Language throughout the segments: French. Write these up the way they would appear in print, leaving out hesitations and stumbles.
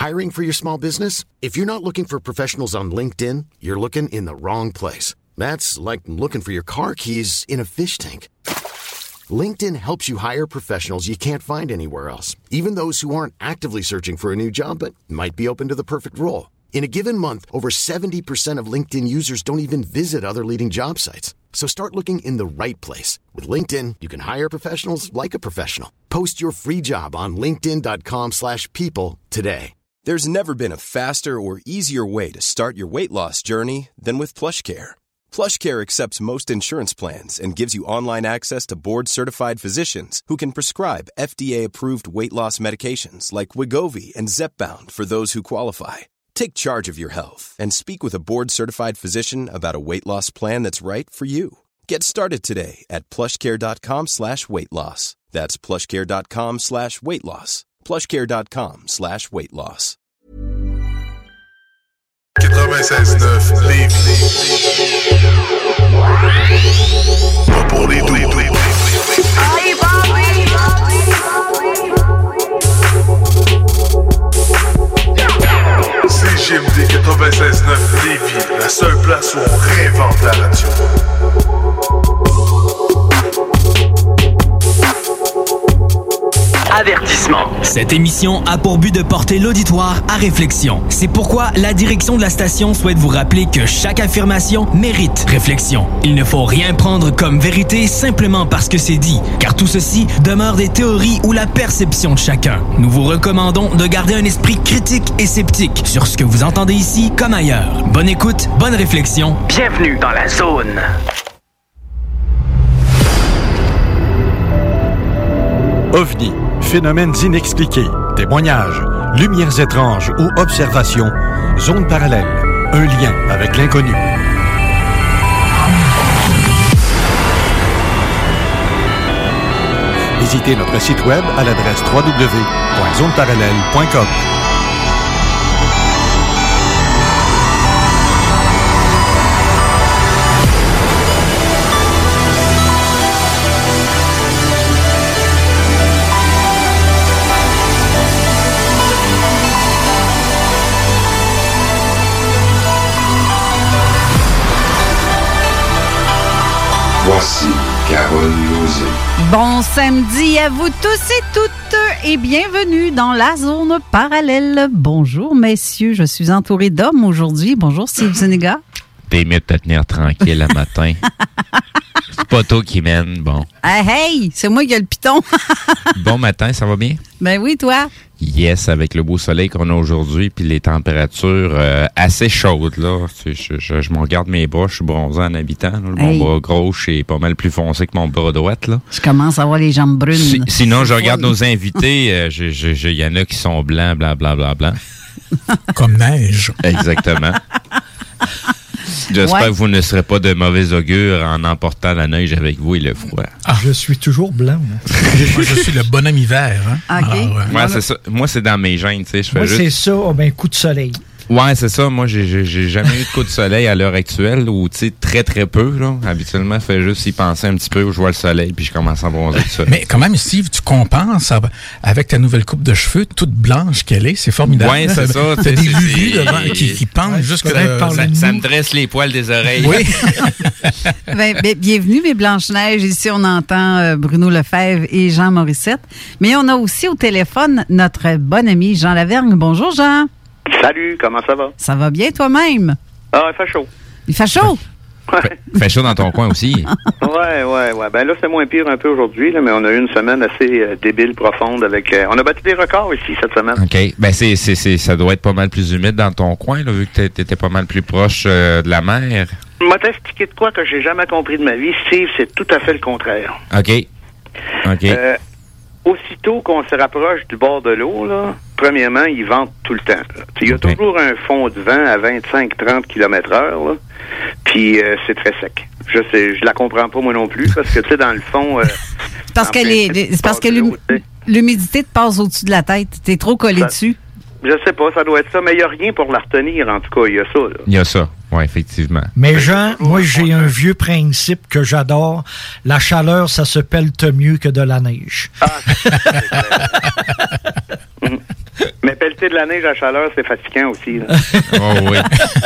Hiring for your small business? If you're not looking for professionals on LinkedIn, you're looking in the wrong place. That's like looking for your car keys in a fish tank. LinkedIn helps you hire professionals you can't find anywhere else, even those who aren't actively searching for a new job but might be open to the perfect role. In a given month, over 70% of LinkedIn users don't even visit other leading job sites. So start looking in the right place. With LinkedIn, you can hire professionals like a professional. Post your free job on linkedin.com/people today. There's never been a faster or easier way to start your weight loss journey than with PlushCare. PlushCare accepts most insurance plans and gives you online access to board-certified physicians who can prescribe FDA-approved weight loss medications like Wegovy and Zepbound for those who qualify. Take charge of your health and speak with a board-certified physician about a weight loss plan that's right for you. Get started today at plushcare.com/weight loss. That's plushcare.com/weight loss. plushcare.com/weight loss. 96.9 Lévis. Pas pour les doux. CJMD 96.9 Lévis, la seule place où on réinvente la radio. Avertissement. Cette émission a pour but de porter l'auditoire à réflexion. C'est pourquoi la direction de la station souhaite vous rappeler que chaque affirmation mérite réflexion. Il ne faut rien prendre comme vérité simplement parce que c'est dit, car tout ceci demeure des théories ou la perception de chacun. Nous vous recommandons de garder un esprit critique et sceptique sur ce que vous entendez ici comme ailleurs. Bonne écoute, bonne réflexion. Bienvenue dans la zone. OVNI, phénomènes inexpliqués, témoignages, lumières étranges ou observations, zone parallèle, un lien avec l'inconnu. Visitez notre site web à l'adresse www.zoneparallèle.com. Voici Carole Lauzé. Bon samedi à vous tous et toutes et bienvenue dans la zone parallèle. Bonjour messieurs, je suis entourée d'hommes aujourd'hui. Bonjour Steve Zuniga. T'es mieux de te tenir tranquille le matin. C'est pas toi qui mène, bon. Hey, c'est moi qui ai le piton. Bon matin, ça va bien? Ben oui, toi? Yes, avec le beau soleil qu'on a aujourd'hui puis les températures assez chaudes, là. Je me regarde mes bras, je suis bronzé en habitant. Là. Mon bras gauche est pas mal plus foncé que mon bras droit, là. Je commence à avoir les jambes brunes. Sinon, je regarde nos invités, il y en a qui sont blancs, blancs. Comme neige. Exactement. J'espère que vous ne serez pas de mauvais augure en emportant la neige avec vous et le froid. Ah, je suis toujours blanc. Je suis le bonhomme hiver. Hein? OK. Alors, c'est ça. Moi, c'est dans mes gènes. Tu sais, c'est ça, coup de soleil. Ouais, c'est ça. Moi, j'ai jamais eu de coup de soleil à l'heure actuelle, ou tu sais, très, très peu. Là. Habituellement, je fais juste y penser un petit peu où je vois le soleil, puis je commence à bronzer tout ça. Mais quand même, Steve, tu compenses avec ta nouvelle coupe de cheveux, toute blanche qu'elle est. C'est formidable. Ouais, c'est ça. T'as des lulus devant qui pendent jusque ça me dresse les poils des oreilles. Oui. Bienvenue, mes Blanches-Neiges. Ici, on entend Bruno Lefebvre et Jean Morissette. Mais on a aussi au téléphone notre bon ami Jean Lavergne. Bonjour, Jean. Salut, comment ça va? Ça va bien toi-même? Ah, il fait chaud. Il fait chaud? Ouais. Fait chaud dans ton coin aussi. Ouais. Ben là, c'est moins pire un peu aujourd'hui, là, mais on a eu une semaine assez débile, profonde. On a battu des records ici cette semaine. OK. Ben, ça doit être pas mal plus humide dans ton coin, là, vu que t'étais pas mal plus proche de la mer. Je vais t'expliquer de quoi que j'ai jamais compris de ma vie. Steve, c'est tout à fait le contraire. OK. Aussitôt qu'on se rapproche du bord de l'eau, là, premièrement, ils ventent tout le temps. Il y a toujours un fond de vent à 25-30 km/h, puis c'est très sec. Je la comprends pas moi non plus, parce que tu sais, dans le fond... c'est parce que l'humidité te passe au-dessus de la tête. T'es trop collé dessus. Je sais pas, ça doit être ça, mais il n'y a rien pour la retenir, en tout cas, il y a ça. Il y a ça, oui, effectivement. Mais Jean, moi, j'ai un vieux principe que j'adore. La chaleur, ça se pelte mieux que de la neige. Ah, c'est clair. Mais pelleter de la neige à chaleur, c'est fatigant aussi. Là. Oh oui.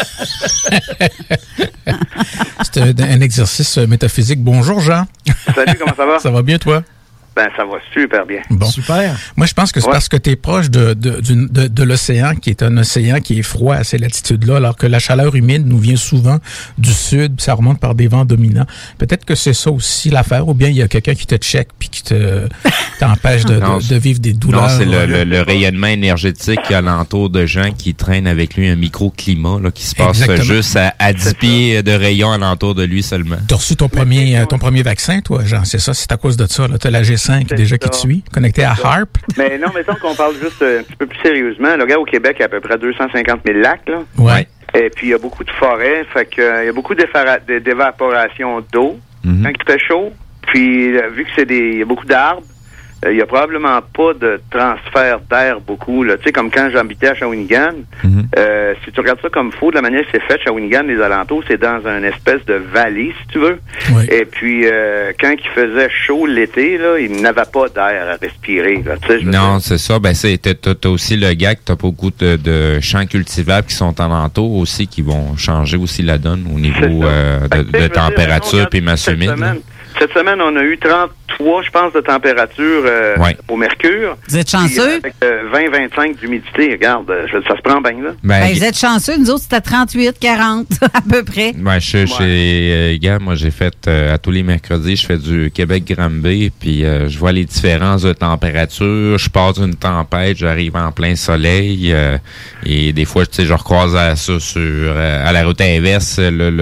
C'est un exercice métaphysique. Bonjour, Jean. Salut, comment ça va? Ça va bien, toi? Ben, ça va super bien. Bon. Super. Moi, je pense que c'est parce que tu es proche de l'océan, qui est un océan qui est froid à ces latitudes-là, alors que la chaleur humide nous vient souvent du sud, puis ça remonte par des vents dominants. Peut-être que c'est ça aussi l'affaire, ou bien il y a quelqu'un qui te check puis qui t'empêche de vivre des douleurs. Non, c'est le rayonnement énergétique alentour de gens qui traînent avec lui un microclimat là, qui se passe juste à 10 pieds de rayon alentour de lui seulement. Tu as reçu ton premier vaccin, toi, Jean, c'est ça? C'est à cause de ça. Tu as la G5 déjà qui te suit, connecté à HAARP. Mais non, mettons qu'on parle juste un petit peu plus sérieusement. Le gars, au Québec, il y a à peu près 250 000 lacs. Là. Ouais. Et puis, il y a beaucoup de forêts. Fait que, il y a beaucoup d'évaporation d'eau quand il fait chaud. Puis, vu que il y a beaucoup d'arbres, il n'y a probablement pas de transfert d'air beaucoup. Là. Tu sais, comme quand j'habitais à Shawinigan, si tu regardes ça comme faux, de la manière que c'est fait, Shawinigan, les alentours, c'est dans une espèce de vallée, si tu veux. Oui. Et puis, quand il faisait chaud l'été, là, il n'avait pas d'air à respirer. Là, non, c'est ça. Ben, t'as aussi le gars que t'as beaucoup de champs cultivables qui sont alentours aussi, qui vont changer aussi la donne au niveau de température puis masse humide. Cette semaine, on a eu 33, je pense, de température au mercure. Vous êtes chanceux? Avec 20-25 d'humidité, regarde, ça se prend bien là. Ben, vous êtes chanceux, nous autres, c'était 38, 40 à peu près. Ben, moi, j'ai fait, à tous les mercredis, je fais du Québec-Granby, puis je vois les différences de température. Je pars d'une tempête, j'arrive en plein soleil, et des fois, tu sais, je recroise à ça à la route inverse,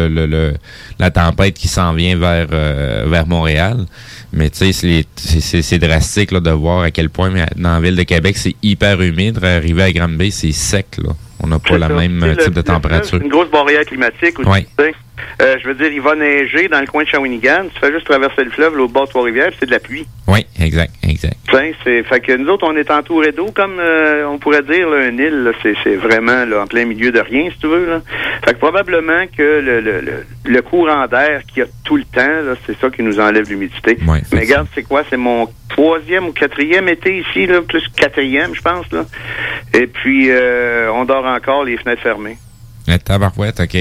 la tempête qui s'en vient vers Montréal. Mais tu sais, c'est drastique là, de voir à quel point dans la ville de Québec, c'est hyper humide. Arriver à Granby, c'est sec. Là. On n'a pas le même type de température. C'est une grosse barrière climatique aussi. Oui. Je veux dire, il va neiger dans le coin de Shawinigan. Tu fais juste traverser le fleuve, l'autre bord de Trois-Rivières, c'est de la pluie. Oui, exact. Fait que nous autres, on est entourés d'eau, comme on pourrait dire, là, une île. Là, c'est vraiment là, en plein milieu de rien, si tu veux. Là. Fait que probablement que le courant d'air qu'il y a tout le temps, là, c'est ça qui nous enlève l'humidité. Oui, mais regarde, c'est quoi? C'est mon 3e ou 4e été ici, là, plus 4e, je pense. Là. Et puis, on dort encore les fenêtres fermées. Tabarouette, OK.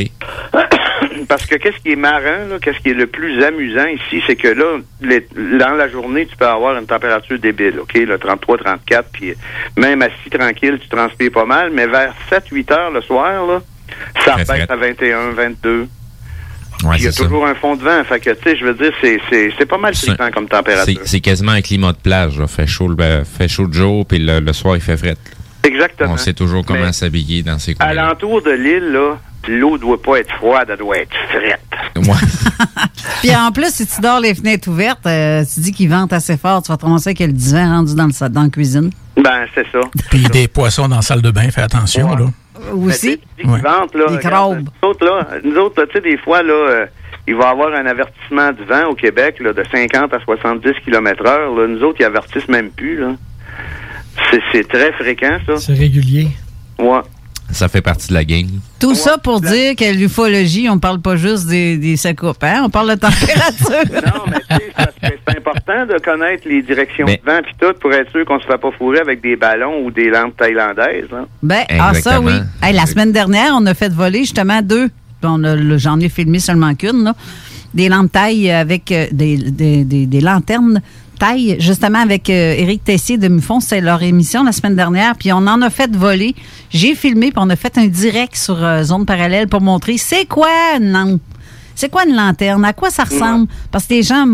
Parce que qu'est-ce qui est marrant, là, qu'est-ce qui est le plus amusant ici, c'est que là, dans la journée, tu peux avoir une température débile, OK, là, 33, 34, puis même assis tranquille, tu transpires pas mal, mais vers 7-8 heures le soir, là, ça rebaisse à 21, 22. Ouais, il y a toujours un fond de vent, fait que, tu sais, je veux dire, c'est pas mal fréquent comme température. C'est quasiment un climat de plage, là. Fait chaud le jour, puis le soir, il fait fret. Exactement. On sait toujours comment s'habiller dans ces coins. Alentour de l'île, là, l'eau doit pas être froide, elle doit être frette. Ouais. Puis en plus, si tu dors les fenêtres ouvertes, tu dis qu'il vente assez fort, tu vas te ramasser avec le divan rendu dans la cuisine. Ben, c'est ça. Puis des poissons dans la salle de bain, fais attention, là. Aussi. Qui ventent, là, des crabes. Nous autres, tu sais, des fois, là, il va y avoir un avertissement du vent au Québec, là, de 50 à 70 km/h. Là. Nous autres, ils avertissent même plus, là. C'est très fréquent, ça. C'est régulier. Ouais. Ça fait partie de la game. Tout ça pour dire que l'ufologie, on parle pas juste des secoupes, hein? On parle de température. Non, mais tu sais, c'est important de connaître les directions de vent puis tout pour être sûr qu'on se fait pas fourrer avec des ballons ou des lampes thaïlandaises. Hein? Ben, ça, oui. Hey, la semaine dernière, on a fait voler justement 2. J'en ai filmé seulement qu'une, là. Des lampes taille avec des lanternes taille, justement avec Éric Tessier de Mufon. C'est leur émission la semaine dernière. Puis on en a fait voler. J'ai filmé, puis on a fait un direct sur Zone Parallèle pour montrer c'est quoi une lampe. C'est quoi une lanterne? À quoi ça ressemble? Parce que les gens...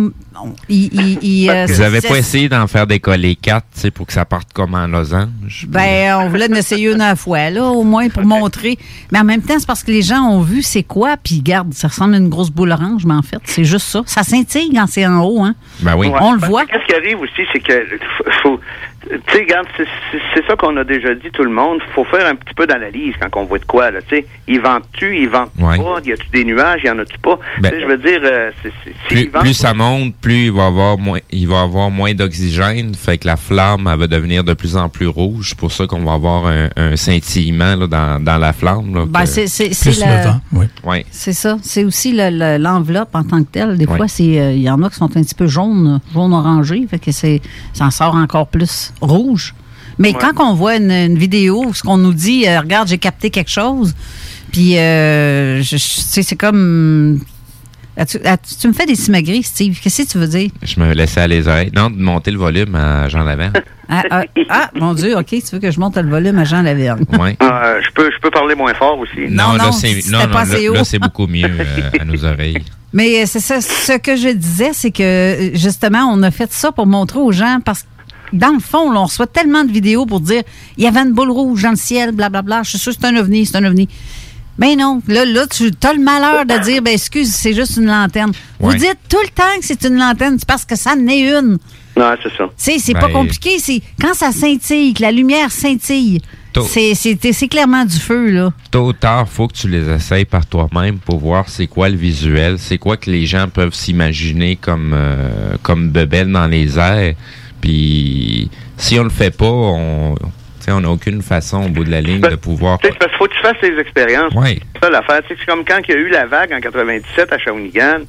Vous n'avez pas essayé d'en faire décoller 4 pour que ça parte comme en losange? Ben, on voulait en essayer une à la fois, là, au moins pour montrer. Mais en même temps, c'est parce que les gens ont vu c'est quoi, puis regarde, ça ressemble à une grosse boule orange, mais en fait, c'est juste ça. Ça scintille quand c'est en haut, hein? Ben oui. On le voit. Qu'est-ce qui arrive aussi, c'est que faut... Tu sais, regarde, c'est ça qu'on a déjà dit tout le monde. Faut faire un petit peu d'analyse quand on voit de quoi, là. Tu sais, ils vendent-tu, ils vendent pas? Y a-tu des nuages, y en a-tu pas? Ben, je veux dire, plus ça monte, plus il va avoir moins d'oxygène. Fait que la flamme, elle va devenir de plus en plus rouge. C'est pour ça qu'on va avoir un scintillement là, dans la flamme. Là, ben, c'est le vent, oui. Ouais. C'est ça. C'est aussi l'enveloppe en tant que telle. Des fois, il y en a qui sont un petit peu jaune orangé. Fait que ça en sort encore plus rouge. Mais quand on voit une vidéo, ce qu'on nous dit, regarde, j'ai capté quelque chose, puis c'est comme... Tu me fais des simagrées, Steve. Qu'est-ce que tu veux dire? Je me laissais aller les oreilles. Non, de monter le volume à Jean Laverne. Mon Dieu, OK, tu veux que je monte le volume à Jean Laverne? Oui. Je peux parler moins fort aussi. Non, là, c'est beaucoup mieux à nos oreilles. Mais c'est ça, ce que je disais, c'est que, justement, on a fait ça pour montrer aux gens, parce que, dans le fond, là, on reçoit tellement de vidéos pour dire, il y avait une boule rouge dans le ciel, blablabla, je suis sûr que c'est un ovni. Mais non, là tu as le malheur de dire, excuse, c'est juste une lanterne. Vous dites tout le temps que c'est une lanterne, c'est parce que ça en est une. Non, c'est ça. C'est pas compliqué, c'est quand ça scintille, que la lumière scintille, c'est clairement du feu, là. Tôt ou tard, faut que tu les essayes par toi-même pour voir c'est quoi le visuel, c'est quoi que les gens peuvent s'imaginer comme bebelle dans les airs. Puis si on le fait pas, on n'a aucune façon au bout de la ligne de pouvoir... Parce qu'il faut que tu fasses tes expériences. Oui. C'est ça l'affaire. C'est comme quand il y a eu la vague en 97 à Shawinigan,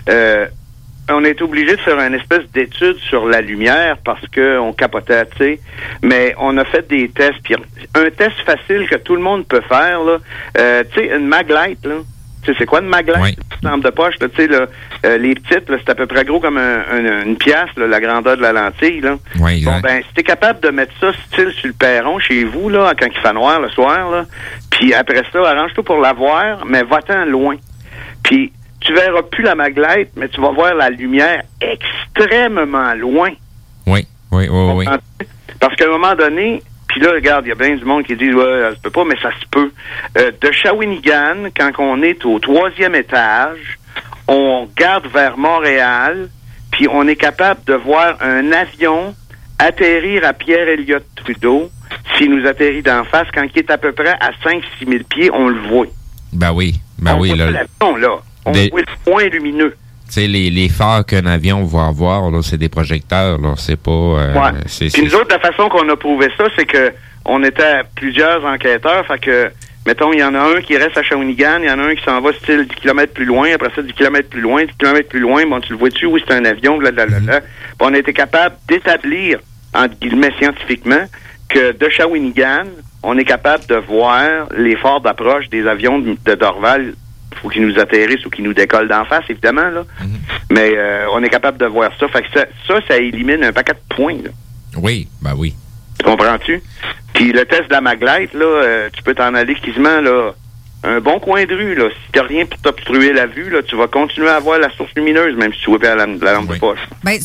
on est obligé de faire une espèce d'étude sur la lumière parce qu'on capotait, tu sais. Mais on a fait des tests. Puis un test facile que tout le monde peut faire, là, tu sais, une maglite, là. Tu sais, c'est quoi une maglite? Oui. Une lampe de poche, là, tu sais, là, les petites, là, c'est à peu près gros comme une pièce, là, la grandeur de la lentille, là. Oui, exact. Bon, si t'es capable de mettre ça style sur le perron chez vous, là, quand il fait noir le soir, là, puis après ça, arrange-toi pour la voir, mais va-t'en loin. Puis tu verras plus la maglite, mais tu vas voir la lumière extrêmement loin. Oui. Parce qu'à un moment donné, puis là, regarde, il y a bien du monde qui dit « Ouais, ça se peut pas », mais ça se peut. De Shawinigan, quand on est au 3e étage, on regarde vers Montréal, puis on est capable de voir un avion atterrir à Pierre-Éliott Trudeau. S'il nous atterrit d'en face, quand il est à peu près à 5-6 000 pieds, on le voit. Ben oui. On voit l'avion, là. On voit le point lumineux. Tu sais, les phares qu'un avion va avoir, là, c'est des projecteurs, là. C'est pas... Puis nous autres, la façon qu'on a prouvé ça, c'est que on était plusieurs enquêteurs, fait que, mettons, il y en a un qui reste à Shawinigan, il y en a un qui s'en va style 10 km plus loin, après ça, 10 km plus loin, 10 km plus loin, bon, tu le vois-tu, oui, c'est un avion, blablabla. On a été capable d'établir, entre guillemets, scientifiquement, que de Shawinigan, on est capable de voir les phares d'approche des avions de Dorval. Faut qu'ils nous atterrissent ou qu'ils nous décollent d'en face, évidemment, là. Mais on est capable de voir ça. Fait que ça élimine un paquet de points, là. Oui, ben oui. Tu comprends-tu? Puis le test de la maglite, là, tu peux t'en aller quasiment, là, un bon coin de rue, là. Si t'as rien pour t'obstruer la vue, là, tu vas continuer à voir la source lumineuse, même si tu vois pas la lampe de poche. Ben,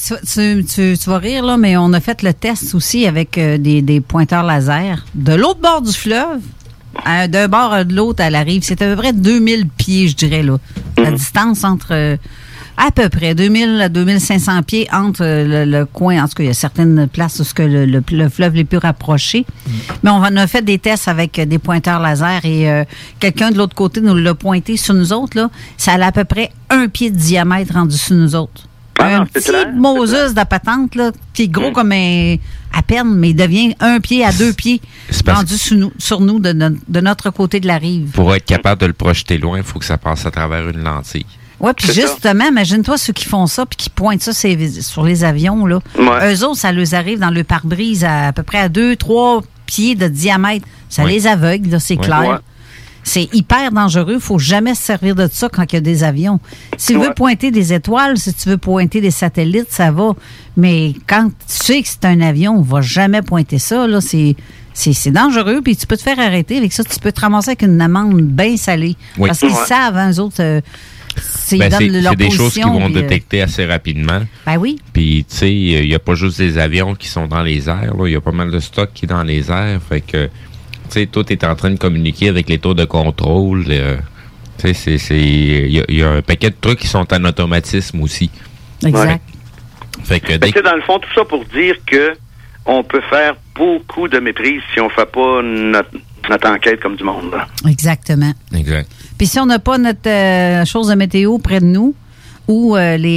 tu vas rire, là, mais on a fait le test aussi avec des pointeurs laser. De l'autre bord du fleuve, d'un bord à de l'autre à la rive, c'est à peu près 2000 pieds, je dirais, là. La distance entre... à peu près 2000 à 2500 pieds entre le coin. En tout cas, il y a certaines places où le fleuve est plus rapproché. Mais on a fait des tests avec des pointeurs laser et quelqu'un de l'autre côté nous l'a pointé sur nous autres. Là. Ça a à peu près 1 pied de diamètre rendu sur nous autres. Un petit Moses de patente, là, qui est gros comme à peine, mais il devient 1 pied à 2 pieds rendu sur nous de notre côté de la rive. Pour être capable de le projeter loin, il faut que ça passe à travers une lentille. Oui, puis justement, imagine-toi ceux qui font ça puis qui pointent ça sur les avions, là. Ouais. Eux autres, ça leur arrive dans le pare-brise à peu près à 2-3 pieds de diamètre. Ça les aveugle, là, c'est clair. Ouais. C'est hyper dangereux. Il ne faut jamais se servir de ça quand il y a des avions. Si tu veux pointer des étoiles, si tu veux pointer des satellites, ça va. Mais quand tu sais que c'est un avion, on ne va jamais pointer ça. Là, c'est dangereux, puis tu peux te faire arrêter. Avec ça, tu peux te ramasser avec une amende bien salée. Oui. Parce qu'ils savent, hein, eux autres... c'est des choses qu'ils vont détecter assez rapidement. Ben oui. Puis, tu sais, il n'y a pas juste des avions qui sont dans les airs. Il y a pas mal de stock qui est dans les airs. Fait que, tu sais, tout est en train de communiquer avec les tours de contrôle. Tu sais, il y a un paquet de trucs qui sont en automatisme aussi. Exact. Ouais. Fait que, c'est dans le fond, tout ça pour dire que on peut faire beaucoup de méprise si on fait pas notre enquête comme du monde. Là. Exactement. Exact. Puis si on n'a pas notre chose de météo près de nous, ou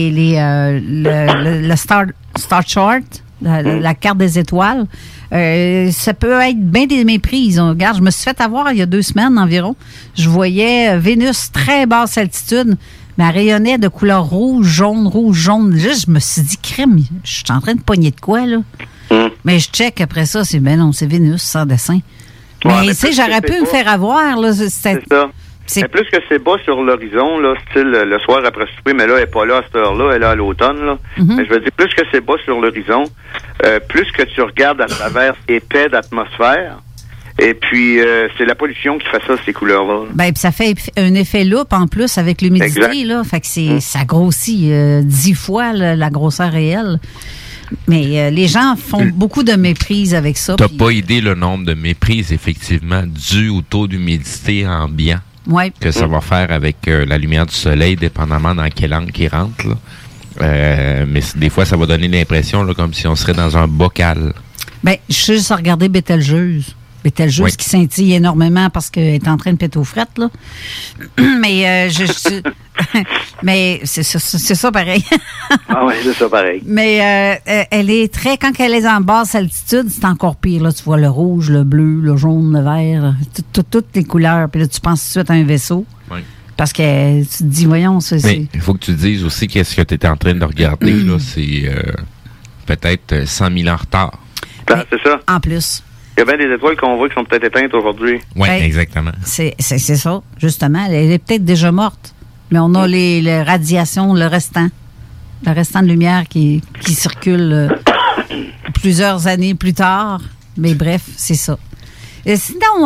le Star Chart, la carte des étoiles, ça peut être bien des méprises. Regarde, je me suis fait avoir il y a 2 semaines environ. Je voyais Vénus très basse altitude, mais elle rayonnait de couleur rouge, jaune. Juste, je me suis dit, crème, je suis en train de pogner de quoi, là? Mais je check après ça, c'est Vénus sans dessin. Ouais, mais tu sais, j'aurais pu me faire avoir. Là, c'est ça. Mais plus que c'est bas sur l'horizon, là, style le soir après souper, mais là, elle n'est pas là à cette heure-là, elle est là à l'automne. Là. Mais je veux dire, plus que c'est bas sur l'horizon, plus que tu regardes à travers épais d'atmosphère, et puis c'est la pollution qui fait ça, ces couleurs-là. Ben, puis ça fait un effet loupe en plus avec l'humidité, là. Fait que ça grossit 10 fois la grosseur réelle. Mais les gens font beaucoup de méprise avec ça. T'as pas idée le nombre de méprises, effectivement, dû au taux d'humidité ambiant. Ouais. Que ça va faire avec la lumière du soleil, dépendamment dans quel angle qui rentre. Là. Mais des fois, ça va donner l'impression là, comme si on serait dans un bocal. Ben, je suis juste à regarder Bételgeuse. Bételgeuse qui scintille énormément parce qu'elle est en train de péter aux frettes, là. Mais mais c'est ça pareil. Ah oui, c'est ça pareil. Mais elle est quand elle est en basse altitude, c'est encore pire. Là, tu vois le rouge, le bleu, le jaune, le vert, toutes les couleurs. Puis là, tu penses tout de suite à un vaisseau. Oui. Parce que tu te dis, voyons, mais il faut que tu dises aussi qu'est-ce que tu étais en train de regarder. Là, c'est peut-être 100 000 ans en retard. Ben, c'est ça. En plus. Il y a bien des étoiles qu'on voit qui sont peut-être éteintes aujourd'hui. Oui, exactement. C'est ça, justement. Elle est peut-être déjà morte. Mais on a les radiations, le restant de lumière qui circule plusieurs années plus tard. Mais bref, c'est ça. Et sinon,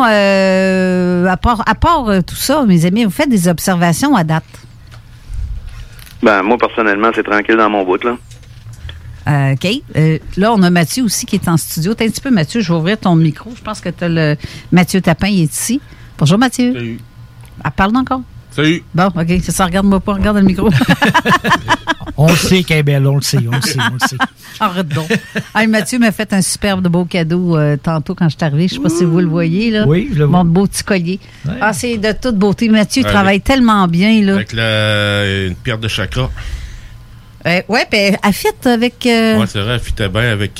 à part tout ça, mes amis, vous faites des observations à date? Ben, moi, personnellement, c'est tranquille dans mon bout, là. OK. Là, on a Mathieu aussi qui est en studio. T'as un petit peu, Mathieu, je vais ouvrir ton micro. Je pense que tu as Mathieu Tapin, il est ici. Bonjour, Mathieu. Salut. Parle encore. Salut. Bon, OK. C'est ça, regarde-moi pas, regarde le micro. On le sait qu'elle est belle, on le sait. Arrête donc. Hey, Mathieu m'a fait un superbe de beau cadeau tantôt quand je suis arrivé. Je ne sais pas si vous le voyez, là. Oui, je le vois. Mon beau petit collier. Ouais. Ah, c'est de toute beauté. Mathieu travaille tellement bien, là. Avec une pierre de chakra. Oui, puis elle fit avec... Oui, c'est vrai, elle fitait bien avec...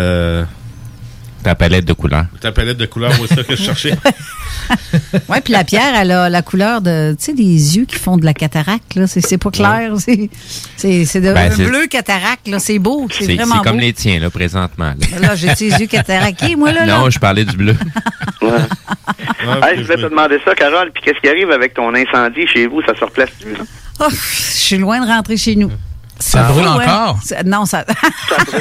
Ta palette de couleurs. Ta palette de couleurs, c'est ça que je cherchais. Oui, puis la pierre, elle a la couleur de, tu sais, des yeux qui font de la cataracte, là. C'est pas clair. Ouais. C'est de bleu cataracte, là. C'est beau. C'est vraiment beau. C'est comme les tiens, là, présentement. Là, j'ai tes yeux cataraqués, moi, là. Non, je parlais du bleu. Hey, je voulais te demander ça, Carole. Puis qu'est-ce qui arrive avec ton incendie chez vous? Ça se replace-tu, là? Oh, je suis loin de rentrer chez nous. Ça brûle encore? Non, ça brûle.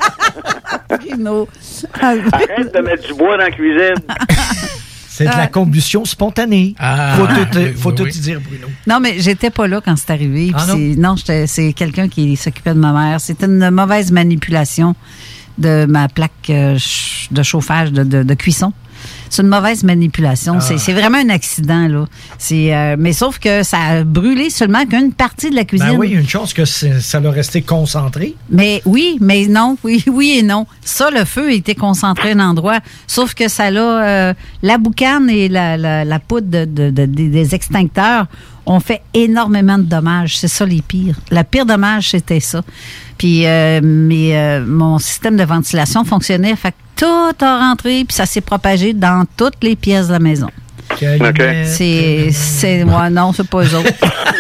Arrête de mettre du bois dans la cuisine. C'est de la combustion spontanée. Faut tout y dire, Bruno. Non, mais j'étais pas là quand c'est arrivé. C'est quelqu'un qui s'occupait de ma mère. C'était une mauvaise manipulation de ma plaque de chauffage, de cuisson. C'est une mauvaise manipulation. C'est vraiment un accident, là. Mais sauf que ça a brûlé seulement qu'une partie de la cuisine. Ben oui, une chance que ça l'a resté concentré. Mais oui, mais non. Oui et non. Ça, le feu était concentré à un endroit. Sauf que ça l'a... la boucane et la poudre des extincteurs ont fait énormément de dommages. C'est ça les pires. Le pire dommage, c'était ça. Puis mon système de ventilation fonctionnait. Fait que tout a rentré, puis ça s'est propagé dans toutes les pièces de la maison. Okay. Non, c'est pas eux autres.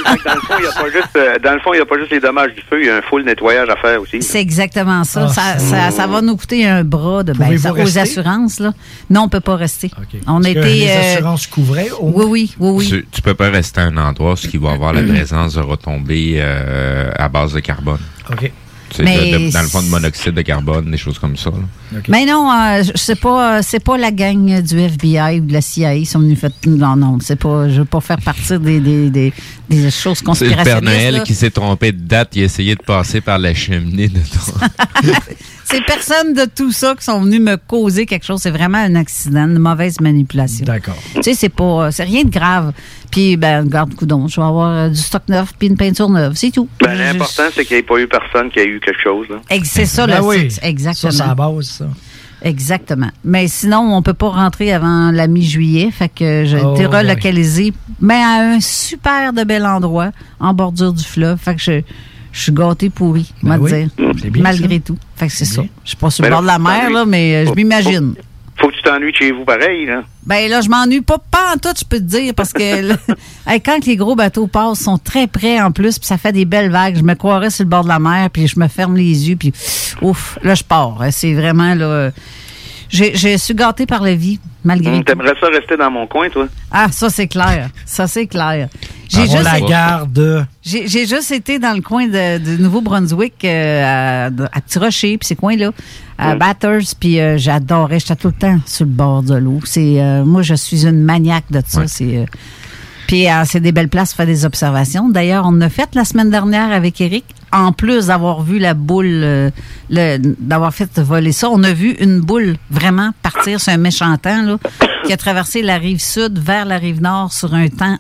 Dans le fond, il n'y a pas juste les dommages du feu, il y a un full nettoyage à faire aussi. C'est exactement ça. Ça va nous coûter un bras aux assurances. Là. Non, on ne peut pas rester. Okay. Les assurances couvraient? Oui. Tu peux pas rester à un endroit où il va y avoir la présence de retombées à base de carbone. OK. Dans le fond, de monoxyde de carbone, des choses comme ça. Okay. Mais non, c'est pas la gang du FBI ou de la CIA qui sont venus faire... Non, c'est pas... Je veux pas faire partir des choses conspirationnistes. C'est le Père Noël qui s'est trompé de date, il a essayé de passer par la cheminée de ton... C'est personne de tout ça qui sont venus me causer quelque chose. C'est vraiment un accident, une mauvaise manipulation. D'accord. Tu sais, c'est rien de grave. Puis, regarde, coudonc, je vais avoir du stock neuf puis une peinture neuve. C'est tout. L'important, c'est qu'il n'y ait pas eu personne qui a eu quelque chose. Là. C'est ça, exactement. Ça, c'est la base, ça. Exactement. Mais sinon, on peut pas rentrer avant la mi-juillet. Fait que j'ai été relocalisé, mais à un super de bel endroit, en bordure du fleuve. Fait que je suis gâté pourri, on va dire. Malgré tout. Fait que c'est ça. Je suis pas sur le bord de la mer, là, mais je m'imagine. Faut que tu t'ennuies de chez vous pareil, là? Ben là, je m'ennuie pas en tout, je peux te dire, parce que là, quand les gros bateaux passent, ils sont très près en plus, puis ça fait des belles vagues. Je me croirais sur le bord de la mer, puis je me ferme les yeux, puis ouf, là, je pars. C'est vraiment, là... Je suis gâtée par la vie, malgré tout. T'aimerais ça rester dans mon coin, toi? Ah, ça, c'est clair. Ça, c'est clair. La garde. J'ai juste été dans le coin de Nouveau-Brunswick, à Petit-Rocher, puis ces coins-là, à Bathurst, puis j'adorais. J'étais tout le temps sur le bord de l'eau. Moi, je suis une maniaque de ça. Ouais. Puis c'est des belles places pour faire des observations. D'ailleurs, on a fait la semaine dernière avec Éric, en plus d'avoir vu la boule, d'avoir fait voler ça, on a vu une boule vraiment partir sur un méchant temps, là, qui a traversé la rive sud vers la rive nord sur un temps,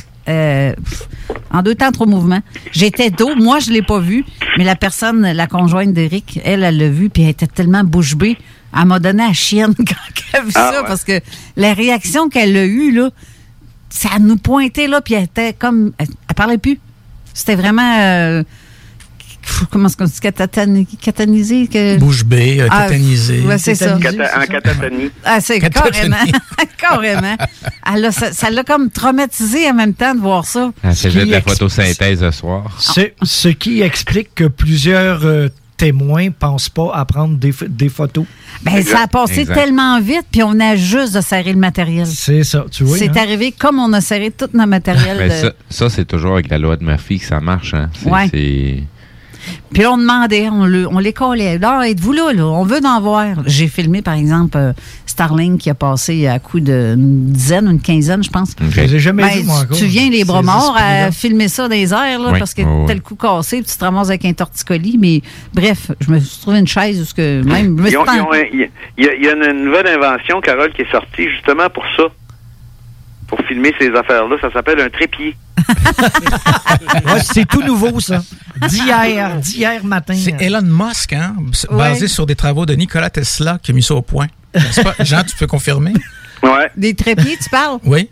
en 2 temps, 3 mouvements. J'étais dos, moi je l'ai pas vu, mais la personne, la conjointe d'Éric, elle l'a vu, puis elle était tellement bouche bée, elle m'a donné à chienne quand elle a vu ça, parce que la réaction qu'elle a eue, là, ça nous pointait là, puis elle était comme... Elle parlait plus. C'était vraiment... comment est-ce qu'on dit? Catanisé? Bouche bée, catanisé. Ouais, c'est ça. En catatonie. Ah, c'est carrément. Carrément. Alors, ça l'a comme traumatisé en même temps de voir ça. C'est juste de la photosynthèse ce soir. Ce qui explique que plusieurs témoins pensent pas à prendre des photos. Ben, ça a passé tellement vite, puis on a juste de serrer le matériel. C'est ça, tu vois. C'est arrivé comme on a serré tout notre matériel. Ben, ça, c'est toujours avec la loi de Murphy que ça marche. Hein? Puis on demandait, on les collait. Là, êtes-vous là? On veut en voir. J'ai filmé, par exemple, Starlink qui a passé à coup d'une dizaine, une quinzaine, je pense. Je les ai jamais vus, moi, encore. Tu viens les bras morts à filmer ça dans les airs, là, oui. parce que t'as le cou cassé, puis tu te ramasses avec un torticolis. Mais bref, je me suis trouvé une chaise où ce que même. Il y a une nouvelle invention, Carole, qui est sortie justement pour ça. Pour filmer ces affaires-là. Ça s'appelle un trépied. Ouais, c'est tout nouveau, ça. D'hier matin. C'est Elon Musk, hein? Basé sur des travaux de Nikola Tesla qui a mis ça au point. N'est-ce pas? Jean, tu peux confirmer? Ouais. Des trépieds, tu parles? Oui.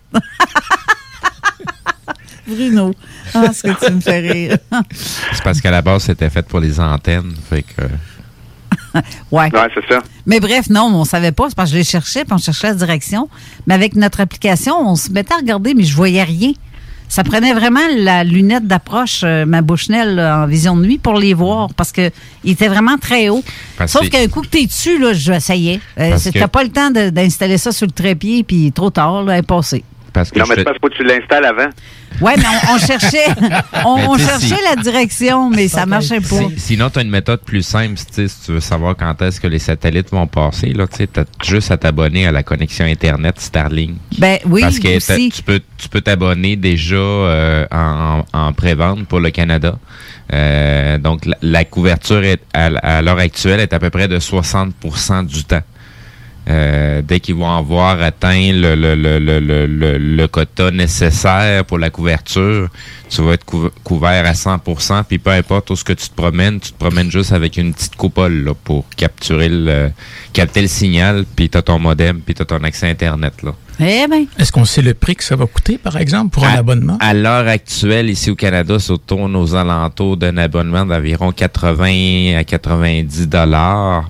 Bruno, ce que tu me fais rire. C'est parce qu'à la base, c'était fait pour les antennes. Fait que... Ouais, c'est ça. Mais bref, non, on savait pas. C'est parce que je les cherchais, puis on cherchait la direction. Mais avec notre application, on se mettait à regarder, mais je voyais rien. Ça prenait vraiment la lunette d'approche, ma Bushnell en vision de nuit, pour les voir, parce que il était vraiment très haut. Sauf qu'un coup que t'es dessus, là, ça y est. T'as pas le temps d'installer ça sur le trépied, puis trop tard, là, elle est passée. Non, mais c'est parce que tu l'installes avant. Oui, mais on cherchait on cherchait la direction, mais ça marchait pas. Sinon, tu as une méthode plus simple, si tu veux savoir quand est-ce que les satellites vont passer, tu as juste à t'abonner à la connexion Internet Starlink. Ben oui, parce que aussi. Tu peux t'abonner déjà en pré-vente pour le Canada. Donc, la couverture à l'heure actuelle est à peu près de 60% du temps. Dès qu'ils vont avoir atteint le quota nécessaire pour la couverture, tu vas être couvert à 100%, puis peu importe où ce que tu te promènes juste avec une petite coupole là, pour capter le signal, puis tu as ton modem, puis tu as ton accès Internet. Là. Eh ben. Est-ce qu'on sait le prix que ça va coûter, par exemple, pour un abonnement? À l'heure actuelle, ici au Canada, ça tourne aux alentours d'un abonnement d'environ 80 à 90 $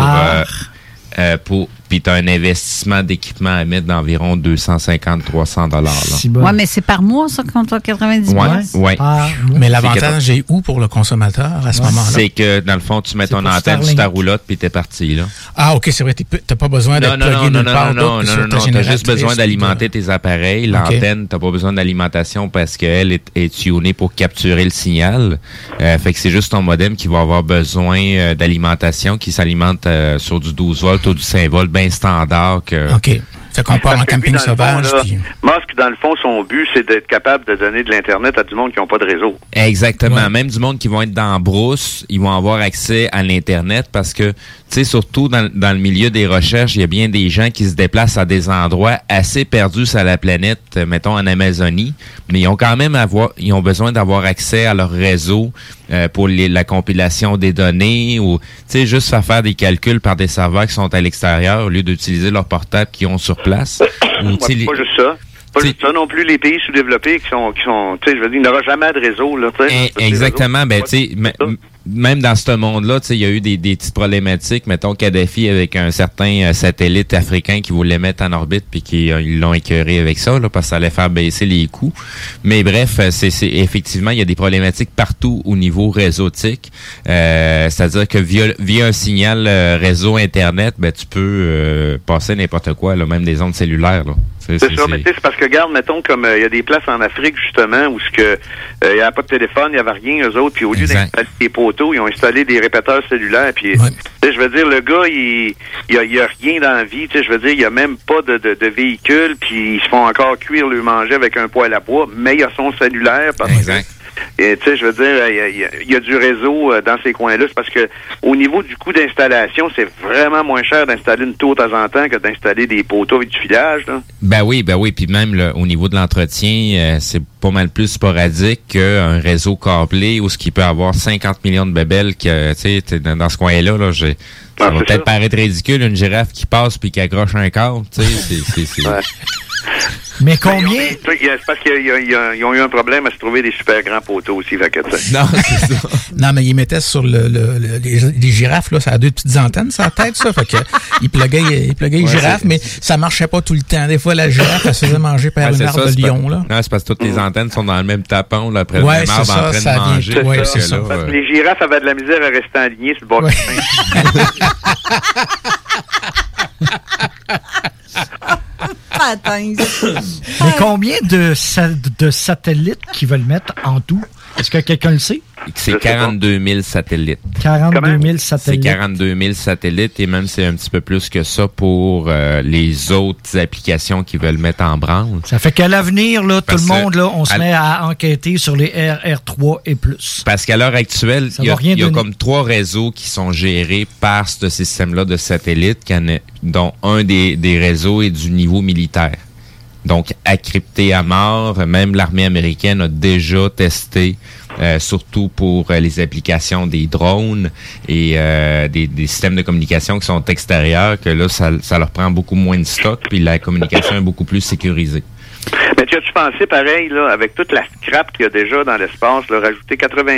puis tu as un investissement d'équipement à mettre d'environ 250-300 $. Oui, mais c'est par mois, ça, quand tu as 90 Oui. Mais l'avantage est où pour le consommateur à ce moment-là? C'est que, dans le fond, tu mets ton antenne sur ta roulotte puis t'es parti, là. Ah, OK, c'est vrai. T'as pas besoin d'être plugué nulle part d'autre sur ta génératrice. T'as juste besoin d'alimenter tes appareils. L'antenne, t'as pas besoin d'alimentation parce qu'elle est tunée pour capturer le signal. Fait que c'est juste ton modem qui va avoir besoin d'alimentation qui s'alimente sur du 12 volts ou du 5 volts bien standard. OK. Fait qu'on part en camping sauvage. Musk, dans le fond, son but, c'est d'être capable de donner de l'Internet à du monde qui n'ont pas de réseau. Exactement. Ouais. Même du monde qui vont être dans la brousse, ils vont avoir accès à l'Internet parce que, tu sais, surtout dans le milieu des recherches, il y a bien des gens qui se déplacent à des endroits assez perdus sur la planète, mettons en Amazonie, mais ils ont quand même ils ont besoin d'avoir accès à leur réseau pour la compilation des données ou, tu sais, juste faire des calculs par des serveurs qui sont à l'extérieur au lieu d'utiliser leur portable qu'ils ont sur place. Ou, pas juste ça. Pas juste ça non plus, les pays sous-développés qui sont tu sais, je veux dire, il n'y aura jamais de réseau, là, tu sais. Exactement, ben, tu sais, même dans ce monde-là, tu sais, il y a eu des petites problématiques. Mettons Kadhafi avec un certain satellite africain qui voulait mettre en orbite puis ils l'ont écœuré avec ça, là, parce que ça allait faire baisser les coûts. Mais bref, c'est effectivement, il y a des problématiques partout au niveau réseautique. C'est-à-dire que via un signal réseau Internet, ben tu peux passer n'importe quoi, là, même des ondes cellulaires, là. C'est ça, mais tu sais, c'est parce que, regarde, mettons, comme il y a des places en Afrique, justement, où il n'y avait pas de téléphone, il n'y avait rien, eux autres, puis au lieu d'installer des poteaux, ils ont installé des répéteurs cellulaires, puis, tu sais, je veux dire, le gars, il y a rien dans la vie, tu sais, je veux dire, il n'y a même pas de véhicule, puis ils se font encore cuire le manger avec un poêle à bois, mais il y a son cellulaire, parce que... Et tu sais, je veux dire, il y a du réseau dans ces coins-là. C'est parce que au niveau du coût d'installation, c'est vraiment moins cher d'installer une tour de temps en temps que d'installer des poteaux avec du filage, là. Ben oui. Puis même au niveau de l'entretien, c'est pas mal plus sporadique qu'un réseau câblé où ce qui peut avoir 50 millions de bébelles que, tu sais, dans ce coin-là, là, ça va peut-être paraître ridicule, une girafe qui passe puis qui accroche un câble, tu sais, c'est... Ouais. Mais combien... C'est parce qu'ils ont eu un problème à se trouver des super grands poteaux aussi. Fait que, non, c'est ça. Non, mais ils mettaient sur les girafes, là, ça a 2 petites antennes sur la tête, ça. Fait que ils pluguaient les girafes, mais ça marchait pas tout le temps. Des fois, la girafe, elle se faisait manger par une arbre de lion, là. Non, c'est parce que toutes les antennes sont dans le même tapon, là, après le même arbre en train de manger. Ouais, c'est ça. Parce que les girafes avaient de la misère à rester alignées sur le bord du chemin. Mais combien de satellites qu'ils veulent mettre en tout? Est-ce que quelqu'un le sait? C'est 42 000 satellites. 42 000 satellites. C'est 42 000 satellites et même c'est un petit peu plus que ça pour les autres applications qui veulent mettre en branle. Ça fait qu'à l'avenir, là, tout le monde, là, on se met à enquêter sur les RR3 et plus. Parce qu'à l'heure actuelle, il y a comme 3 réseaux qui sont gérés par ce système-là de satellites, dont un des réseaux est du niveau militaire. Donc, accrypté à mort, même l'armée américaine a déjà testé, surtout pour les applications des drones et des systèmes de communication qui sont extérieurs, que là, ça leur prend beaucoup moins de stock, puis la communication est beaucoup plus sécurisée. Mais tu as-tu pensé, pareil, là, avec toute la scrap qu'il y a déjà dans l'espace, là, rajouter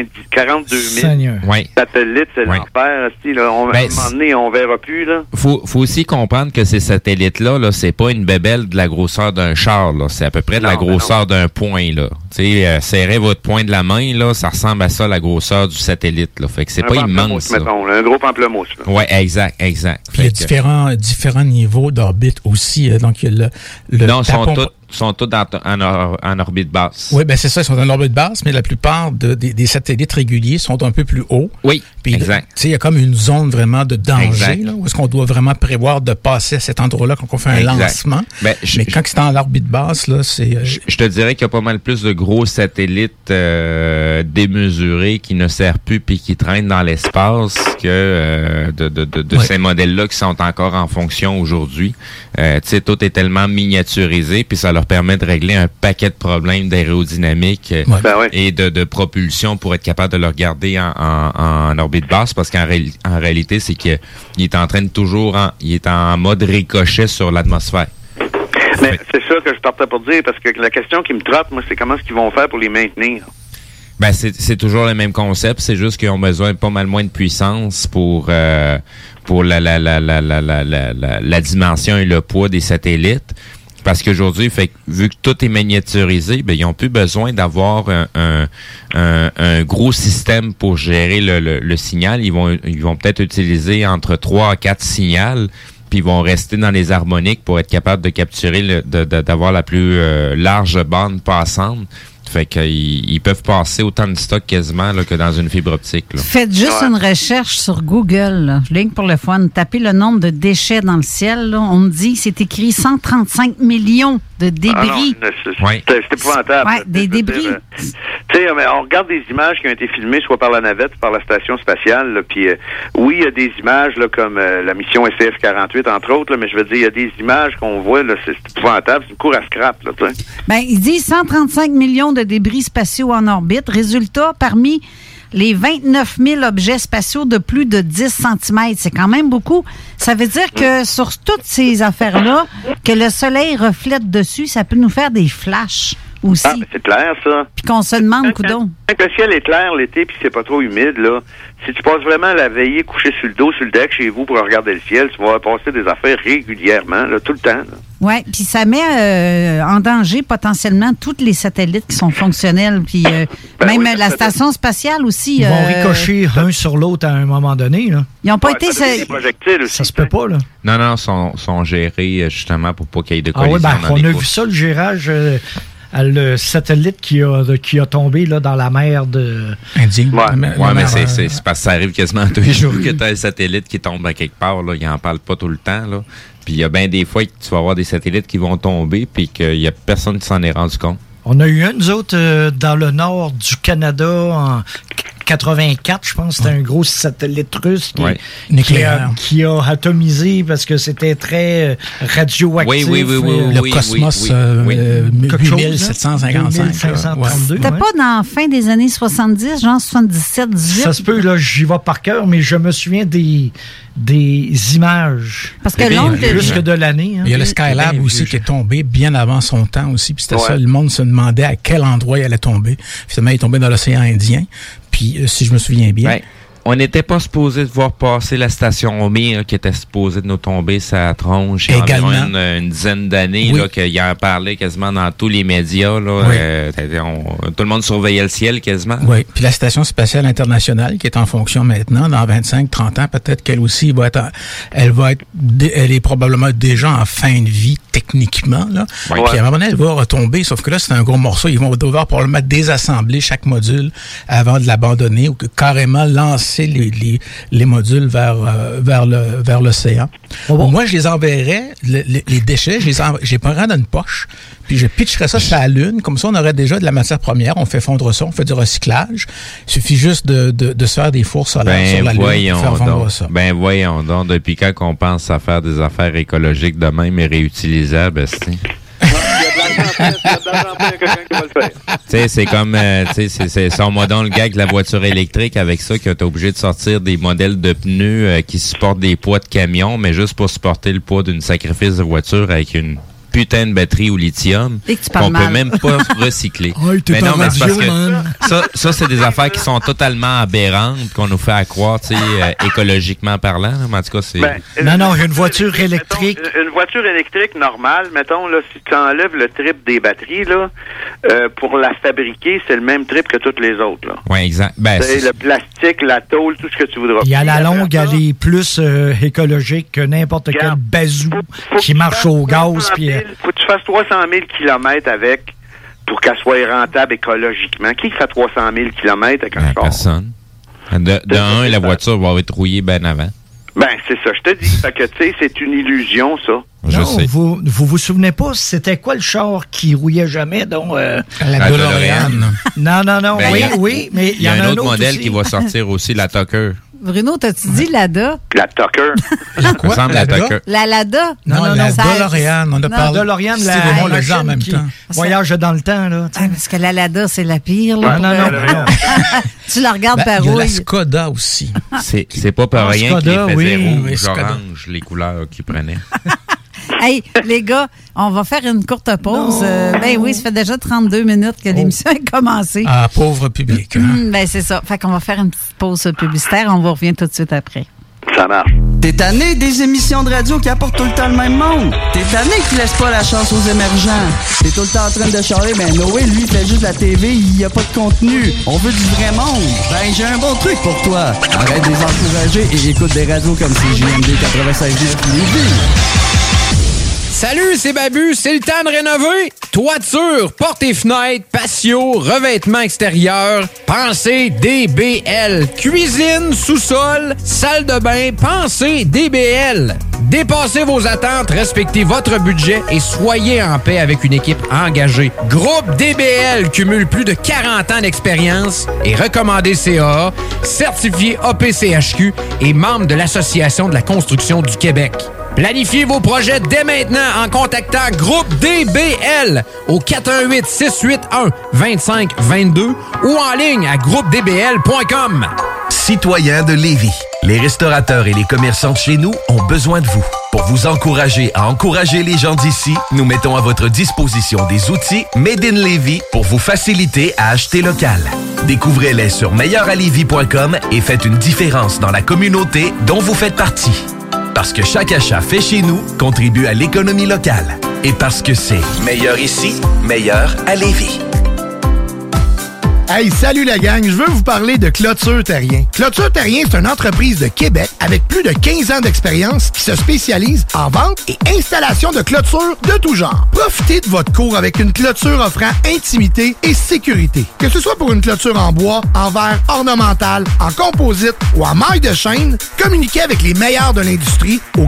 42 000 satellites, c'est l'enfer, là, à un moment donné, on verra plus, là. Faut aussi comprendre que ces satellites-là, c'est pas une bébelle de la grosseur d'un char, là. C'est à peu près de la grosseur d'un poing, là. Tu sais, serrez votre poing de la main, là, ça ressemble à ça, la grosseur du satellite, là. Fait que c'est pas immense, là. Mettons, là, un gros pamplemousse, là. Ouais, exact. Puis il y a différents niveaux d'orbite aussi, donc il y a le non, sont tous en orbite basse. Oui, ben c'est ça, ils sont en orbite basse, mais la plupart des satellites réguliers sont un peu plus hauts. Oui, puis, exact. Tu sais, il y a comme une zone vraiment de danger, là, où est-ce qu'on doit vraiment prévoir de passer à cet endroit-là quand on fait un lancement. Mais quand c'est en orbite basse, là, c'est... Je te dirais qu'il y a pas mal plus de gros satellites démesurés qui ne servent plus puis qui traînent dans l'espace que de ces modèles-là qui sont encore en fonction aujourd'hui. Tu sais, tout est tellement miniaturisé puis ça leur permet de régler un paquet de problèmes d'aérodynamique et de propulsion pour être capable de le regarder en orbite basse, parce qu'en réalité, c'est qu'il est en train de il est en mode ricochet sur l'atmosphère. Mais c'est ça que je partais pour dire, parce que la question qui me trotte, moi, c'est comment est-ce qu'ils vont faire pour les maintenir? Ben, c'est toujours le même concept, c'est juste qu'ils ont besoin de pas mal moins de puissance pour la dimension et le poids des satellites. Parce qu'aujourd'hui, vu que tout est miniaturisé, ben ils ont plus besoin d'avoir un gros système pour gérer le signal. Ils vont peut-être utiliser entre 3 à 4 signals, puis ils vont rester dans les harmoniques pour être capable de capturer d'avoir la plus large bande passante. Fait qu'ils peuvent passer autant de stock quasiment là, que dans une fibre optique. Là. Faites juste une recherche sur Google, là. Ligne pour le fun. Tapez le nombre de déchets dans le ciel. Là. On me dit que c'est écrit 135 millions de débris. C'est épouvantable. Ouais, des débris. Tu sais, on regarde des images qui ont été filmées soit par la navette, soit par la station spatiale. Puis oui, il y a des images là, comme la mission SCF-48, entre autres, là, mais je veux dire, il y a des images qu'on voit, là, c'est épouvantable. C'est une cour à scrap. Là, il dit 135 millions de débris spatiaux en orbite. Résultat, parmi les 29 000 objets spatiaux de plus de 10 cm. C'est quand même beaucoup. Ça veut dire que sur toutes ces affaires-là, que le soleil reflète dessus, ça peut nous faire des flashs aussi. Ah, ben c'est clair, ça. Puis qu'on se demande, coudonc. Quand le ciel est clair l'été puis c'est pas trop humide, là, si tu passes vraiment la veillée couché sur le dos, sur le deck chez vous pour regarder le ciel, tu vas passer des affaires régulièrement, là, tout le temps. Oui, puis ça met en danger potentiellement tous les satellites qui sont fonctionnels. Puis même la station spatiale aussi. Ils vont ricocher un sur l'autre à un moment donné. Là. Ils n'ont pas été... Ça se peut pas, là. Non, sont gérés justement pour pas qu'il y ait de collision. On a vu ça, le gérage... le satellite qui a tombé là, dans la mer de... Indien. Ouais, mais c'est parce que ça arrive quasiment tous les jours que tu as un satellite qui tombe à quelque part. Là. Ils n'en parlent pas tout le temps. Là. Puis il y a bien des fois que tu vas avoir des satellites qui vont tomber puis qu'il n'y a personne qui s'en est rendu compte. On a eu nous autres, dans le nord du Canada en 84, je pense, c'était un gros satellite russe qui a atomisé parce que c'était très radioactif. Oui. Le Cosmos 8755. C'était pas dans la fin des années 70, genre 77, 18? Ça se peut, là, j'y vais par cœur, mais je me souviens des images. Parce que plus que de l'année. Hein. Il y a le Skylab aussi qui est tombé bien avant son temps aussi. Puis c'était ça, le monde se demandait à quel endroit il allait tomber. Finalement, il est tombé dans l'océan Indien. Puis, si je me souviens bien... Ouais. On n'était pas supposé de voir passer la station Mir qui était supposée de nous tomber sa tronche il y a environ une dizaine d'années, là, qu'il en parlait quasiment dans tous les médias. Là, tout le monde surveillait le ciel quasiment. Oui, puis la Station spatiale internationale qui est en fonction maintenant, dans 25-30 ans, peut-être qu'elle aussi elle est probablement déjà en fin de vie techniquement. Là. Ouais. Puis à un moment donné, elle va retomber, sauf que là, c'est un gros morceau. Ils vont devoir probablement désassembler chaque module avant de l'abandonner ou carrément lancer les modules vers l'océan. Moi, je les enverrais, les déchets, je les prendrais dans une poche, puis je pitcherais ça sur la Lune. Comme ça, on aurait déjà de la matière première. On fait fondre ça, on fait du recyclage. Il suffit juste de se faire des fours solaires sur la Lune pour faire fondre ça. Ben voyons donc, depuis quand qu'on pense à faire des affaires écologiques de même et réutilisables, c'est comme, c'est on m'a donné le gag de la voiture électrique avec ça, qui est obligé de sortir des modèles de pneus qui supportent des poids de camion, mais juste pour supporter le poids d'une sacrifice de voiture avec une putain de batterie au lithium qu'on peut même pas recycler. Mais non, mais c'est parce que ça c'est des affaires qui sont totalement aberrantes qu'on nous fait croire, écologiquement parlant. Mais en tout cas, c'est... Non, une voiture électrique. Une voiture électrique normale, mettons, là, si tu enlèves le trip des batteries, là, pour la fabriquer, c'est le même trip que toutes les autres. Oui, exact. C'est le plastique, la tôle, tout ce que tu voudras. Et à la longue, elle est plus écologique que n'importe quel bazou qui marche au gaz. Faut que tu fasses 300 000 km avec pour qu'elle soit rentable écologiquement. Qui fait 300 000 km avec un char? Personne. De un, la voiture va être rouillée bien avant. Ben, c'est ça, je te dis. Fait que, tu sais, c'est une illusion, ça. Non, vous souvenez pas, c'était quoi le char qui rouillait jamais, donc... la DeLorean. Non, oui, mais il y en a un autre modèle aussi. Qui va sortir aussi, la Tucker. Bruno, t'as-tu dit Lada? La Tucker. La quoi? La Tucker. La Lada? Non, la DeLorean. On a parlé de DeLorean, la gens en même temps. Voyage dans le temps, là. Parce que la Lada, c'est la pire, là. Non. Tu la regardes par où? Il y a la Skoda aussi. C'est pas pour rien qu'il faisait rouge, orange, les couleurs qu'il prenait. Hey, les gars, on va faire une courte pause. Ben oui, ça fait déjà 32 minutes que l'émission a commencé. Ah, pauvre public. Ben c'est ça. Fait qu'on va faire une petite pause publicitaire. On vous revient tout de suite après. Ça marche. T'es tanné des émissions de radio qui apportent tout le temps le même monde? T'es tanné qui laisse pas la chance aux émergents? T'es tout le temps en train de charler, mais Noé, lui, fait juste la TV, il y a pas de contenu. On veut du vrai monde. Ben, j'ai un bon truc pour toi. Arrête de les encourager et écoute des radios comme CJMD 96.9 Lévis. Salut, c'est Babu, c'est le temps de rénover. Toiture, portes et fenêtres, patio, revêtement extérieur, pensez DBL. Cuisine, sous-sol, salle de bain, pensez DBL. Dépassez vos attentes, respectez votre budget et soyez en paix avec une équipe engagée. Groupe DBL cumule plus de 40 ans d'expérience et recommandé CAA, certifié APCHQ et membre de l'Association de la construction du Québec. Planifiez vos projets dès maintenant en contactant Groupe DBL au 418-681-2522 ou en ligne à groupedbl.com. Citoyen de Lévis. Les restaurateurs et les commerçants de chez nous ont besoin de vous. Pour vous encourager à encourager les gens d'ici, nous mettons à votre disposition des outils Made in Lévis pour vous faciliter à acheter local. Découvrez-les sur meilleuralevis.com et faites une différence dans la communauté dont vous faites partie. Parce que chaque achat fait chez nous contribue à l'économie locale. Et parce que c'est meilleur ici, meilleur à Lévis. Hey, salut la gang, je veux vous parler de Clôture Terrien. Clôture Terrien, c'est une entreprise de Québec avec plus de 15 ans d'expérience qui se spécialise en vente et installation de clôtures de tout genre. Profitez de votre cour avec une clôture offrant intimité et sécurité. Que ce soit pour une clôture en bois, en verre ornemental, en composite ou en maille de chaîne, communiquez avec les meilleurs de l'industrie au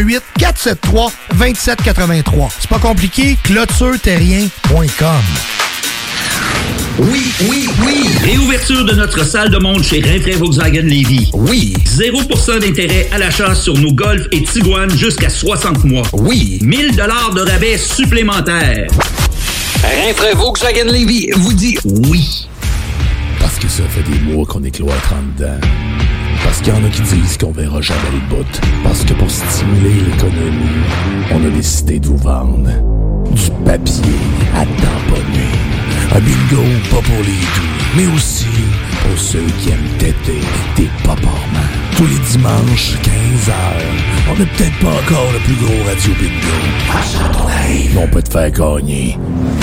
418-473-2783. C'est pas compliqué, clôtureterrien.com. Oui, oui, oui! Réouverture de notre salle de montre chez Rinfraie Volkswagen Lévis. Oui! 0% d'intérêt à l'achat sur nos Golf et Tiguan jusqu'à 60 mois. Oui! 1000 $ de rabais supplémentaires. Rinfraie Volkswagen Lévis vous dit oui. Parce que ça fait des mois qu'on est cloître en dedans. Parce qu'il y en a qui disent qu'on verra jamais le bout. Parce que pour stimuler l'économie, on a décidé de vous vendre du papier à tamponner. Un bingo pas pour les doux, mais aussi pour ceux qui aiment têter des paparmans. Tous les dimanches, 15h, on n'est peut-être pas encore le plus gros radio bingo. Mais on peut te faire gagner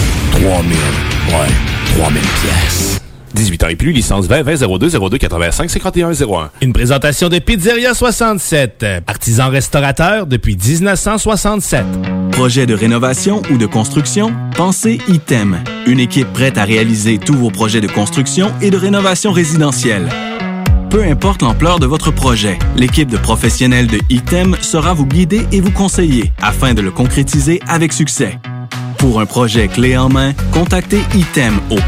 3000 pièces. 18 ans et plus, licence 20 02 02 85 51 01. Une présentation de Pizzeria 67, artisan restaurateur depuis 1967. Projet de rénovation ou de construction? Pensez ITEM. Une équipe prête à réaliser tous vos projets de construction et de rénovation résidentielle. Peu importe l'ampleur de votre projet, l'équipe de professionnels de ITEM sera vous guider et vous conseiller afin de le concrétiser avec succès. Pour un projet clé en main, contactez ITEM au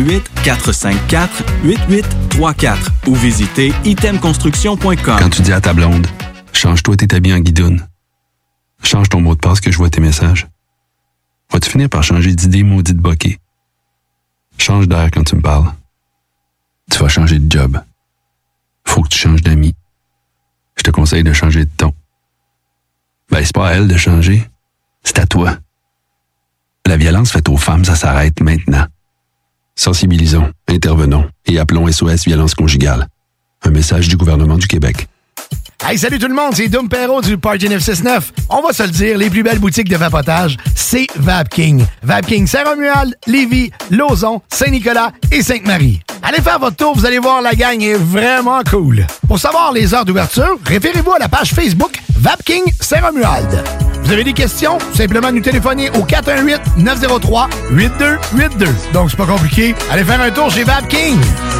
418-454-8834 ou visitez itemconstruction.com. Quand tu dis à ta blonde, change-toi tes habits en guidoune. Change ton mot de passe que je vois tes messages. Vas-tu finir par changer d'idée maudite bokeh? Change d'air quand tu me parles. Tu vas changer de job. Faut que tu changes d'amis. Je te conseille de changer de ton. Ben, c'est pas à elle de changer. C'est à toi. La violence faite aux femmes, ça s'arrête maintenant. Sensibilisons, intervenons et appelons SOS Violence Conjugale. Un message du gouvernement du Québec. Hey, salut tout le monde, c'est Dom Perrault du Party 969. On va se le dire, les plus belles boutiques de vapotage, c'est Vapking. Vapking Saint-Romuald, Lévis, Lauson, Saint-Nicolas et Sainte-Marie. Allez faire votre tour, vous allez voir, la gang est vraiment cool. Pour savoir les heures d'ouverture, référez-vous à la page Facebook Vapking Saint-Romuald. Vous avez des questions? Simplement nous téléphoner au 418-903-8282. Donc, c'est pas compliqué. Allez faire un tour chez Vapking.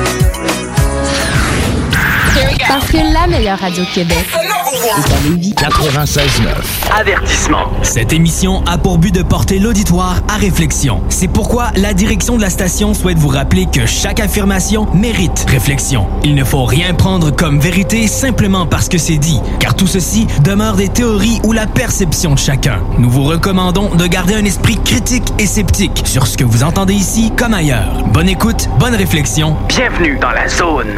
Parce que la meilleure radio de Québec est à Lévis. 96.9. Avertissement. Cette émission a pour but de porter l'auditoire à réflexion. C'est pourquoi la direction de la station souhaite vous rappeler que chaque affirmation mérite réflexion. Il ne faut rien prendre comme vérité simplement parce que c'est dit, car tout ceci demeure des théories ou la perception de chacun. Nous vous recommandons de garder un esprit critique et sceptique sur ce que vous entendez ici comme ailleurs. Bonne écoute, bonne réflexion. Bienvenue dans la zone.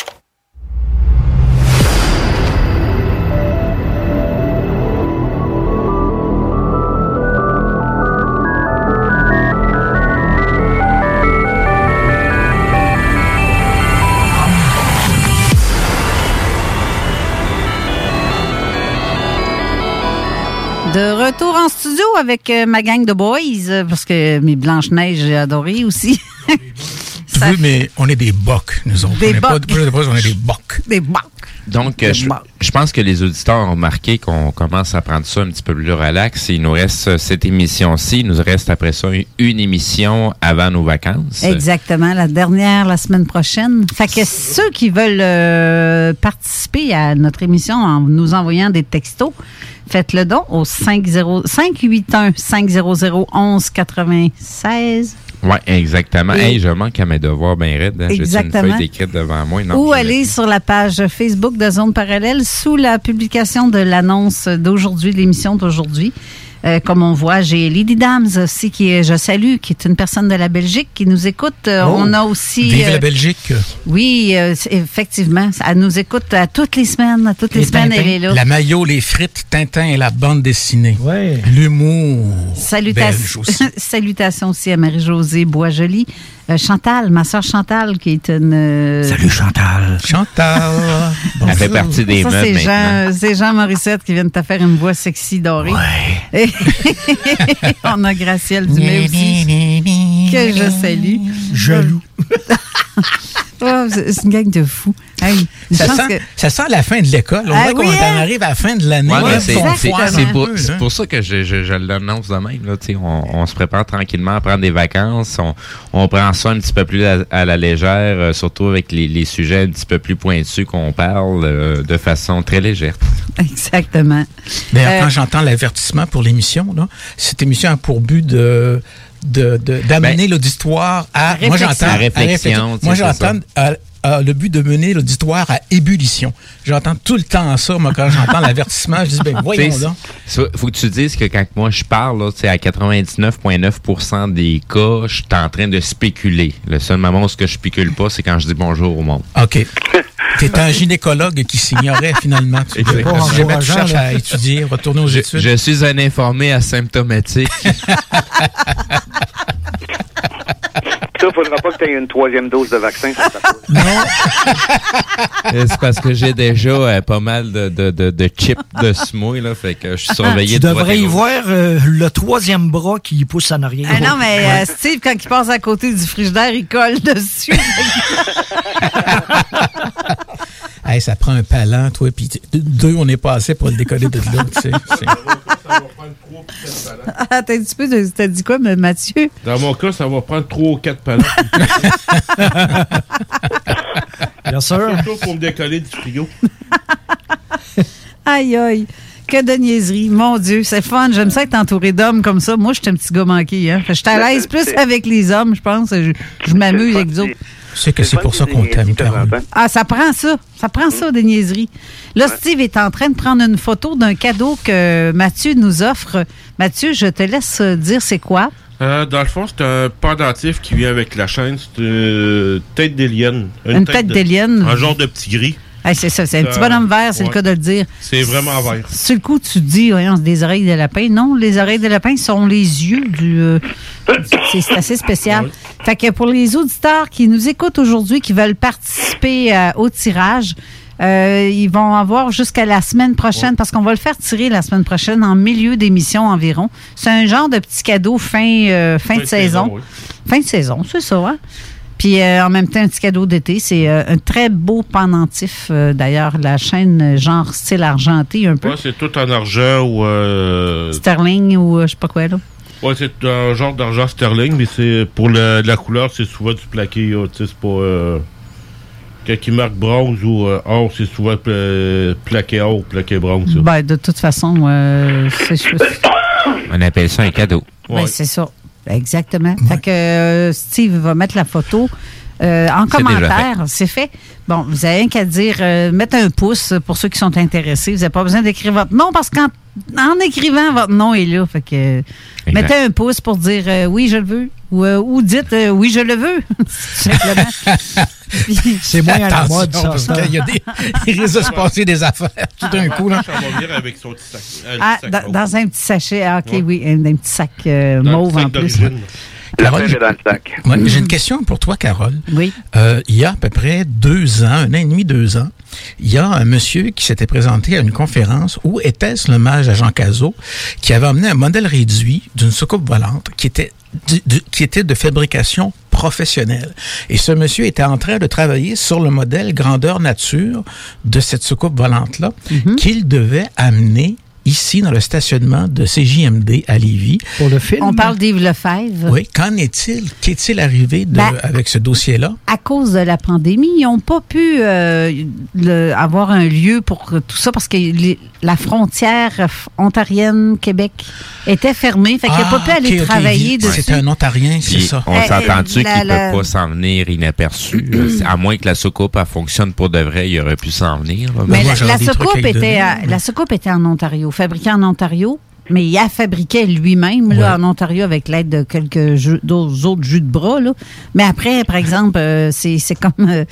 De retour en studio avec ma gang de boys, parce que mes Blanche-Neige, j'ai adoré aussi. Oui, mais on est des bocs, nous autres. Des bocs. On est des bocs. Des bocs. Donc, je pense que les auditeurs ont remarqué qu'on commence à prendre ça un petit peu plus relax. Il nous reste cette émission-ci. Il nous reste après ça une émission avant nos vacances. Exactement. La dernière, la semaine prochaine. Fait que ceux qui veulent participer à notre émission en nous envoyant des textos, faites-le donc au 581-500-1196. Oui, exactement. Hey, je manque à mes devoirs bien raides. Hein? J'ai une feuille décrite devant moi. Non, ou aller sur la page Facebook de Zone Parallèle sous la publication de l'annonce d'aujourd'hui, de l'émission d'aujourd'hui. Comme on voit, j'ai Lady Dams aussi, je salue, qui est une personne de la Belgique qui nous écoute. On a aussi... Vive la Belgique! Oui, effectivement. Elle nous écoute à toutes les semaines. À toutes les semaines, Tintin, elle est là. La maillot, les frites, Tintin et la bande dessinée. Ouais. L'humour. Salutations aussi à Marie-Josée Boisjoli. Chantal, ma soeur Chantal, qui est une... Salut Chantal. Chantal. Elle fait partie des meubles maintenant. C'est Jean Morissette qui vient de te faire une voix sexy dorée. Ouais. On a Gracielle Dumais aussi, que je salue. Jaloux. Oh, c'est une gang de fous. Hey, ça sent la fin de l'école. On voit qu'on arrive à la fin de l'année. Ouais, c'est pour ça que je l'annonce de même. Là, on se prépare tranquillement à prendre des vacances. On prend ça un petit peu plus à la légère, surtout avec les sujets un petit peu plus pointus qu'on parle de façon très légère. Exactement. D'ailleurs, quand j'entends l'avertissement pour l'émission, là, cette émission a pour but d'amener l'auditoire à réflexion. Moi, j'entends le but de mener l'auditoire à ébullition. J'entends tout le temps ça, moi, quand j'entends l'avertissement, je dis, voyons donc. Faut que tu dises que quand moi je parle, là, à 99,9% des cas, je suis en train de spéculer. Le seul moment où je spécule pas, c'est quand je dis bonjour au monde. OK. T'es un gynécologue qui s'ignorait finalement. Si jamais tu cherches à étudier, retourner aux études. Je suis un informé asymptomatique. Il ne faudra pas que tu aies une 3e dose de vaccin. Non. C'est parce que j'ai déjà pas mal de chips de smouille, là, fait que je suis surveillé. Tu devrais y voir le 3e bras qui pousse en arrière. Non, mais Steve, quand il passe à côté du frigidaire, il colle dessus. Hey, ça prend un palan, toi, puis 2, on est passé pour le décoller de l'autre. T'as dit quoi, Mathieu? Dans mon cas, ça va prendre 3 ou 4 palans. Bien sûr. Surtout pour me décoller du frigo. Aïe, aïe. Que de niaiserie. Mon Dieu, c'est fun. J'aime ça être entouré d'hommes comme ça. Moi, je suis un petit gars manqué. Hein. Je suis à l'aise plus avec les hommes, je pense. Je m'amuse avec d'autres. Tu sais que c'est pour ça qu'on t'aime, Carole. Ah, ça prend ça. Ça prend ça, des niaiseries. Là, Steve est en train de prendre une photo d'un cadeau que Mathieu nous offre. Mathieu, je te laisse dire c'est quoi. Dans le fond, c'est un pendentif qui vient avec la chaîne. C'est une tête d'alien. Une tête d'alien. Un genre de petit gris. Hey, c'est ça, c'est un petit bonhomme vert, c'est le cas de le dire. C'est vraiment vert. Sur le coup, tu te dis, voyons, c'est des oreilles de lapin. Non, les oreilles de lapin sont les yeux du... c'est assez spécial. Ouais. Fait que pour les auditeurs qui nous écoutent aujourd'hui, qui veulent participer au tirage, ils vont avoir jusqu'à la semaine prochaine, parce qu'on va le faire tirer la semaine prochaine, en milieu d'émission environ. C'est un genre de petit cadeau fin de saison. Oui. Fin de saison, c'est ça, hein? Puis en même temps, un petit cadeau d'été. C'est un très beau pendentif. D'ailleurs, la chaîne genre style argenté un peu. Oui, c'est tout en argent ou... sterling ou je sais pas quoi, là. Oui, c'est un genre d'argent sterling, mais c'est pour la couleur, c'est souvent du plaqué. C'est pas... quand il marque bronze ou or, c'est souvent plaqué or ou plaqué bronze. Ben, de toute façon, c'est juste... On appelle ça un cadeau. Ben, c'est ça. Exactement. Ouais. Fait que Steve va mettre la photo en commentaire. C'est fait. Bon, vous avez rien qu'à dire, mettre un pouce pour ceux qui sont intéressés. Vous n'avez pas besoin d'écrire votre nom parce qu'en écrivant, votre nom est là. Fait que mettez un pouce pour dire oui, je le veux. Ou dites oui, je le veux. Simplement. C'est moins à la mode, ça. Parce qu'il y a il risque de se passer des affaires tout d'un coup. Là. Ça va venir avec son petit sac. Dans un petit sachet. Ah, OK, oui. Un petit sac mauve en plus. Carole, dans le sac. J'ai une question pour toi, Carole. Oui. Il y a à peu près 2 ans, 1 an et demi, 2 ans, il y a un monsieur qui s'était présenté à une conférence où était-ce l'hommage à Jean Cazot, qui avait amené un modèle réduit d'une soucoupe volante qui était de fabrication professionnelle. Et ce monsieur était en train de travailler sur le modèle grandeur nature de cette soucoupe volante-là qu'il devait amener ici, dans le stationnement de CJMD à Lévis. Pour le film. On parle d'Yves Lefebvre. Oui. Qu'en est-il? Qu'est-il arrivé avec ce dossier-là? À cause de la pandémie, ils n'ont pas pu avoir un lieu pour tout ça parce que la frontière ontarienne-Québec était fermée. Fait qu'il n'a pas pu aller travailler dessus. C'est un Ontarien, c'est ça. On s'entend-tu qu'il ne peut pas s'en venir inaperçu? À moins que la soucoupe fonctionne pour de vrai, il aurait pu s'en venir. Mais la soucoupe était en Ontario. Fabriquée en Ontario, Mais il a fabriqué lui-même là, en Ontario avec l'aide de d'autres autres jus de bras. Là. Mais après, par exemple, c'est comme...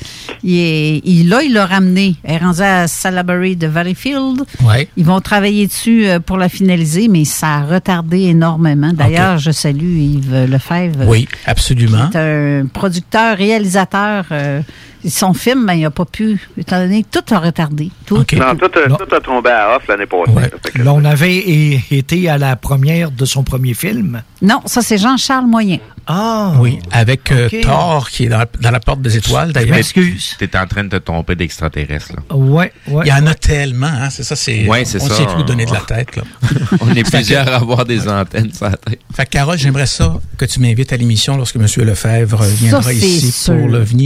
il l'a ramené. Elle est rendue à Salaberry de Valleyfield. Ouais. Ils vont travailler dessus pour la finaliser, mais ça a retardé énormément. D'ailleurs, je salue Yves Lefebvre. Oui, absolument. C'est un producteur, réalisateur... son film, il n'a pas pu, étant donné que tout a retardé. Tout a tombé à off l'année passée. Ouais. Là, on avait été à la première de son premier film. Non, ça, c'est Jean-Charles Moyen. Ah! Oui, avec Thor, qui est dans la porte des étoiles, d'ailleurs. Excuse. T'es en train de te tromper d'extraterrestre, là. Ouais. Il y en a tellement, hein, c'est ça, c'est... Ouais, c'est on ça. sait plus donner de la tête, là. On est plusieurs à avoir des antennes sur la tête. Fait que, Carole, j'aimerais ça que tu m'invites à l'émission lorsque M. Lefebvre viendra ici pour l'OVNI.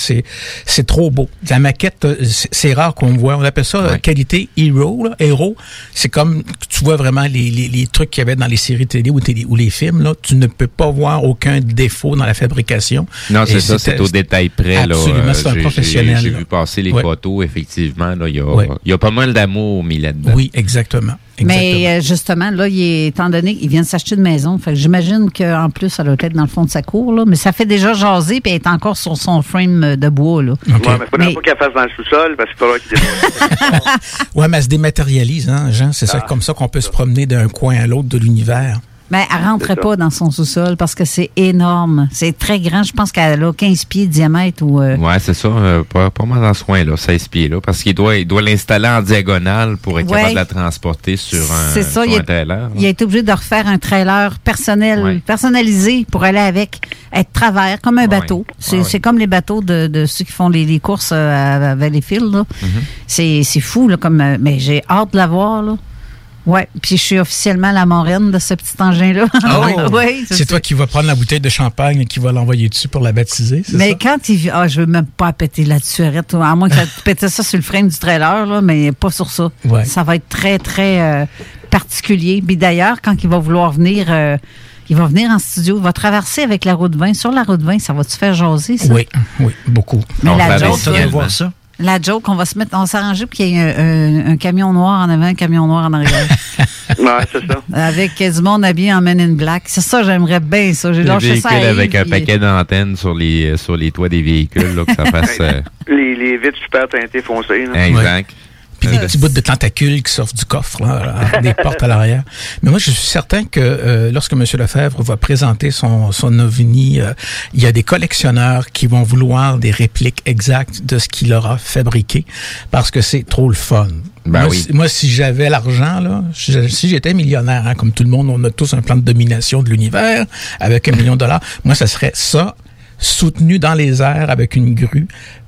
C'est trop beau. La maquette, c'est rare qu'on voit. On appelle ça qualité héros. Héros, c'est comme tu vois vraiment les trucs qu'il y avait dans les séries télé ou les films. Là, tu ne peux pas voir aucun défaut dans la fabrication. Non, c'est ça, c'est au détail près. Absolument, c'est un professionnel. J'ai vu passer les photos, effectivement. Il y a pas mal d'amour mis là-dedans. Oui, exactement. Mais justement, là, étant donné qu'il vient de s'acheter une maison, fait que j'imagine qu'en plus, ça doit être dans le fond de sa cour, là, mais ça fait déjà jaser puis elle est encore sur son frame de bois. Là. Okay. Ouais, mais il faudrait pas qu'elle fasse dans le sous-sol parce qu'il faudra qu'il démonte. Oui, mais elle se dématérialise, hein, Jean. C'est ça, comme ça qu'on peut se promener d'un coin à l'autre de l'univers. Mais elle ne rentrait pas dans son sous-sol parce que c'est énorme. C'est très grand. Je pense qu'elle a 15 pieds de diamètre. Oui, c'est ça. Pas mal dans ce coin-là, 16 pieds-là. Parce qu'il doit l'installer en diagonale pour être capable de la transporter sur un trailer. Il a été obligé de refaire un trailer personnalisé pour aller avec, être travers, comme un bateau. C'est comme les bateaux de ceux qui font les courses à Valleyfield. Là. Mm-hmm. C'est fou, là, mais j'ai hâte de la voir, là. Oui, puis je suis officiellement la marraine de ce petit engin-là. Ah oui? Oui, c'est toi qui vas prendre la bouteille de champagne et qui va l'envoyer dessus pour la baptiser, c'est mais ça? Quand il... je veux même pas péter là-dessus, arrête. À moins que tu pètes ça sur le frame du trailer, là, mais pas sur ça. Ouais. Ça va être très, très particulier. Puis d'ailleurs, quand il va vouloir venir... il va venir en studio, il va traverser avec la route 20. Sur la route 20, ça va-tu faire jaser, ça? Oui, beaucoup. Mais la joke, voir ça. La joke, on va s'arranger pour qu'il y ait un camion noir en avant, un camion noir en arrière. Oui, c'est ça. Avec du monde habillé en Men in Black. C'est ça, j'aimerais bien ça. J'ai lâché ça à Yves, avec un paquet d'antennes sur les toits des véhicules, là, que ça fasse... les vitres super teintées foncées. Là. Exact. Puis des petits bouts de tentacules qui sortent du coffre, là, des portes à l'arrière. Mais moi, je suis certain que lorsque M. Lefebvre va présenter son OVNI, il y a des collectionneurs qui vont vouloir des répliques exactes de ce qu'il aura fabriqué parce que c'est trop le fun. Ben moi, si j'avais l'argent, là, si j'étais millionnaire, hein, comme tout le monde, on a tous un plan de domination de l'univers avec $1 million, moi, ça serait ça, soutenu dans les airs avec une grue,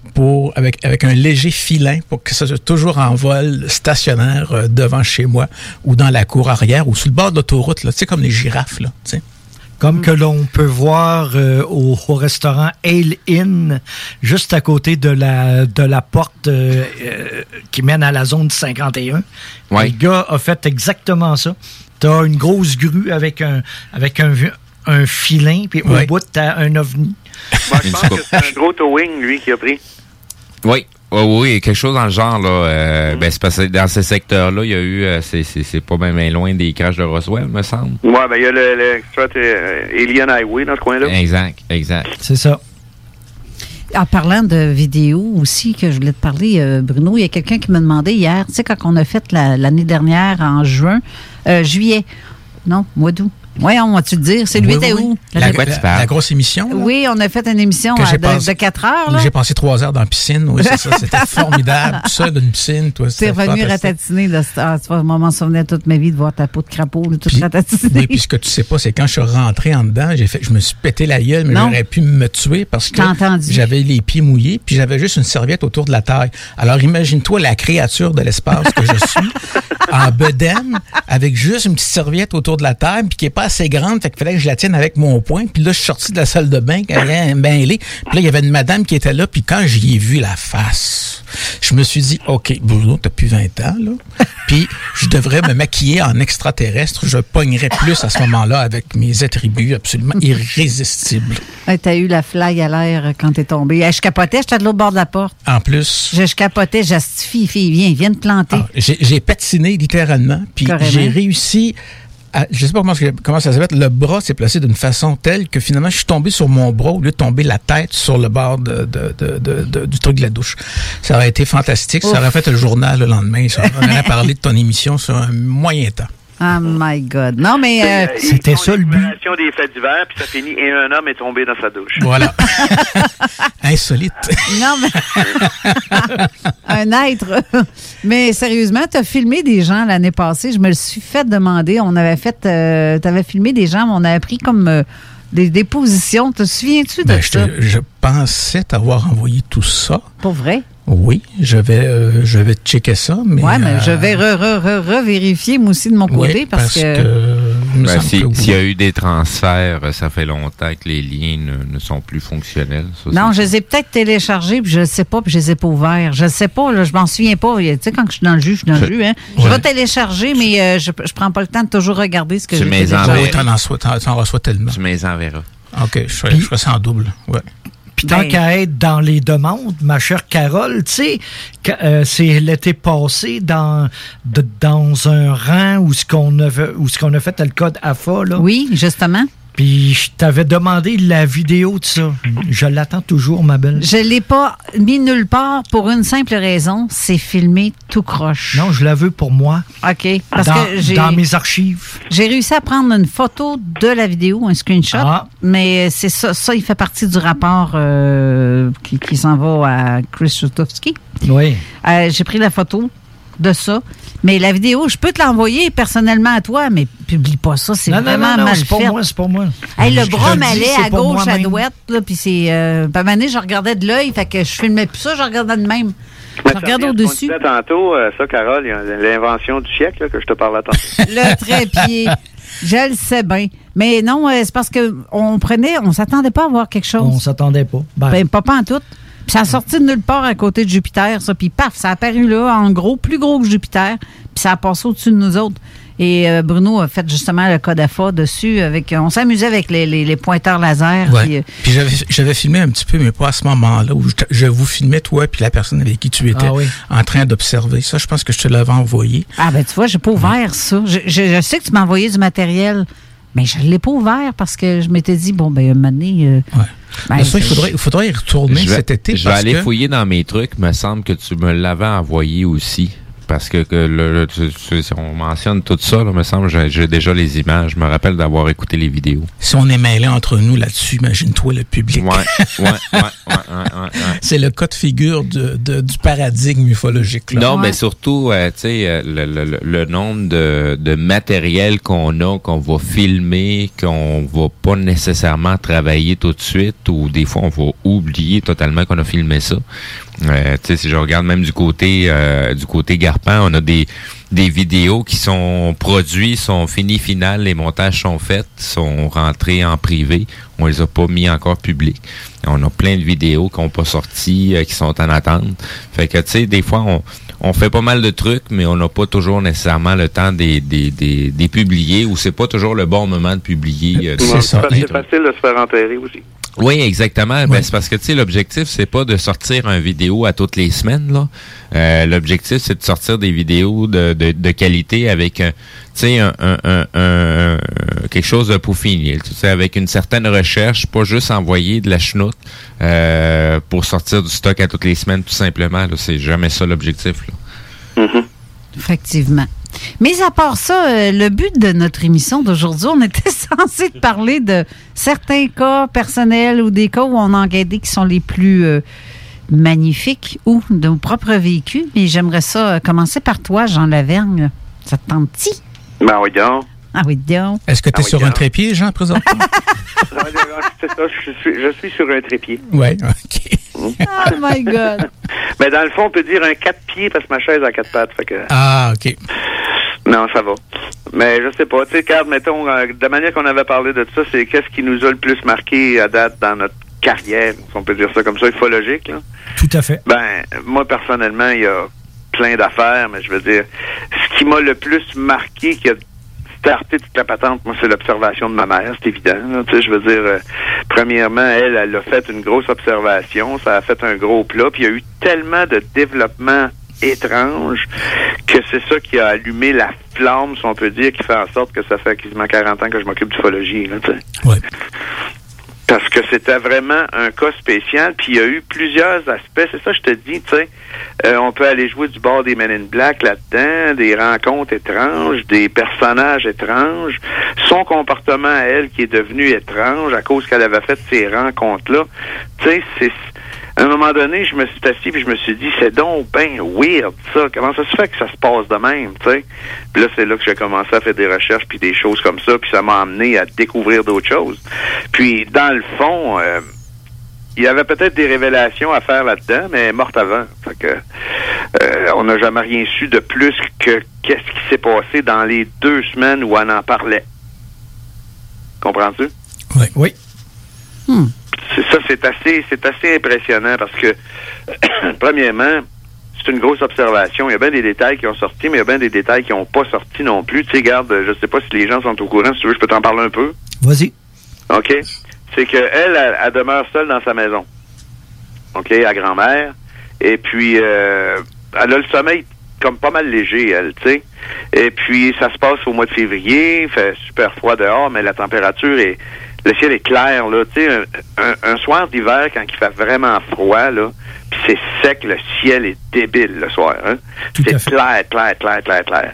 avec un léger filin pour que ça soit toujours en vol stationnaire devant chez moi ou dans la cour arrière ou sur le bord de l'autoroute, là, tu sais, comme les girafes, là, tu sais. Comme que l'on peut voir au restaurant Ale Inn, juste à côté de la porte qui mène à la zone 51. Ouais. Le gars a fait exactement ça. T'as une grosse grue avec un filin, puis au bout, t'as un ovni. Moi, je pense que c'est un gros towing, lui, qui a pris. Oui. Oui, quelque chose dans le genre, là. C'est parce que dans ce secteur-là, il y a eu, c'est pas même loin des crashs de Roswell, me semble. Oui, il y a le Alien Highway dans ce coin-là. Exact. C'est ça. En parlant de vidéos aussi, que je voulais te parler, Bruno, il y a quelqu'un qui m'a demandé hier, tu sais, quand on a fait l'année dernière, en juillet, non, mois d'août. Oui, on va-tu le dire? C'est le 8 août. La grosse émission? Là? Oui, on a fait une émission de 4 heures. Là. J'ai passé 3 heures dans la piscine. Oui, c'est ça. C'était formidable. Tout ça d'une piscine. T'es revenu ratatiner. Tu vas m'en souvenir toute ma vie de voir ta peau de crapaud, là, toute ratatinée. Oui, puis ce que tu sais pas, c'est quand je suis rentré en dedans, je me suis pété la gueule, mais j'aurais pu me tuer parce que j'avais les pieds mouillés, puis j'avais juste une serviette autour de la taille. Alors, imagine-toi la créature de l'espace que je suis, en bedaine, avec juste une petite serviette autour de la taille, puis qui est pas assez grande, fait qu'il fallait que je la tienne avec mon poing. Puis là, je suis sorti de la salle de bain, elle est bainlée. Puis là, il y avait une madame qui était là, puis quand j'y ai vu la face, je me suis dit, OK, Bruno, t'as plus 20 ans, là. Puis je devrais me maquiller en extraterrestre. Je pognerais plus à ce moment-là avec mes attributs absolument irrésistibles. T'as eu la flag à l'air quand t'es tombé. Je capotais, j'étais de l'autre bord de la porte. En plus. Je capotais, j'astifie, fille, viens te planter. J'ai patiné littéralement, puis j'ai réussi je sais pas comment ça s'appelle, le bras s'est placé d'une façon telle que finalement, je suis tombé sur mon bras au lieu de tomber la tête sur le bord du truc de la douche. Ça aurait été fantastique. Ouf. Ça aurait fait le journal le lendemain. Ça aurait parlé de ton émission sur un moyen temps. Oh my God. Non, mais... c'était ça le but. Des faits d'hiver, puis ça finit et un homme est tombé dans sa douche. Voilà. Insolite. Non, mais... un être. Mais sérieusement, tu as filmé des gens l'année passée. Je me le suis fait demander. On avait fait... tu avais filmé des gens, mais on avait pris comme... des positions. Te souviens-tu de ça? Je pensais t'avoir envoyé tout ça. Pour vrai? Oui, je vais checker ça, mais... Oui, mais je vais revérifier moi aussi de mon côté, oui, parce que s'il y a eu des transferts, ça fait longtemps que les liens ne sont plus fonctionnels. Ça, non, je les ai peut-être téléchargés, puis je ne sais pas, puis je les ai pas ouverts. Je ne sais pas, là, je m'en souviens pas. Tu sais, quand je suis dans le jus, je suis dans le jus. Hein. Je vais télécharger, mais je prends pas le temps de toujours regarder ce que j'ai téléchargé. Tu en reçois tellement. Tu m'les enverras. OK, je ferai ça en double, ouais. Puis tant qu'à être dans les demandes, ma chère Carole, tu sais, c'est l'été passé dans un rang où ce qu'on a fait le code AFA, là. Oui, justement. Puis je t'avais demandé la vidéo de ça. Je l'attends toujours, ma belle. Je l'ai pas mis nulle part pour une simple raison, c'est filmé tout croche. Non, je la veux pour moi. OK. Parce que dans mes archives. J'ai réussi à prendre une photo de la vidéo, un screenshot, mais c'est ça. Ça, il fait partie du rapport qui s'en va à Chris Rutowski. Oui. J'ai pris la photo de ça. Mais la vidéo, je peux te l'envoyer personnellement à toi, mais publie pas ça, c'est vraiment mal fait. C'est pas moi. Hey, le bras m'allait à gauche, à droite, là, puis c'est... à un moment donné, je regardais de l'œil, fait que je filmais plus ça, je regardais de même. Je regardais au-dessus. Tantôt, ça, Carole, l'invention du siècle, là, que je te parlais tantôt. Le trépied. Je le sais bien. Mais non, c'est parce que on s'attendait pas à voir quelque chose. On s'attendait pas. Ben, pas en tout. Puis ça a sorti de nulle part à côté de Jupiter, ça. Puis paf, ça a apparu là, en gros, plus gros que Jupiter. Puis ça a passé au-dessus de nous autres. Et Bruno a fait justement le code AFA dessus. On s'amusait avec les pointeurs laser. Ouais. Puis j'avais filmé un petit peu, mais pas à ce moment-là, où je vous filmais, toi, puis la personne avec qui tu étais, en train d'observer. Ça, je pense que je te l'avais envoyé. Ah, ben tu vois, j'ai pas ouvert ça. Je sais que tu m'as envoyé du matériel, mais je l'ai pas ouvert parce que je m'étais dit, bon, ben, un moment donné... Ben, ça, il faudrait y retourner cet été. Je vais aller fouiller dans mes trucs. Il me semble que tu me l'avais envoyé aussi. Parce que on mentionne tout ça, il me semble que j'ai déjà les images. Je me rappelle d'avoir écouté les vidéos. Si on est mêlés entre nous là-dessus, imagine-toi le public. Ouais. C'est le cas de figure du paradigme ufologique. Là. Non, mais surtout, tu sais, le nombre de matériel qu'on va filmer, qu'on va pas nécessairement travailler tout de suite, ou des fois, on va oublier totalement qu'on a filmé ça. Tu sais, si je regarde même du côté Garpan, on a des vidéos qui sont produites, sont finies, finales, les montages sont faits, sont rentrés en privé, on les a pas mis encore publics. On a plein de vidéos qui n'ont pas sorti, qui sont en attente. Fait que, tu sais, des fois, on fait pas mal de trucs, mais on n'a pas toujours nécessairement le temps de publier, ou c'est pas toujours le bon moment de publier. C'est facile de se faire enterrer aussi. Oui, exactement. Oui. Ben, c'est parce que, tu sais, l'objectif, c'est pas de sortir une vidéo à toutes les semaines, là. L'objectif, c'est de sortir des vidéos de qualité avec, tu sais, quelque chose de peaufiné, tu sais, avec une certaine recherche, pas juste envoyer de la chenoute, pour sortir du stock à toutes les semaines, tout simplement, là. C'est jamais ça l'objectif, là. Mm-hmm. Effectivement. Mais à part ça, le but de notre émission d'aujourd'hui, on était censé parler de certains cas personnels ou des cas où on a enquêté qui sont les plus magnifiques ou de nos propres vécus. Mais j'aimerais ça commencer par toi, Jean Lavergne. Ça te tente-t-il? Ben oui, donc. Ah oui, donc. Est-ce que tu es sur un trépied, Jean, présentement? C'est ça, je suis sur un trépied. Oui, OK. Oh my God! Mais dans le fond, on peut dire un 4 pieds parce que ma chaise a 4 pattes. Fait que... Ah, OK. Non, ça va. Mais je sais pas. Tu sais, Carl, mettons, de la manière qu'on avait parlé de ça, c'est qu'est-ce qui nous a le plus marqué à date dans notre carrière, si on peut dire ça comme ça, ufologique, là. Tout à fait. Ben, moi, personnellement, il y a plein d'affaires, mais je veux dire, ce qui m'a le plus marqué, qui a starté toute la patente, moi, c'est l'observation de ma mère, c'est évident, là. Tu sais, je veux dire, premièrement, elle a fait une grosse observation, ça a fait un gros plat, puis il y a eu tellement de développement étrange, que c'est ça qui a allumé la flamme, si on peut dire, qui fait en sorte que ça fait quasiment 40 ans que je m'occupe d'ufologie, là, tu sais. Ouais. Parce que c'était vraiment un cas spécial, puis il y a eu plusieurs aspects. C'est ça, je te dis, tu sais, on peut aller jouer du bord des Men in Black là-dedans, des rencontres étranges, des personnages étranges, son comportement à elle qui est devenu étrange à cause qu'elle avait fait ces rencontres-là. Tu sais, à un moment donné, je me suis assis puis je me suis dit, c'est donc ben weird, ça. Comment ça se fait que ça se passe de même, tu sais? Puis là, c'est là que j'ai commencé à faire des recherches puis des choses comme ça, puis ça m'a amené à découvrir d'autres choses. Puis, dans le fond, il y avait peut-être des révélations à faire là-dedans, mais morte avant. Fait que, on n'a jamais rien su de plus que qu'est-ce qui s'est passé dans les 2 semaines où on en parlait. Comprends-tu? Oui. Oui. C'est assez impressionnant parce que, premièrement, c'est une grosse observation. Il y a bien des détails qui ont sorti, mais il y a bien des détails qui n'ont pas sorti non plus. Tu sais, regarde, je sais pas si les gens sont au courant. Si tu veux, je peux t'en parler un peu. Vas-y. OK. C'est qu'elle, elle demeure seule dans sa maison. OK, à grand-mère. Et puis, elle a le sommeil comme pas mal léger, elle, tu sais. Et puis, ça se passe au mois de février. Il fait super froid dehors, mais la température est... Le ciel est clair, là. Tu sais, un soir d'hiver, quand il fait vraiment froid, là, puis c'est sec, le ciel est débile le soir, hein. C'est clair.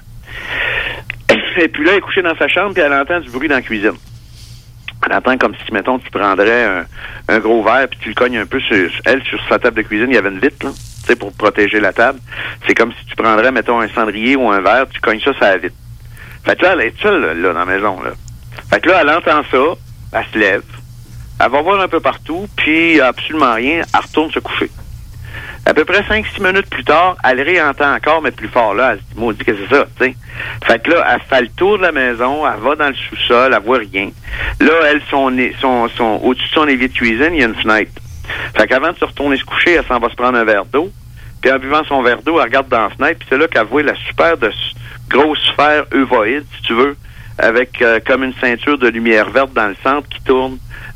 Et puis là, elle est couchée dans sa chambre, puis elle entend du bruit dans la cuisine. Elle entend comme si, mettons, tu prendrais un gros verre, puis tu le cognes un peu sur sa table de cuisine, il y avait une vitre, là, tu sais, pour protéger la table. C'est comme si tu prendrais, mettons, un cendrier ou un verre, tu cognes ça sur la vitre. Fait que là, elle est seule, là, dans la maison, là. Fait que là, elle entend ça. Elle se lève, elle va voir un peu partout, puis absolument rien, elle retourne se coucher. À peu près 5-6 minutes plus tard, elle réentend encore, mais plus fort. Là, elle se dit, maudit que c'est ça, tu sais. Fait que là, elle fait le tour de la maison, elle va dans le sous-sol, elle voit rien. Là, elle, au-dessus de son évier de cuisine, il y a une fenêtre. Fait qu'avant de se retourner se coucher, elle s'en va se prendre un verre d'eau, puis en buvant son verre d'eau, elle regarde dans la fenêtre, puis c'est là qu'elle voit la super grosse sphère ovoïde, si tu veux, avec comme une ceinture de lumière verte dans le centre qui tourne,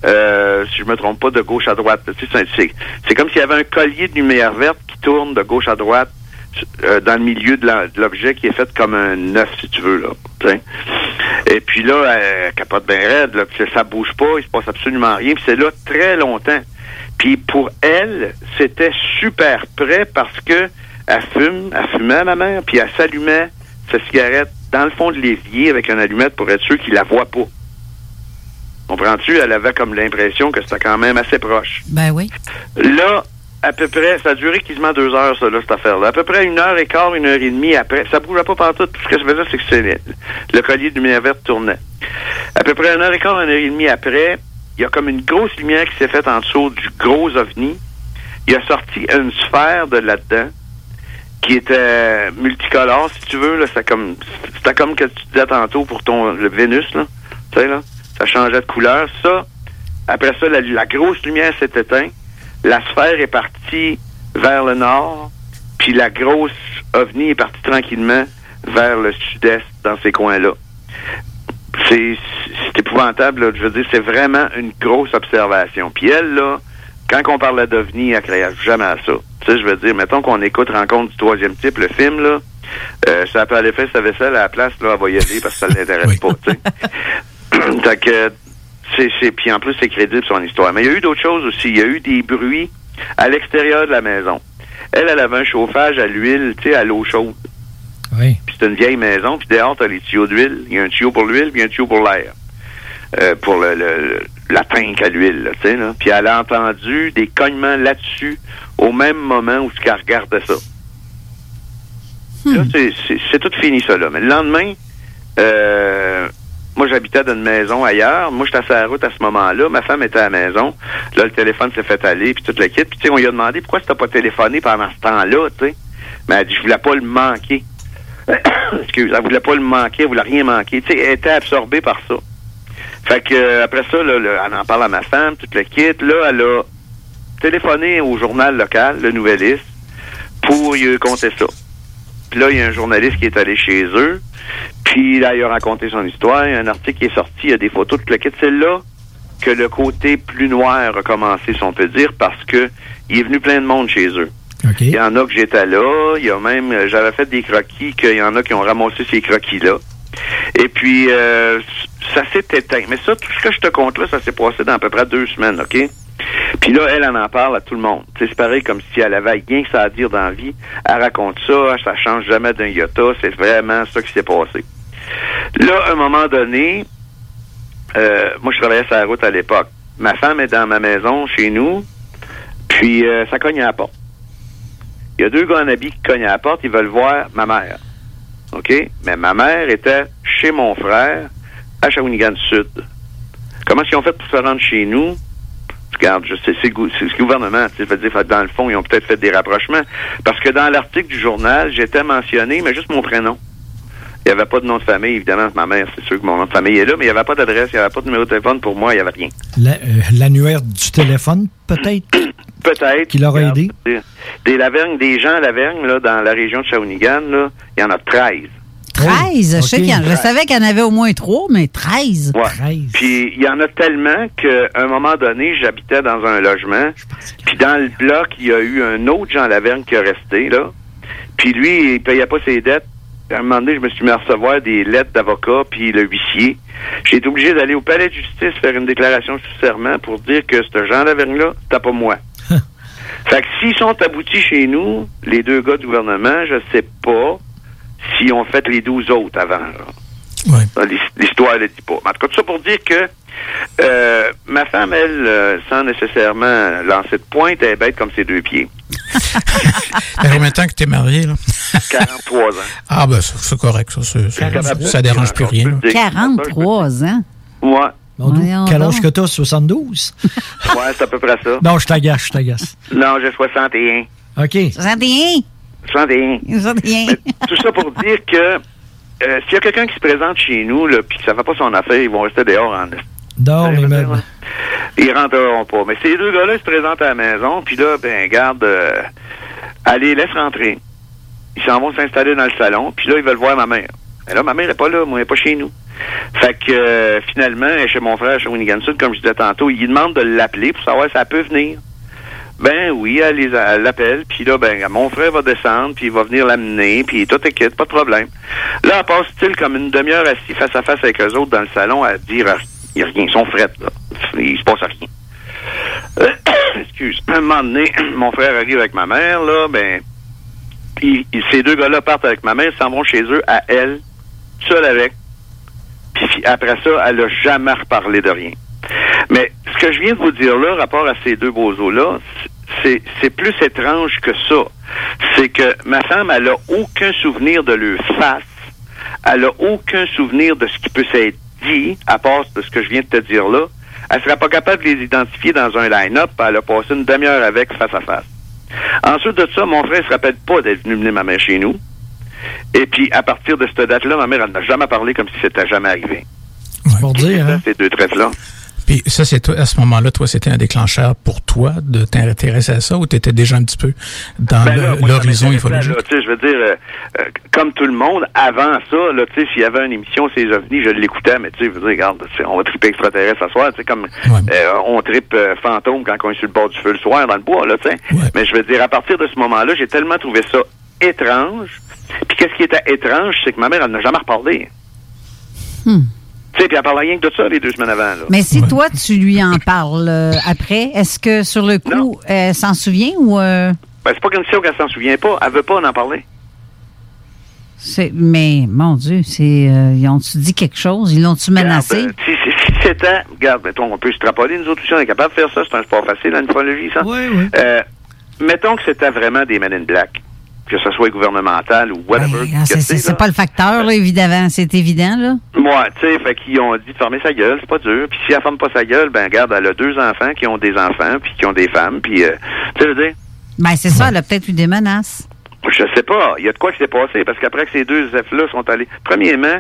si je me trompe pas, de gauche à droite. C'est comme s'il y avait un collier de lumière verte qui tourne de gauche à droite dans le milieu de l'objet qui est fait comme un œuf, si tu veux, là. T'sais. Et puis là, elle capote bien raide, là, puis ça bouge pas, il se passe absolument rien, puis c'est là très longtemps. Puis pour elle, c'était super près parce que elle fumait, ma mère, puis elle s'allumait sa cigarette dans le fond de l'évier avec une allumette pour être sûr qu'il la voit pas. Comprends-tu? Elle avait comme l'impression que c'était quand même assez proche. Ben oui. Là, à peu près, ça a duré quasiment 2 heures, ça, là, cette affaire-là. À peu près 1h15, 1h30 après. Ça bougeait pas partout. Tout ce que je faisais, c'est que le collier de lumière verte tournait. À peu près 1h15, 1h30 après, il y a comme une grosse lumière qui s'est faite en dessous du gros ovni. Il a sorti une sphère de là-dedans qui était multicolore, si tu veux. Là, c'était comme que tu disais tantôt pour le Vénus, là. Tu sais, là. Ça changeait de couleur. Ça, après ça, la grosse lumière s'est éteinte. La sphère est partie vers le nord, puis la grosse ovni est partie tranquillement vers le sud-est, dans ces coins-là. C'est épouvantable, là. Je veux dire, c'est vraiment une grosse observation. Puis elle, là, quand on parlait d'ovni, elle ne croyait jamais à ça. Tu sais, je veux dire, mettons qu'on écoute Rencontre du 3e type, le film, là, ça peut aller faire sa vaisselle à la place, là, elle va y aller parce que ça ne l'intéresse pas, tu sais. Fait que, puis en plus, c'est crédible son histoire. Mais il y a eu d'autres choses aussi. Il y a eu des bruits à l'extérieur de la maison. Elle avait un chauffage à l'huile, tu sais, à l'eau chaude. Oui. Puis c'est une vieille maison, puis dehors, t'as les tuyaux d'huile. Il y a un tuyau pour l'huile, puis un tuyau pour l'air. Pour la tank à l'huile, tu sais, là. Puis elle a entendu des cognements là-dessus au même moment où elle regardait ça. Là, c'est tout fini, ça, là. Mais le lendemain, moi, j'habitais dans une maison ailleurs. Moi, j'étais sur la route à ce moment-là. Ma femme était à la maison. Là, le téléphone s'est fait aller, puis toute la kit. Puis, tu sais, on lui a demandé pourquoi tu n'as pas téléphoné pendant ce temps-là, tu sais. Mais elle a dit, je voulais pas le manquer. Excuse, elle voulait pas le manquer, elle voulait rien manquer. Tu sais, elle était absorbée par ça. Fait que, après ça, là, elle en parle à ma femme, toute la kit. Là, elle a téléphoné au journal local, le Nouvelliste, pour lui conter ça. Puis là, il y a un journaliste qui est allé chez eux. Puis là, il a raconté son histoire. Il y a un article qui est sorti. Il y a des photos de claquettes. C'est là que le côté plus noir a commencé, si on peut dire, parce que il est venu plein de monde chez eux. Il y en a que j'étais là. Il y a même, j'avais fait des croquis qu'il y en a qui ont ramassé ces croquis-là. Et puis, ça s'est éteint. Mais ça, tout ce que je te compte là, ça s'est passé dans à peu près 2 semaines, OK? Puis là, elle en parle à tout le monde. T'sais, c'est pareil comme si elle avait rien que ça à dire dans la vie. Elle raconte ça change jamais d'un iota. C'est vraiment ça qui s'est passé. Là, à un moment donné, moi, je travaillais sur la route à l'époque. Ma femme est dans ma maison, chez nous, puis ça cogne à la porte. Il y a 2 gars en habit qui cognent à la porte, ils veulent voir ma mère. OK? Mais ma mère était chez mon frère, à Shawinigan-Sud. Comment ils ont fait pour se rendre chez nous? Regarde, c'est le gouvernement. Je veux dire, dans le fond, ils ont peut-être fait des rapprochements. Parce que dans l'article du journal, j'étais mentionné, mais juste mon prénom. Il n'y avait pas de nom de famille, évidemment. Ma mère, c'est sûr que mon nom de famille est là, mais il n'y avait pas d'adresse, il n'y avait pas de numéro de téléphone pour moi, il n'y avait rien. L'annuaire du téléphone, peut-être? Peut-être. Qui l'aurait aidé? Des gens à Lavergne, là, dans la région de Shawinigan, là, il y en a 13. 13? Je savais qu'il y en avait au moins 3, mais 13. Ouais. 13. Puis il y en a tellement qu'à un moment donné, j'habitais dans un logement. Puis dans le bloc, il y a eu un autre Jean Lavergne qui est resté, là. Puis lui, il payait pas ses dettes. À un moment donné, je me suis mis à recevoir des lettres d'avocat, puis le huissier. J'ai été obligé d'aller au palais de justice faire une déclaration sous serment pour dire que ce Jean Lavergne-là, c'était pas moi. Fait que s'ils sont aboutis chez nous, les 2 gars du gouvernement, je sais pas s'ils ont fait les 12 autres avant. Ouais. L'histoire ne dit pas. Mais en tout cas, tout ça pour dire que ma femme, elle, sans nécessairement lancer de pointe, elle est bête comme ses 2 pieds. Ça fait combien de temps que tu es marié, là? 43 ans. Ah, ben, c'est correct, ça dérange plus rien. Là. 43 ans? Ouais. Quel âge que t'as? 72? Ouais, c'est à peu près ça. Non, je t'agace. Non, j'ai 61. OK. 61? 61. Mais tout ça pour dire que s'il y a quelqu'un qui se présente chez nous, puis que ça ne fait pas son affaire, ils vont rester dehors en dehors, les meubles. Ils rentreront pas. Mais ces 2 gars-là, ils se présentent à la maison, puis là, ben, garde, allez, laisse rentrer. Ils s'en vont s'installer dans le salon, puis là, ils veulent voir ma mère. Mais là, ma mère n'est pas là, moi, elle n'est pas chez nous. Fait que, finalement, elle est chez mon frère, chez Shawinigan-Sud, comme je disais tantôt, il demande de l'appeler pour savoir si elle peut venir. Ben oui, elle l'appelle, puis là, ben, mon frère va descendre, puis il va venir l'amener, puis tout est quitte, pas de problème. Là, elle passe-t-il comme une demi-heure assis face à face avec eux autres dans le salon à dire, il n'y a rien, ils sont frettes, là. Il se passe rien. Excuse. À un moment donné, mon frère arrive avec ma mère, là, ben, puis ces 2 gars-là partent avec ma mère, s'en vont chez eux, à elle, seule avec. Puis après ça, elle n'a jamais reparlé de rien. Mais ce que je viens de vous dire là, rapport à ces 2 bozos-là, c'est plus étrange que ça. C'est que ma femme, elle n'a aucun souvenir de leur face. Elle n'a aucun souvenir de ce qui peut s'être dit, à part de ce que je viens de te dire là. Elle ne serait pas capable de les identifier dans un line-up, elle a passé une demi-heure avec face à face. Ensuite de ça, mon frère ne se rappelle pas d'être venu mener ma mère chez nous. Et puis, à partir de cette date-là, ma mère, elle n'a jamais parlé comme si c'était jamais arrivé. C'est pour dire, hein? Ces 2 traits-là. Puis ça, c'est toi, à ce moment-là, toi, c'était un déclencheur pour toi de t'intéresser à ça, ou tu étais déjà un petit peu dans l'horizon ufologique? Tu sais, je veux dire, comme tout le monde, avant ça, là, tu sais, s'il y avait une émission, ces ovnis, je l'écoutais, mais tu sais, je veux dire, regarde, on va triper extraterrestre ce soir, tu sais, comme on tripe fantôme quand on est sur le bord du feu le soir dans le bois, là, tu sais. Ouais. Mais je veux dire, à partir de ce moment-là, j'ai tellement trouvé ça étrange. Puis qu'est-ce qui était étrange, c'est que ma mère, elle n'a jamais reparlé. Tu sais, puis elle parlait rien que de ça les 2 semaines avant. Là. Mais si toi, tu lui en parles après, est-ce que sur le coup, elle s'en souvient ou... Ben, c'est pas qu'une question qu'elle s'en souvient pas. Elle veut pas en parler. Mais, mon Dieu, ils ont-tu dit quelque chose? Ils l'ont-tu menacé? Regarde, si c'était... Regarde, mettons, on peut extrapoler. Nous autres aussi, on est capable de faire ça. C'est un sport facile, l'ufologie, ça. Oui. Mettons que c'était vraiment des Men in Black. Que ce soit gouvernemental ou whatever. C'est pas le facteur, là, évidemment. C'est évident, là. Moi, tu sais, fait qu'ils ont dit de fermer sa gueule, c'est pas dur. Puis si elle ferme pas sa gueule, ben regarde, elle a 2 enfants qui ont des enfants, puis qui ont des femmes, puis, tu sais, je veux dire... Ben, c'est ça, elle a peut-être eu des menaces. Je sais pas. Il y a de quoi qui s'est passé, parce qu'après que ces 2 F-là sont allés... Premièrement,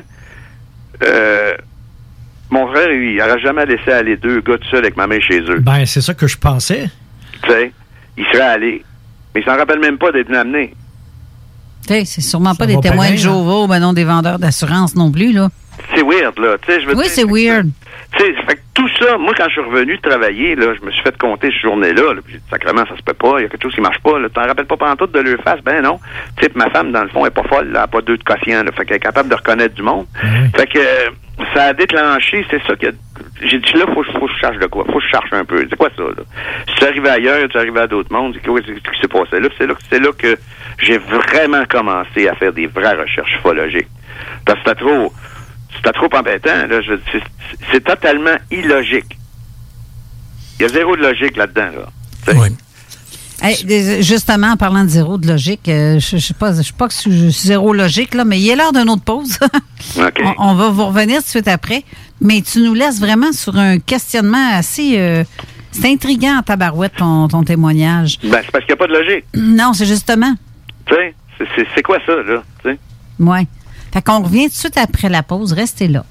mon frère, il n'aurait jamais laissé aller 2 gars tout seuls avec ma mère chez eux. Ben, c'est ça que je pensais. Tu sais, il serait allé. Mais il s'en rappelle même pas d'être venu amener. C'est sûrement pas des témoins de Jéhovah ou ben non des vendeurs d'assurance non plus, là. C'est weird, là. Oui, c'est weird. Fait que tout ça, moi, quand je suis revenu travailler, là, je me suis fait compter cette journée-là, puis j'ai dit, sacrément, ça se peut pas, il y a quelque chose qui marche pas, là. T'en rappelles pas pantoute de leur face? Ben non. Tu sais, ma femme, dans le fond, elle est pas folle, là, elle a pas 2 de quotient, là. Fait qu'elle est capable de reconnaître du monde. Fait que ça a déclenché, c'est ça que j'ai dit, là, faut que je cherche de quoi? Faut que je cherche un peu. C'est quoi ça, là? Si tu arrives ailleurs, tu arrives à d'autres mondes, qu'est-ce qui s'est passé là? C'est là que j'ai vraiment commencé à faire des vraies recherches ufologiques. Parce que c'était trop embêtant, là. C'est totalement illogique. Il y a zéro de logique là-dedans, là. Oui. Hey, justement, en parlant de zéro de logique, je sais pas que c'est zéro logique, là, mais il est l'heure d'une autre pause. Okay. On va vous revenir tout de suite après. Mais tu nous laisses vraiment sur un questionnement assez... c'est intriguant en tabarouette, ton témoignage. Ben, c'est parce qu'il n'y a pas de logique. Non, c'est justement. Tu sais, c'est quoi ça, là? Oui. Fait qu'on revient tout de suite après la pause. Restez là.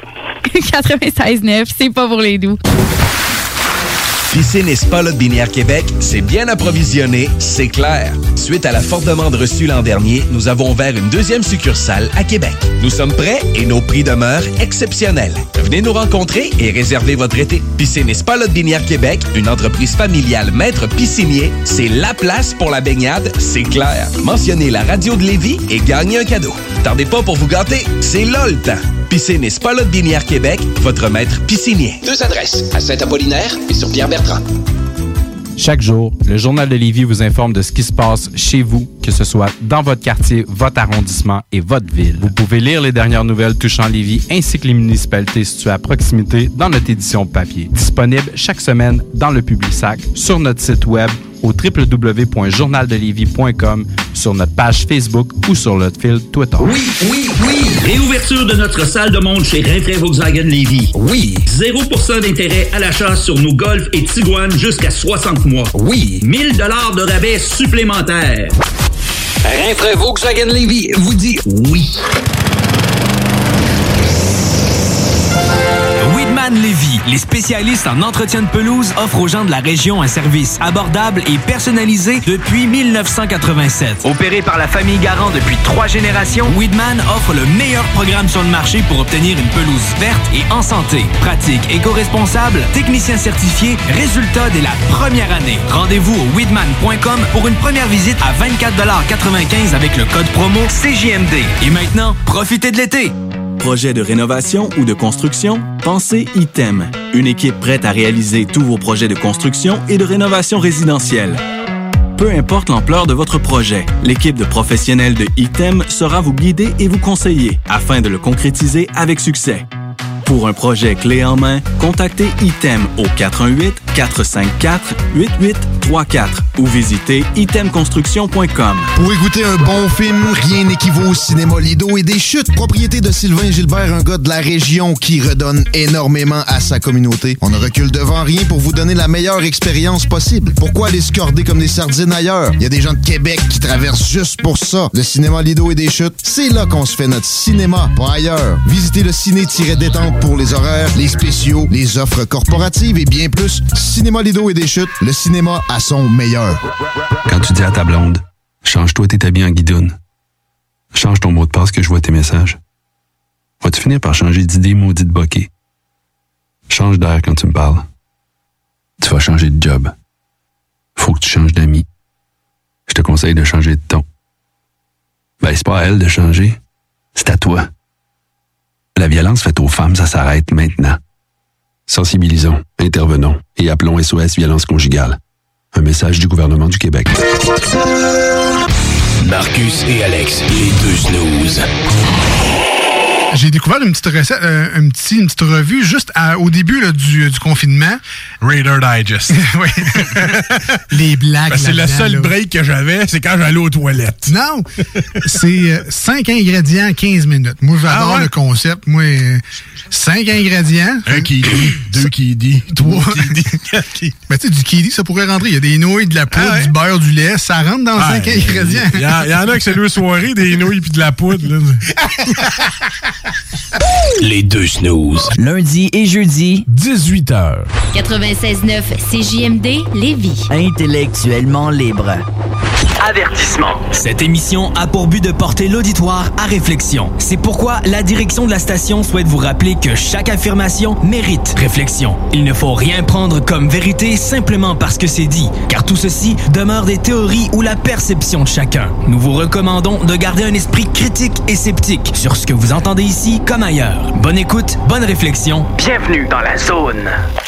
96.9, c'est pas pour les doux. Piscine et Spa Lotbinière Québec, c'est bien approvisionné, c'est clair. Suite à la forte demande reçue l'an dernier, nous avons ouvert une 2e succursale à Québec. Nous sommes prêts et nos prix demeurent exceptionnels. Venez nous rencontrer et réserver votre été. Piscine et Spa Lotbinière Québec, une entreprise familiale maître piscinier, c'est la place pour la baignade, c'est clair. Mentionnez la radio de Lévis et gagnez un cadeau. Tardez pas pour vous gâter, c'est là le temps. Piscine et Spa Lotbinière Québec, votre maître piscinier. 2 adresses, à Saint-Apollinaire et sur Pierre-Bertrand. Chaque jour, le Journal de Lévis vous informe de ce qui se passe chez vous, que ce soit dans votre quartier, votre arrondissement et votre ville. Vous pouvez lire les dernières nouvelles touchant Lévis ainsi que les municipalités situées à proximité dans notre édition papier. Disponible chaque semaine dans le Publisac, sur notre site web au www.journaldelévis.com, sur notre page Facebook ou sur notre fil Twitter. Oui! Réouverture de notre salle de monde chez Rainfray Volkswagen Lévis. Oui! 0% d'intérêt à l'achat sur nos Golf et Tiguan jusqu'à 60 mois. Oui! 1000 $ de rabais supplémentaires. Rainfray Volkswagen Lévis vous dit oui. Lévis, les spécialistes en entretien de pelouse offrent aux gens de la région un service abordable et personnalisé depuis 1987. Opéré par la famille Garand depuis 3 générations, Weedman offre le meilleur programme sur le marché pour obtenir une pelouse verte et en santé. Pratique éco-responsable, technicien certifié, résultat dès la première année. Rendez-vous au weedman.com pour une première visite à 24,95 $ avec le code promo CJMD. Et maintenant, profitez de l'été! Projet de rénovation ou de construction? Pensez ITEM. Une équipe prête à réaliser tous vos projets de construction et de rénovation résidentielle. Peu importe l'ampleur de votre projet, l'équipe de professionnels de ITEM sera vous guider et vous conseiller afin de le concrétiser avec succès. Pour un projet clé en main, contactez ITEM au 418-454-8834 ou visitez itemconstruction.com. Pour écouter un bon film, rien n'équivaut au cinéma Lido et des Chutes, propriété de Sylvain Gilbert, un gars de la région qui redonne énormément à sa communauté. On ne recule devant rien pour vous donner la meilleure expérience possible. Pourquoi aller se corder comme des sardines ailleurs? Il y a des gens de Québec qui traversent juste pour ça. Le cinéma Lido et des Chutes, c'est là qu'on se fait notre cinéma, pas ailleurs. Visitez le ciné-détente pour les horaires, les spéciaux, les offres corporatives et bien plus. Cinéma Lido et des Chutes, le cinéma à son meilleur. Quand tu dis à ta blonde, change-toi tes habits en guidoune. Change ton mot de passe que je vois tes messages. Vas-tu finir par changer d'idée maudite bokeh? Change d'air quand tu me parles. Tu vas changer de job. Faut que tu changes d'amis. Je te conseille de changer de ton. Ben, c'est pas à elle de changer. C'est à toi. La violence faite aux femmes, ça s'arrête maintenant. Sensibilisons, intervenons et appelons SOS Violence Conjugale. Un message du gouvernement du Québec. Marcus et Alex, les deux snooze. J'ai découvert une petite recette, une petite revue juste au début là, du confinement. Raider Digest. Oui. Les blagues. C'est le seul break que j'avais, c'est quand j'allais aux toilettes. Non! C'est 5 ingrédients, 15 minutes. Moi, j'adore le concept. Moi, 5 ingrédients. Un qui dit, 2 qui dit, 3 qui dit, 4 qui dit. Ben, tu sais, du kiwi, ça pourrait rentrer. Il y a des nouilles, de la poudre, du beurre, du lait. Ça rentre dans 5 ingrédients. Il y en a que c'est deux soirées, des nouilles puis de la poudre. Là. Les deux snooze. Lundi et jeudi, 18h. 96.9 CJMD Lévis. Intellectuellement libre. Avertissement. Cette émission a pour but de porter l'auditoire à réflexion. C'est pourquoi la direction de la station souhaite vous rappeler que chaque affirmation mérite réflexion. Il ne faut rien prendre comme vérité simplement parce que c'est dit, car tout ceci demeure des théories ou la perception de chacun. Nous vous recommandons de garder un esprit critique et sceptique sur ce que vous entendez ici comme ailleurs. Bonne écoute, bonne réflexion. Bienvenue dans la zone.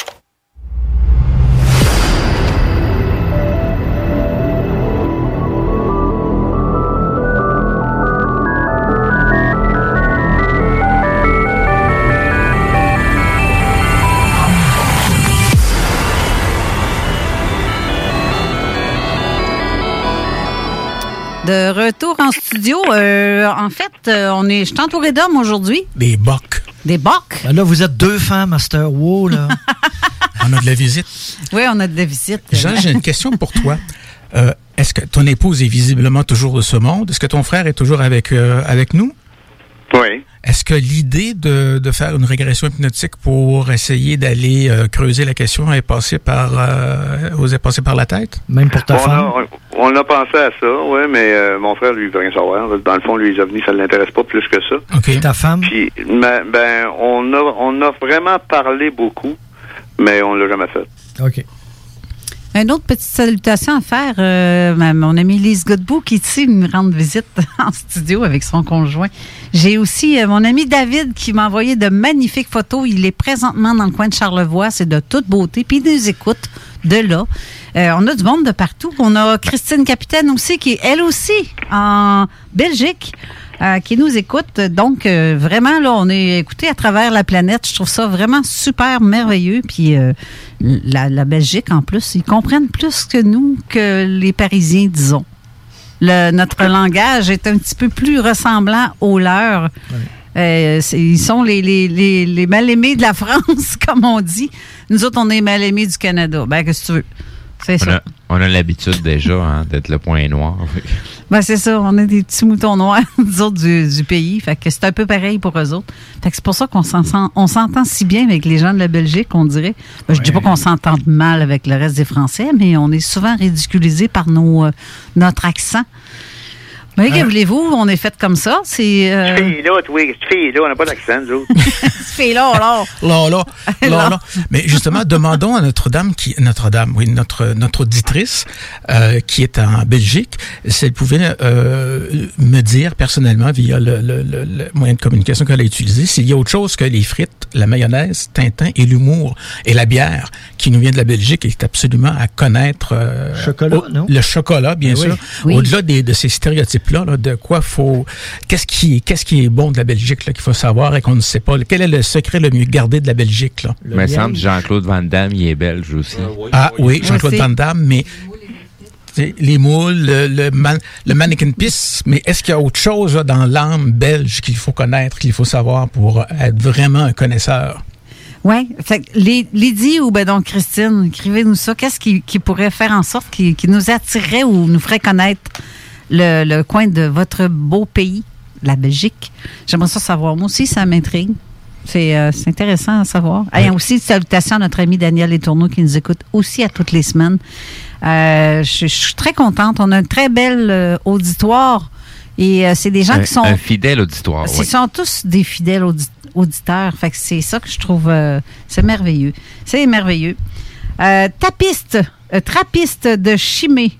De retour en studio, en fait, je suis entouré d'hommes aujourd'hui. Des bocs. Des bocs? Ben là, vous êtes deux femmes, Master Wow, là. On a de la visite. Oui, on a de la visite. Jean, j'ai une question pour toi. Est-ce que ton épouse est visiblement toujours de ce monde? Est-ce que ton frère est toujours avec nous? Oui. Est-ce que l'idée de faire une régression hypnotique pour essayer d'aller creuser la question est passée par la tête? Même pour ta femme? On a pensé à ça, oui, mais mon frère, lui, il veut rien savoir. Dans le fond, lui, les ovnis, ça ne l'intéresse pas plus que ça. OK. Ta femme? Puis, on a vraiment parlé beaucoup, mais on l'a jamais fait. OK. Une autre petite salutation à faire. Mon amie Lise Godbout qui ici me rend visite en studio avec son conjoint. J'ai aussi mon ami David qui m'a envoyé de magnifiques photos. Il est présentement dans le coin de Charlevoix. C'est de toute beauté. Puis il nous écoute de là. On a du monde de partout. On a Christine Capitaine aussi qui est elle aussi en Belgique. Qui nous écoute. Donc, vraiment, là, on est écouté à travers la planète. Je trouve ça vraiment super merveilleux. Puis, la Belgique, en plus, ils comprennent plus que nous, que les Parisiens, disons. Notre langage est un petit peu plus ressemblant au leur. Ouais. Ils sont les mal-aimés de la France, comme on dit. Nous autres, on est mal-aimés du Canada. Ben, qu'est-ce que tu veux? C'est ça. On a l'habitude déjà d'être le point noir. Ben, c'est ça. On est des petits moutons noirs, nous autres, du pays. Fait que c'est un peu pareil pour eux autres. Fait que c'est pour ça qu'on s'entend si bien avec les gens de la Belgique, on dirait. Ben, je dis pas qu'on s'entende mal avec le reste des Français, mais on est souvent ridiculisés par notre accent. Mais que voulez-vous? On est fait comme ça. C'est. Tu fais là, toi. Tu fais là. On n'a pas d'accent, nous autres. Tu fais là, là. Là. Mais justement, demandons à notre auditrice qui est en Belgique, si elle pouvait me dire personnellement via le moyen de communication qu'elle a utilisé, s'il y a autre chose que les frites, la mayonnaise, Tintin et l'humour et la bière qui nous vient de la Belgique et qui est absolument à connaître. Chocolat, non? Le chocolat, bien sûr. Oui. Au-delà de ces stéréotypes. Là, de quoi qu'est-ce qui est bon de la Belgique là, qu'il faut savoir et qu'on ne sait pas. Quel est le secret le mieux gardé de la Belgique? Là? Il me semble que Jean-Claude Van Damme, il est belge aussi. Oui, Jean-Claude Van Damme, mais les moules, le mannequin piece, mais est-ce qu'il y a autre chose là, dans l'âme belge qu'il faut connaître, qu'il faut savoir pour être vraiment un connaisseur? Oui. Lydie ou donc Christine, écrivez-nous ça. Qu'est-ce qui pourrait faire en sorte qui nous attirerait ou nous ferait connaître le coin de votre beau pays, la Belgique? J'aimerais ça savoir. Moi aussi, ça m'intrigue. C'est intéressant à savoir. Oui. Aussi, salutations à notre ami Daniel Letourneau qui nous écoute aussi à toutes les semaines. Je suis très contente. On a un très bel auditoire et c'est des gens qui sont... Un fidèle auditoire, oui. Ils sont tous des fidèles auditeurs. Fait que c'est ça que je trouve... c'est merveilleux. C'est merveilleux. Trappiste de Chimay.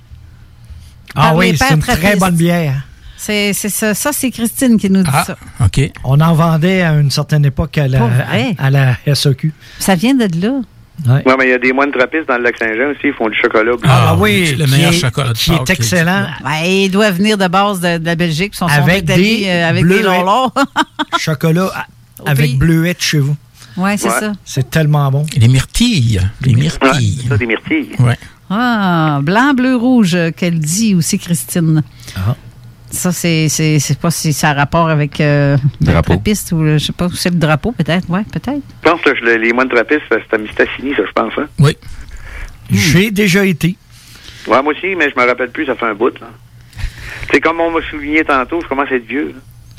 Ah oui, c'est une très bonne bière. C'est ça. Ça, c'est Christine qui nous dit ça. OK. On en vendait à une certaine époque à la SAQ. Ça vient de là. Oui, mais il y a des moines trappistes dans le Lac-Saint-Jean aussi. Ils font du chocolat bleu. Oui, le meilleur chocolat de qui est excellent. Il doit venir de base de la Belgique. Avec des longs. Chocolat avec bleuette chez vous. Oui, c'est ça. C'est tellement bon. Les myrtilles. Ouais, c'est ça, des myrtilles. Ouais. Ah, blanc, bleu, rouge, qu'elle dit aussi, Christine. Ah. Ça, c'est pas si ça a rapport avec le trappiste ou je sais pas, c'est le drapeau, peut-être. Oui, peut-être. Je pense que les moines trappistes, c'est à Mistassini, ça, je pense. Hein? Oui. J'ai déjà été. Ouais, moi aussi, mais je me rappelle plus, ça fait un bout. Là. C'est comme on m'a souligné tantôt, je commence à être vieux.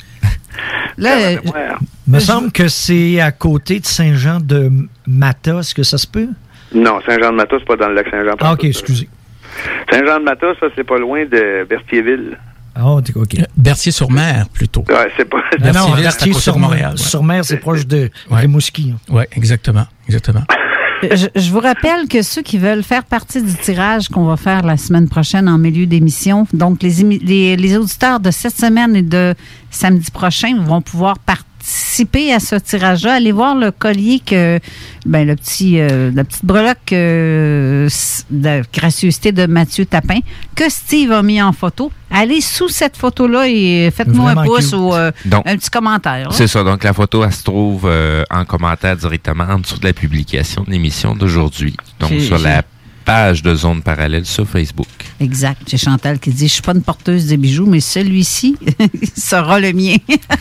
Là, il me semble que c'est à côté de Saint-Jean-de-Mata. Est-ce que ça se peut? Non, Saint-Jean-de-Mata, c'est pas dans le lac Saint-Jean. Ah, OK, excusez. Saint-Jean-de-Matas, ça, c'est pas loin de Berthierville. Oh, OK. Berthier-sur-Mer, plutôt. Ouais, c'est pas... Berthier-sur-Mer. Sur-Mer, c'est proche de Rimouski. Oui, exactement. Je vous rappelle que ceux qui veulent faire partie du tirage qu'on va faire la semaine prochaine en milieu d'émission, donc les auditeurs de cette semaine et de samedi prochain vont pouvoir participer à ce tirage-là. Allez voir le collier que, la petite breloque de gracieuseté de Mathieu Tapin que Steve a mis en photo. Allez sous cette photo-là et faites-moi un pouce ou un petit commentaire. C'est ça. Donc, la photo, elle se trouve en commentaire directement en dessous de la publication de l'émission d'aujourd'hui. Donc, sur la page de Zone Parallèle sur Facebook. Exact. J'ai Chantal qui dit « Je suis pas une porteuse de bijoux, mais celui-ci sera le mien. »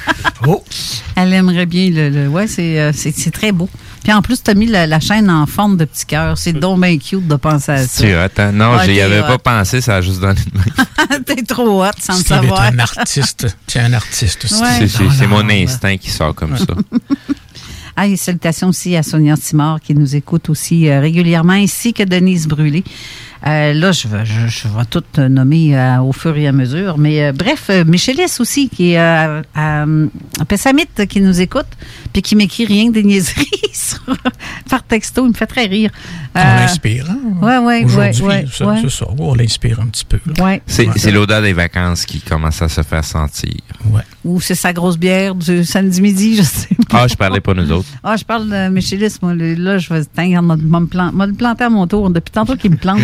Elle aimerait bien Ouais, c'est très beau. Puis en plus, tu as mis la chaîne en forme de petit cœur. C'est donc bien cute de penser à ça. C'est hot, hein? Non, j'y avais pas pensé, ça a juste donné de main. T'es trop hot sans Steve le savoir. Est un artiste. Tu es un artiste. Ouais. C'est mon instinct qui sort comme ça. Et salutations aussi à Sonia Simard qui nous écoute aussi régulièrement, ainsi que Denise Brûlé. Là, je vais tout nommer au fur et à mesure. Mais bref, Michelis aussi, qui est à Pessamite, qui nous écoute, puis qui m'écrit rien que des niaiseries par texto. Il me fait très rire. On l'inspire, hein? Oui. Aujourd'hui, c'est ça. On l'inspire un petit peu. Ouais. C'est l'odeur des vacances qui commence à se faire sentir. Ouais. Ou c'est sa grosse bière du samedi midi, je sais pas. Ah, je parlais pas nous autres. Ah, je parle de Michelis, moi. Là, je vais me planter à mon tour. Depuis tantôt qu'il me plante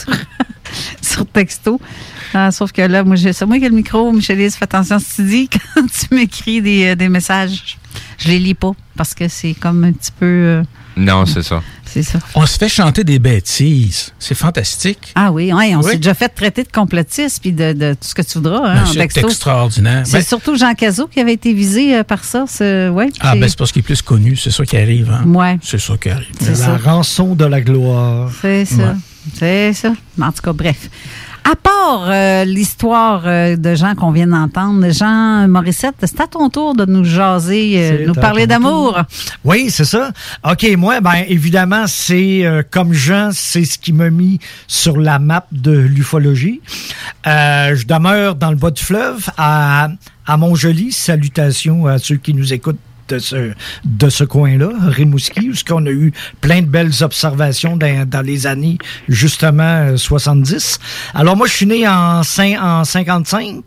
sur texto. Sauf que là, moi, c'est moi qui ai le micro. Michelis, fais attention si tu dis quand tu m'écris des messages. Je les lis pas parce que c'est comme un petit peu... Non, c'est ça. C'est ça. On se fait chanter des bêtises. C'est fantastique. Ah oui, on s'est déjà fait traiter de complotiste puis de tout ce que tu voudras en texto. C'est extraordinaire. C'est surtout Jean Cazot qui avait été visé par ça. C'est parce qu'il est plus connu. C'est ça qui arrive. Hein? Ouais. C'est ça qui arrive. C'est la rançon de la gloire. C'est ça. Ouais. C'est ça. En tout cas, bref. À part l'histoire de Jean qu'on vient d'entendre, Jean Morissette, c'est à ton tour de nous jaser, nous parler d'amour. Oui, c'est ça. OK, moi, évidemment, c'est comme Jean, c'est ce qui m'a mis sur la map de l'ufologie. Je demeure dans le bas du fleuve, à Montjoli. Salutations à ceux qui nous écoutent de ce coin-là, Rimouski, où on a eu plein de belles observations dans les années, justement, 70. Alors, moi, je suis né en 55.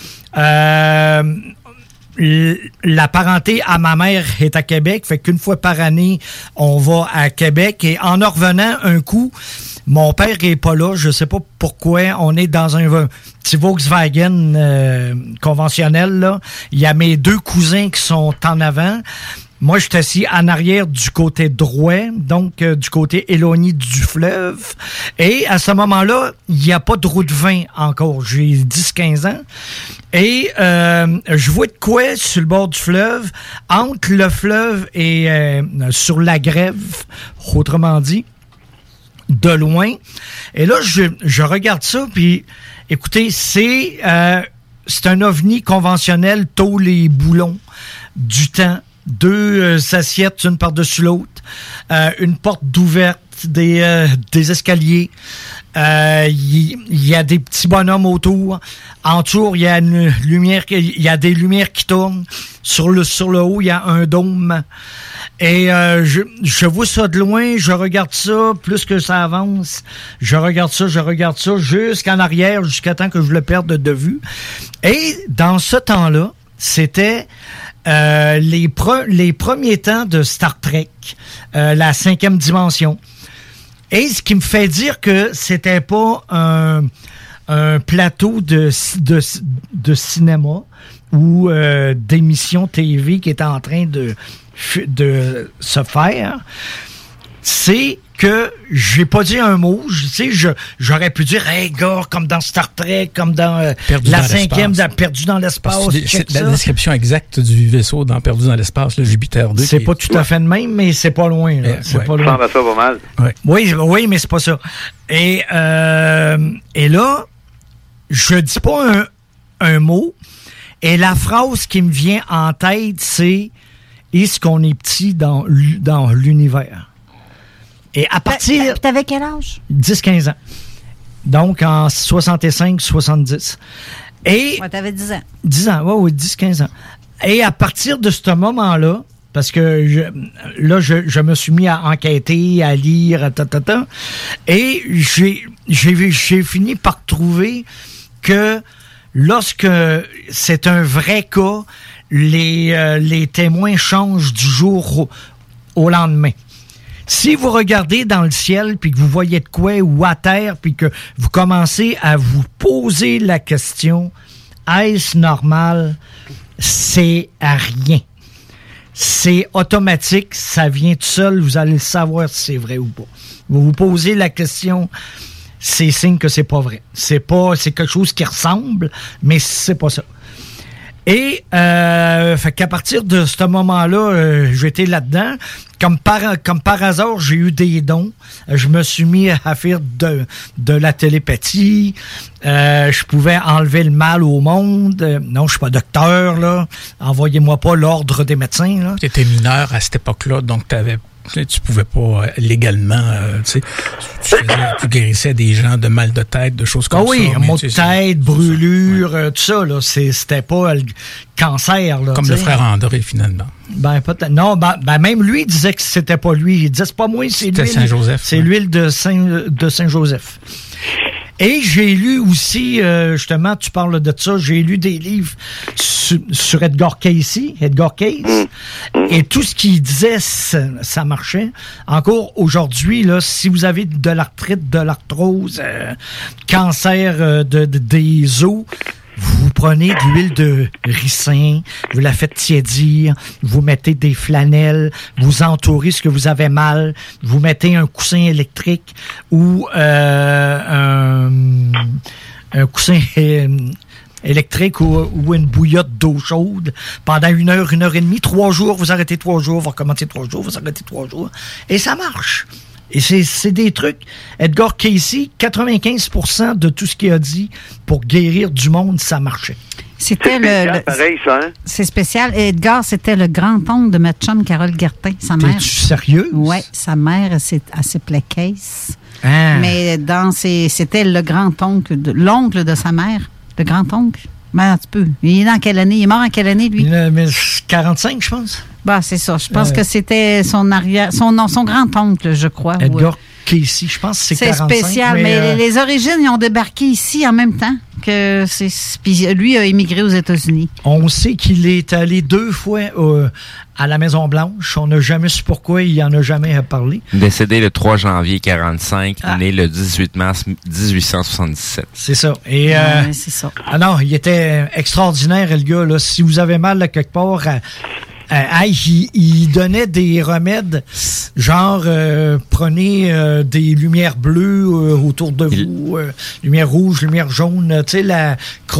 La parenté à ma mère est à Québec, fait qu'une fois par année, on va à Québec. Et en revenant un coup, mon père est pas là, je sais pas pourquoi. On est dans un petit Volkswagen conventionnel, là. Il y a mes deux cousins qui sont en avant. Moi, je suis assis en arrière du côté droit, donc du côté éloigné du fleuve. Et à ce moment-là, il n'y a pas de roue de vin encore. J'ai 10-15 ans. Et je vois de quoi sur le bord du fleuve, entre le fleuve et sur la grève, autrement dit, de loin. Et là, je regarde ça, puis écoutez, c'est un ovni conventionnel, tôle et boulons du temps. Deux assiettes, une par-dessus l'autre, une porte d'ouverte, des escaliers. Il y a des petits bonhommes autour. En tour, il y a une lumière, il y a des lumières qui tournent. Sur le haut, il y a un dôme. Et je vois ça de loin, je regarde ça, plus que ça avance, je regarde ça, jusqu'en arrière, jusqu'à temps que je le perde de vue. Et dans ce temps-là, c'était les premiers temps de Star Trek, la 5e dimension. Et ce qui me fait dire que c'était pas un plateau de cinéma ou d'émission TV qui était en train de se faire, c'est que j'ai pas dit un mot. J'aurais pu dire, hey, gars, comme dans Star Trek, comme dans la 5e, Perdu dans l'espace. C'est la description exacte du vaisseau dans Perdu dans l'espace, le Jupiter 2. C'est pas tout à fait le même, mais c'est pas loin. Là. C'est pas loin. Ça ressemble à ça pas mal. Ouais. Oui, mais c'est pas ça. Et là, je dis pas un mot. Et la phrase qui me vient en tête, c'est « Est-ce qu'on est petit dans l'univers? » Et à partir... T'avais quel âge? 10-15 ans. Donc, en 65-70. Et... Ouais, t'avais 10 ans. 10 ans, oui, 10-15 ans. Et à partir de ce moment-là, parce que je me suis mis à enquêter, à lire, et j'ai fini par trouver que lorsque c'est un vrai cas, les témoins changent du jour au lendemain. Si vous regardez dans le ciel, puis que vous voyez de quoi, ou à terre, puis que vous commencez à vous poser la question, est-ce normal? C'est à rien. C'est automatique, ça vient tout seul, vous allez le savoir si c'est vrai ou pas. Vous vous posez la question, c'est signe que c'est pas vrai. C'est quelque chose qui ressemble, mais c'est pas ça. Et fait qu'à partir de ce moment-là, j'étais là-dedans. Comme par hasard, j'ai eu des dons. Je me suis mis à faire de la télépathie. Je pouvais enlever le mal au monde. Non, je suis pas docteur, là. Envoyez-moi pas l'ordre des médecins, là. Tu étais mineur à cette époque-là, donc tu pouvais pas légalement, tu guérissais des gens de mal de tête, de choses comme ça. Oui, maux de tête, brûlure, tout ça, là, c'était pas le cancer, là. Comme le frère André, finalement. Ben, peut-être. Non, même lui disait que c'était pas lui. Il disait, c'est pas moi, c'est l'huile. C'était Saint-Joseph. C'est l'huile de Saint-Joseph. Et j'ai lu aussi, justement, tu parles de ça, j'ai lu des livres sur Edgar Cayce, et tout ce qu'il disait, ça marchait. Encore aujourd'hui, là, si vous avez de l'arthrite, de l'arthrose, cancer des os, vous prenez de l'huile de ricin, vous la faites tiédir, vous mettez des flanelles, vous entourez ce que vous avez mal, vous mettez un coussin électrique ou un coussin électrique ou une bouillotte d'eau chaude pendant 1 heure, 1 heure et demie, 3 jours, vous arrêtez 3 jours, vous recommencez 3 jours, vous arrêtez 3 jours, et ça marche. Et c'est des trucs. Edgar Cayce, 95% de tout ce qu'il a dit pour guérir du monde, ça marchait. C'était pareil, ça, hein? C'est spécial. Edgar, c'était le grand-oncle de ma chum Carole Gertin, sa mère. T'es-tu sérieux? Oui, sa mère, elle s'appelait Cayce. Ah. Mais c'était le grand-oncle, l'oncle de sa mère. Le grand-oncle. Mais un petit peu. Il est dans quelle année? Il est mort en quelle année, lui? 45, je pense. Bah, c'est ça. Je pense que c'était son grand-oncle, je crois. Edgar Cayce, je pense que c'est 45. C'est spécial, mais les origines, ils ont débarqué ici en même temps que puis lui a émigré aux États-Unis. On sait qu'il est allé 2 fois à la Maison-Blanche. On n'a jamais su pourquoi, il n'en a jamais parlé. Décédé le 3 janvier 1945, né le 18 mars 1877. C'est ça. Et, c'est ça. Ah non, il était extraordinaire, le gars. Là. Si vous avez mal là, quelque part... il donnait des remèdes, genre prenez des lumières bleues autour de vous, lumière rouge, lumière jaune, tu sais, la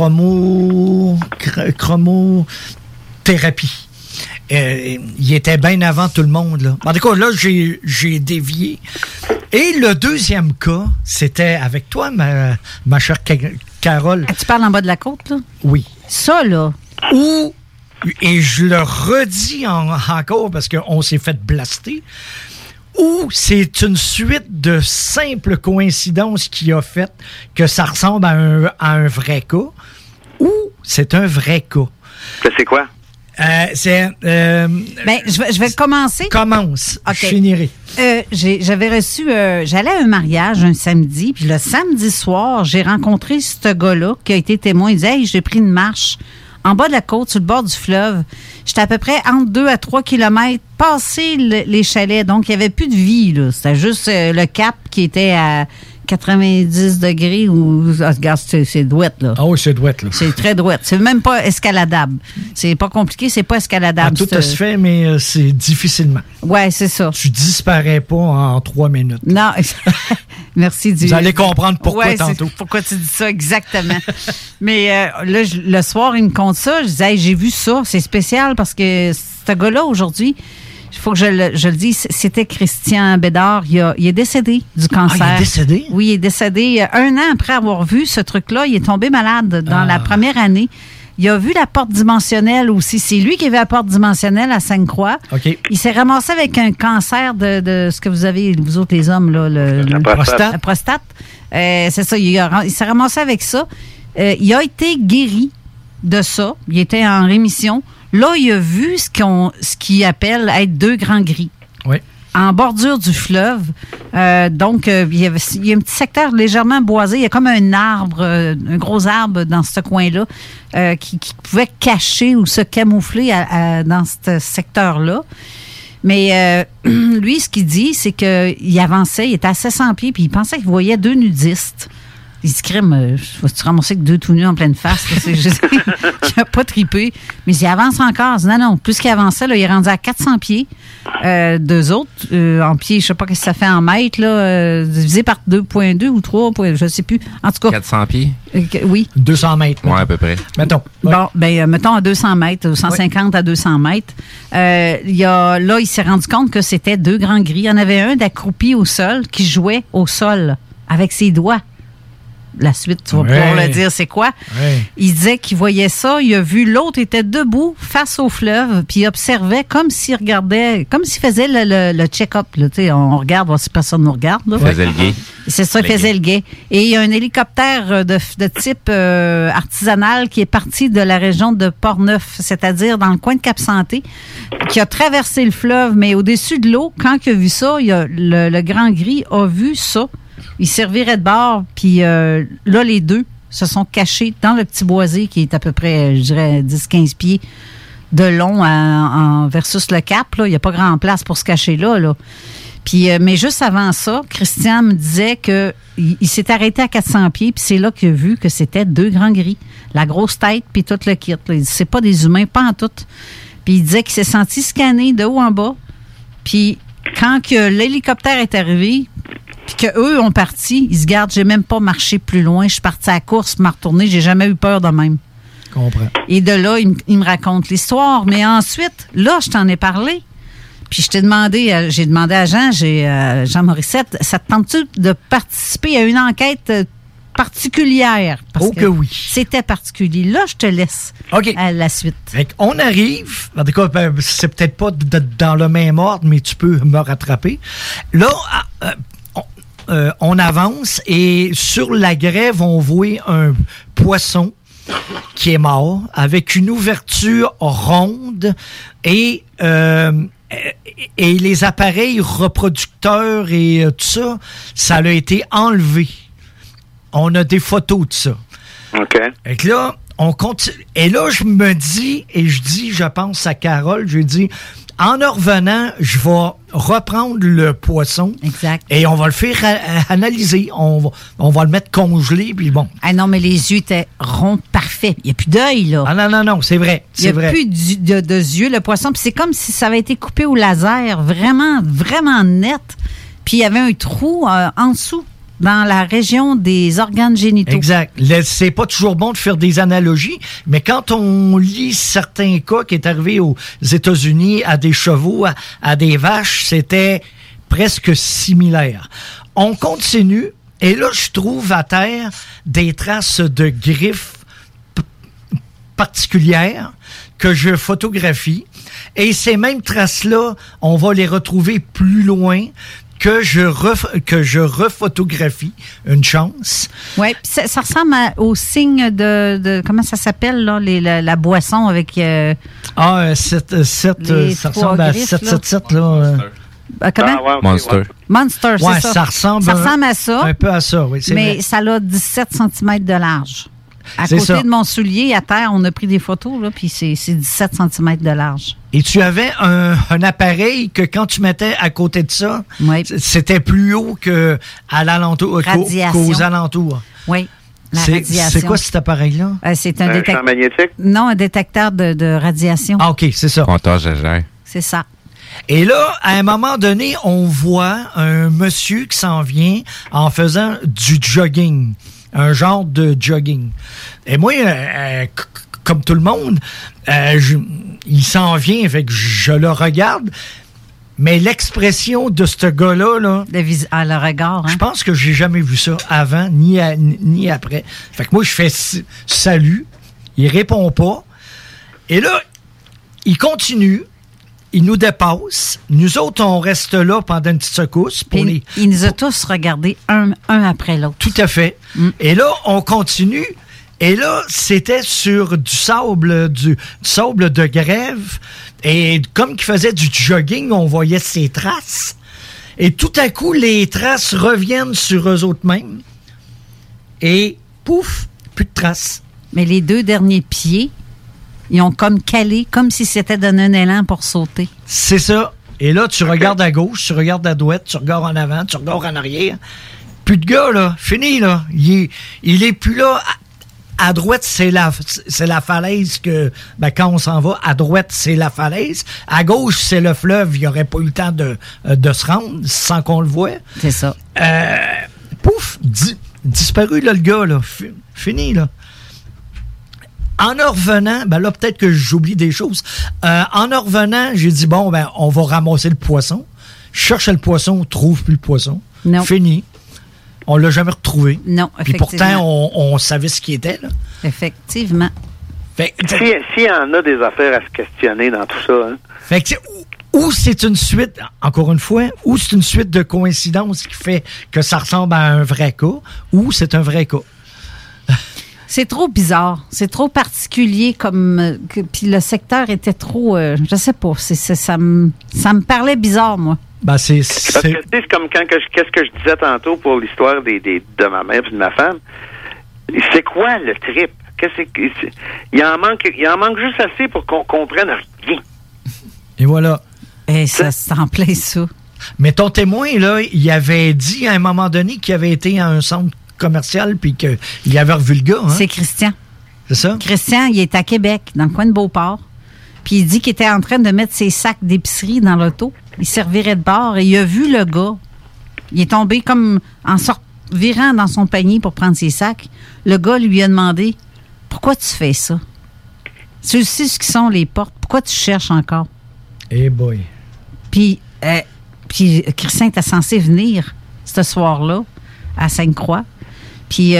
chromothérapie. Il était bien avant tout le monde, là. En tout cas, là, j'ai dévié. Et le deuxième cas, c'était avec toi, ma chère Carole. Tu parles en bas de la côte, là? Oui. Ça, là. Et je le redis encore parce qu'on s'est fait blaster, ou c'est une suite de simples coïncidences qui a fait que ça ressemble à un vrai cas, ou c'est un vrai cas. C'est quoi? Je vais commencer. Commence. Okay. Je finirai. J'avais reçu... j'allais à un mariage un samedi, puis le samedi soir, j'ai rencontré ce gars-là qui a été témoin. Il disait, hey, j'ai pris une marche en bas de la côte, sur le bord du fleuve. J'étais à peu près entre 2 à 3 kilomètres, passé les chalets. Donc, il n'y avait plus de vie, là. C'était juste le cap qui était à 90 degrés ou... regarde, c'est douette, là. Ah oui, c'est douette, là. C'est très douette. C'est même pas escaladable. C'est pas compliqué, c'est pas escaladable. Tout se fait, mais c'est difficilement. Ouais, c'est ça. Tu disparais pas en 3 minutes. Non. Merci Dieu. Vous allez comprendre pourquoi tantôt. Pourquoi tu dis ça exactement. Mais là, le soir, il me compte ça. Je disais, hey, j'ai vu ça. C'est spécial parce que ce gars-là, aujourd'hui, il faut que je le dise, c'était Christian Bédard. Il est décédé du cancer. Ah, il est décédé? Oui, il est décédé 1 an après avoir vu ce truc-là. Il est tombé malade dans la première année. Il a vu la porte dimensionnelle aussi. C'est lui qui avait la porte dimensionnelle à Sainte-Croix. OK. Il s'est ramassé avec un cancer de ce que vous avez, vous autres les hommes, là, la prostate. C'est ça. Il s'est ramassé avec ça. Il a été guéri de ça. Il était en rémission. Là, il a vu ce qu'il appelle être 2 grands gris. Oui. En bordure du fleuve. Donc, il y a un petit secteur légèrement boisé. Il y a comme un arbre, un gros arbre dans ce coin-là qui pouvait cacher ou se camoufler dans ce secteur-là. Mais lui, ce qu'il dit, c'est qu'il avançait, il était à 700 pieds, puis il pensait qu'il voyait 2 nudistes. Il se crime, vas-tu ramasser que 2 tout nus en pleine face? C'est juste, il n'a pas trippé. Mais il avance encore. Non, plus qu'il avançait, là, il est rendu à 400 pieds. 2 autres, en pieds, je ne sais pas ce que ça fait en mètres, là, divisé par 2,2 ou 3, je ne sais plus. En tout cas. 400 pieds? Oui. 200 mètres. Oui, à peu près. Mettons. Bon, mettons à 200 mètres, 150 à 200 mètres. Là, il s'est rendu compte que c'était 2 grands gris. Il y en avait un d'accroupi au sol qui jouait au sol avec ses doigts. La suite, tu vas pouvoir le dire, c'est quoi? Ouais. Il disait qu'il voyait ça, il a vu l'autre était debout face au fleuve, puis il observait comme s'il regardait, comme s'il faisait le check-up. Là, on regarde, voir si personne nous regarde. Là. Il faisait le guet. C'est ça, il faisait le guet. Et il y a un hélicoptère de type artisanal qui est parti de la région de Portneuf, c'est-à-dire dans le coin de Cap-Santé, qui a traversé le fleuve, mais au-dessus de l'eau, quand il a vu ça, le grand gris a vu ça. Il servirait de bord, puis là, les 2 se sont cachés dans le petit boisé qui est à peu près, je dirais, 10-15 pieds de long versus le cap. Là. Il n'y a pas grand place pour se cacher là. Puis, mais juste avant ça, Christian me disait qu'il s'est arrêté à 400 pieds, puis c'est là qu'il a vu que c'était 2 grands gris. La grosse tête, puis tout le kit. Là. Il dit, c'est pas des humains, pas en tout. Puis il disait qu'il s'est senti scanné de haut en bas. Puis quand que l'hélicoptère est arrivé, puis qu'eux ont parti, ils se gardent, j'ai même pas marché plus loin, je suis parti à la course, m'a retourné, j'ai jamais eu peur de même. Je comprends. Et de là, il me raconte l'histoire. Mais ensuite, là, je t'en ai parlé. Puis j'ai demandé à Jean Morissette, ça te tente-tu de participer à une enquête particulière? Parce que oui. C'était particulier. Là, je te laisse à la suite. On arrive, en tout cas, c'est peut-être pas dans le même ordre, mais tu peux me rattraper. Là, on avance et sur la grève, on voit un poisson qui est mort avec une ouverture ronde et les appareils reproducteurs et tout ça a été enlevé. On a des photos de ça. OK. Et là, on continue. Et là, je me dis, je pense à Carole, je dis, en revenant, je vais reprendre le poisson. Exact. Et on va le faire analyser. On va le mettre congelé, puis bon. Ah non, mais les yeux étaient ronds, parfaits. Il n'y a plus d'œil, là. Ah non, c'est vrai. Il n'y a plus de yeux, le poisson. Puis c'est comme si ça avait été coupé au laser, vraiment, vraiment net. Puis il y avait un trou en dessous, dans la région des organes génitaux. Exact. C'est pas toujours bon de faire des analogies, mais quand on lit certains cas qui est arrivé aux États-Unis à des chevaux, à des vaches, c'était presque similaire. On continue, et là, je trouve à terre des traces de griffes particulières que je photographie. Et ces mêmes traces-là, on va les retrouver plus loin, que je refotographie, une chance. Oui, ça ressemble au signe de comment ça s'appelle, là, la boisson avec... ça ressemble à 777, là. Comment? Monster. Monster, c'est ouais, ça. Ça ressemble à ça. Un peu à ça, oui. Mais vrai. Ça a 17 cm de large. À côté de mon soulier, à terre, on a pris des photos, là, puis c'est 17 cm de large. Et tu avais un appareil que quand tu mettais à côté de ça, c'était plus haut qu'aux alentours. Oui, la radiation. C'est quoi cet appareil-là? C'est un champ magnétique? Non, un détecteur de radiation. Ah, OK, c'est ça. Compteur GR. C'est ça. Et là, à un moment donné, on voit un monsieur qui s'en vient en faisant du jogging. Un genre de jogging. Et moi, comme tout le monde, il s'en vient, fait que je le regarde, mais l'expression de ce gars-là, le regard, je pense que j'ai jamais vu ça avant, ni après. Fait que moi, je fais salut, Il répond pas. Et là, il continue. Il nous dépasse. Nous autres, on reste là pendant une petite secousse. Il nous a tous regardés un après l'autre. Tout à fait. Et là, on continue. Et là, c'était sur du sable de grève. Et comme il faisait du jogging, on voyait ses traces. Et tout à coup, les traces reviennent sur eux autres mêmes. Et pouf, plus de traces. Mais les 2 derniers pieds, ils ont comme calé, comme si c'était donné un élan pour sauter. C'est ça. Et là, tu regardes à gauche, tu regardes à droite, tu regardes en avant, tu regardes en arrière. Plus de gars, là. Fini, là. Il est plus là. À droite, c'est la falaise que... Ben, quand on s'en va, à droite, c'est la falaise. À gauche, c'est le fleuve. Il n'y aurait pas eu le temps de se rendre sans qu'on le voie. C'est ça. Pouf! Disparu, là, le gars, là. Fini, là. En revenant, ben là, peut-être que j'oublie des choses. En revenant, j'ai dit, bon, ben, on va ramasser le poisson. Je cherche le poisson, on trouve plus le poisson. Non. Fini. On l'a jamais retrouvé. Non, effectivement. Puis pourtant, on savait ce qui était, là. Effectivement. S'il y en a des affaires à se questionner dans tout ça, hein. Fait que, ou c'est une suite, encore une fois, ou c'est une suite de coïncidences qui fait que ça ressemble à un vrai cas, ou c'est un vrai cas. C'est trop bizarre. C'est trop particulier comme... Puis le secteur était trop... je sais pas. Ça me parlait bizarre, moi. Ben, parce que c'est comme qu'est-ce que je disais tantôt pour l'histoire de ma mère et de ma femme. C'est quoi le trip? Il en manque juste assez pour qu'on comprenne rien. Et voilà. Et ça s'en plaît, ça. Mais ton témoin, là, il avait dit à un moment donné qu'il avait été à un centre commercial puis qu'il avait revu le gars. Hein? C'est Christian. C'est ça? Christian, il est à Québec, dans le coin de Beauport. Puis il dit qu'il était en train de mettre ses sacs d'épicerie dans l'auto. Il servirait de bord et il a vu le gars. Il est tombé comme en virant dans son panier pour prendre ses sacs. Le gars lui a demandé « Pourquoi tu fais ça? Tu sais ce qui sont les portes. Pourquoi tu cherches encore? » Eh boy. Puis Christian était censé venir ce soir-là à Sainte-Croix. Puis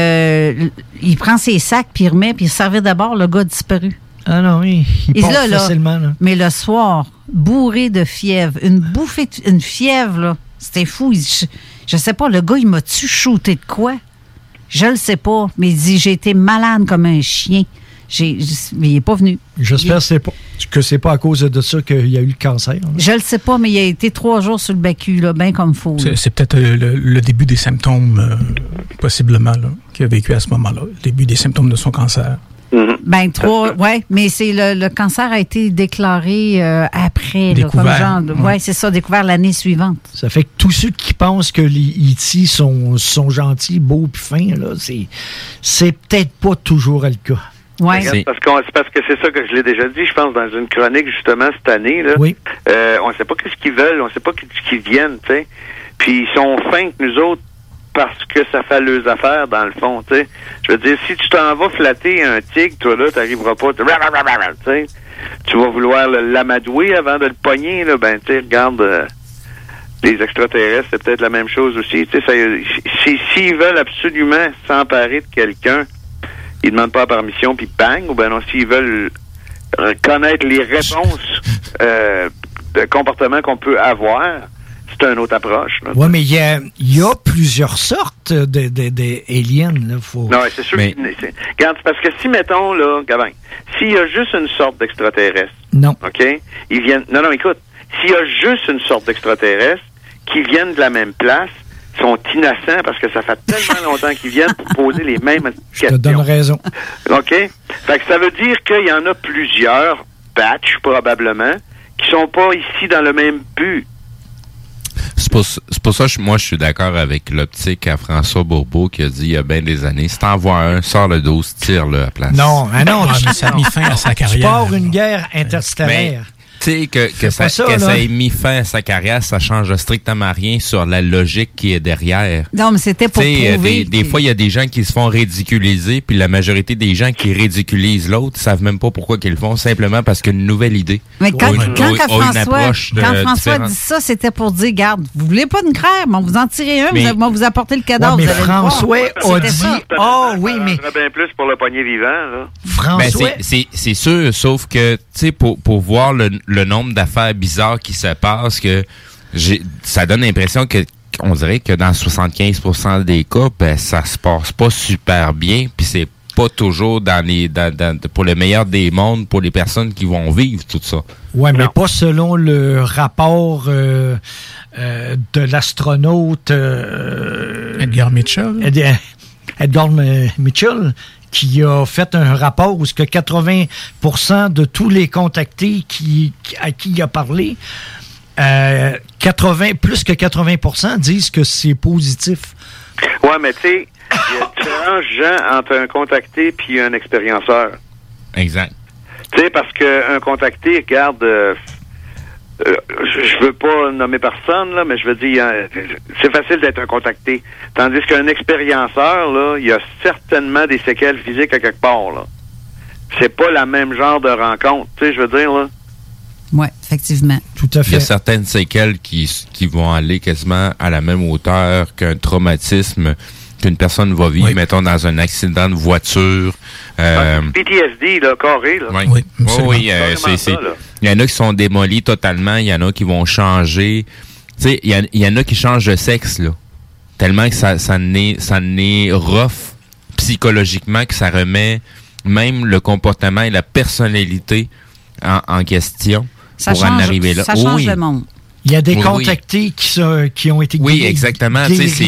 il prend ses sacs, puis il remet, puis il servait d'abord, le gars a disparu. Ah non, oui, il part facilement. Là. Mais le soir, bourré de fièvre, une fièvre, là, c'était fou. Je sais pas, le gars, il m'a-tu shooté de quoi? Je le sais pas, mais il dit, j'ai été malade comme un chien. Mais il n'est pas venu. J'espère que c'est pas à cause de ça qu'il y a eu le cancer. Là. Je le sais pas, mais il a été 3 jours sur le BACU, là, bien comme il faut. C'est peut-être le début des symptômes, possiblement, qu'il a vécu à ce moment-là. Le début des symptômes de son cancer. Ben, 3, ouais, mais c'est le cancer a été déclaré après. Découvert. Oui, c'est ça, découvert l'année suivante. Ça fait que tous ceux qui pensent que les E.T. sont gentils, beaux puis fins, là, c'est peut-être pas toujours le cas. Ouais. C'est parce que c'est ça que je l'ai déjà dit, je pense, dans une chronique, justement, cette année. Là. Oui. On ne sait pas ce qu'ils veulent, on ne sait pas ce qu'ils viennent, tu sais. Puis ils sont fins que nous autres parce que ça fait leurs affaires, dans le fond, tu sais. Je veux dire, si tu t'en vas flatter un tigre, toi, là, t'arriveras pas, tu sais. Tu vas vouloir l'amadouer avant de le pogner, là, ben, tu sais, regarde, les extraterrestres, c'est peut-être la même chose aussi, tu sais. S'ils veulent absolument s'emparer de quelqu'un, ils demandent pas la permission, puis bang, ou ben non, s'ils veulent connaître les réponses de comportement qu'on peut avoir, c'est une autre approche. Oui, mais il y a plusieurs sortes d'aliens. Non, c'est sûr. Regarde, parce que si, mettons, là, Gabin, s'il y a juste une sorte d'extraterrestre, non. OK, ils viennent... Non, écoute, s'il y a juste une sorte d'extraterrestre qui viennent de la même place, sont innocents parce que ça fait tellement longtemps qu'ils viennent pour poser les mêmes questions. Je te donne raison. OK? Fait que ça veut dire qu'il y en a plusieurs batchs, probablement, qui sont pas ici dans le même but. C'est pour ça que moi, je suis d'accord avec l'optique à François Bourbeau qui a dit il y a bien des années, si t'en vois un, sors le 12, tire-le à place. Non, ça a mis fin à sa carrière. Tu pars une guerre interstellaire. sais, que ça ait mis fin à sa carrière, ça change strictement rien sur la logique qui est derrière. Non, mais c'était pour prouver. Des fois, il y a des gens qui se font ridiculiser, puis la majorité des gens qui ridiculisent l'autre savent même pas pourquoi qu'ils le font, simplement parce qu'il y a une nouvelle idée. Mais quand François dit ça, c'était pour dire, garde, vous voulez pas de crème, on vous en tirer un, on va vous apporter le cadeau. Mais François a dit, oui, mais... Ça bien plus pour le poignet vivant, là. François... c'est sûr, sauf que, tu sais, pour voir le nombre d'affaires bizarres qui se passent, que ça donne l'impression que on dirait que dans 75% des cas, ben, ça se passe pas super bien, puis c'est pas toujours pour le meilleur des mondes, pour les personnes qui vont vivre tout ça. Oui, mais pas selon le rapport de l'astronaute Edgar Mitchell. Edgar Mitchell, qui a fait un rapport où 80% de tous les contactés à qui il a parlé, plus que 80% disent que c'est positif. Ouais, mais tu sais, il y a différents gens entre un contacté puis un expérienceur. Exact. Tu sais, parce qu'un contacté, regarde, je veux pas nommer personne, là, mais je veux dire, c'est facile d'être un contacté. Tandis qu'un expérienceur, là, il y a certainement des séquelles physiques à quelque part, là. C'est pas la même genre de rencontre, tu sais, je veux dire, là. Oui, effectivement. Tout à fait. Il y a certaines séquelles qui vont aller quasiment à la même hauteur qu'un traumatisme qu'une personne va vivre, mettons, dans un accident de voiture. PTSD, là, carré, là. Oui, il y en a qui sont démolis totalement, il y en a qui vont changer. Tu sais, il y en a qui changent de sexe, là. Tellement que ça n'est rough psychologiquement que ça remet même le comportement et la personnalité en question pour en arriver là. Ça change le monde. Il y a des contactés qui ont été guéris. Oui, exactement.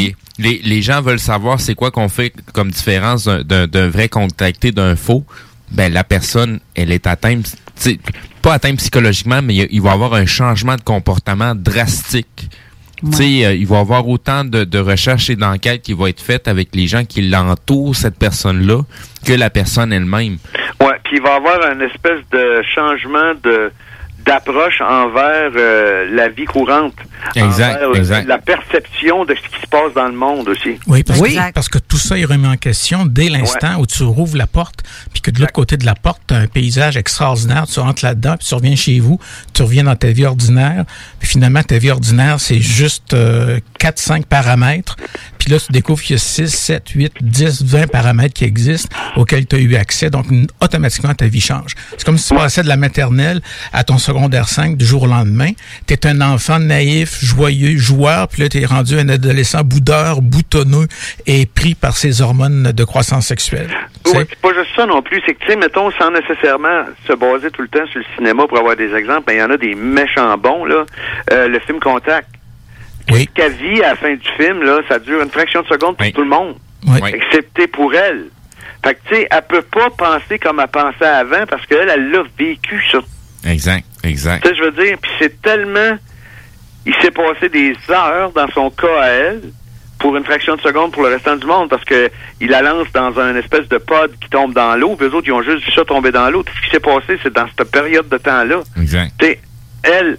Les gens veulent savoir c'est quoi qu'on fait comme différence d'un vrai contacté d'un faux. Ben, la personne, elle est atteinte, pas atteinte psychologiquement, mais il va y avoir un changement de comportement drastique. Ouais. Il va y avoir autant de recherches et d'enquêtes qui vont être faites avec les gens qui l'entourent, cette personne-là, que la personne elle-même. Oui, puis il va y avoir une espèce de changement d'approche envers la vie courante. Exact. La perception de ce qui se passe dans le monde aussi. Oui, parce que tout ça est remis en question dès l'instant où tu rouvres la porte, puis que de l'autre côté de la porte, tu as un paysage extraordinaire, tu rentres là-dedans, puis tu reviens chez vous, tu reviens dans ta vie ordinaire, puis finalement, ta vie ordinaire, c'est juste 4-5 paramètres, puis là, tu découvres qu'il y a 6, 7, 8, 10, 20 paramètres qui existent auxquels tu as eu accès, donc automatiquement, ta vie change. C'est comme si tu passais de la maternelle à ton secondaire 5 du jour au lendemain. Tu es un enfant naïf, joyeux, joueur, puis là, tu es rendu un adolescent boudeur, boutonneux et pris par ses hormones de croissance sexuelle. Oui, c'est pas juste ça non plus. C'est que, tu sais, mettons, sans nécessairement se baser tout le temps sur le cinéma pour avoir des exemples, mais il y en a des méchants bons, là. Le film Contact. Oui. Qu'elle vit à la fin du film, là, ça dure une fraction de seconde pour tout le monde. Oui. Excepté pour elle. Fait que, tu sais, elle peut pas penser comme elle pensait avant parce qu'elle, elle l'a vécu, ça. Exact. Tu sais, je veux dire, puis c'est tellement... Il s'est passé des heures dans son cas à elle pour une fraction de seconde pour le restant du monde parce que il la lance dans un espèce de pod qui tombe dans l'eau, puis eux autres, ils ont juste vu ça tomber dans l'eau. Tout ce qui s'est passé, c'est dans cette période de temps-là. Exact. Tu sais, elle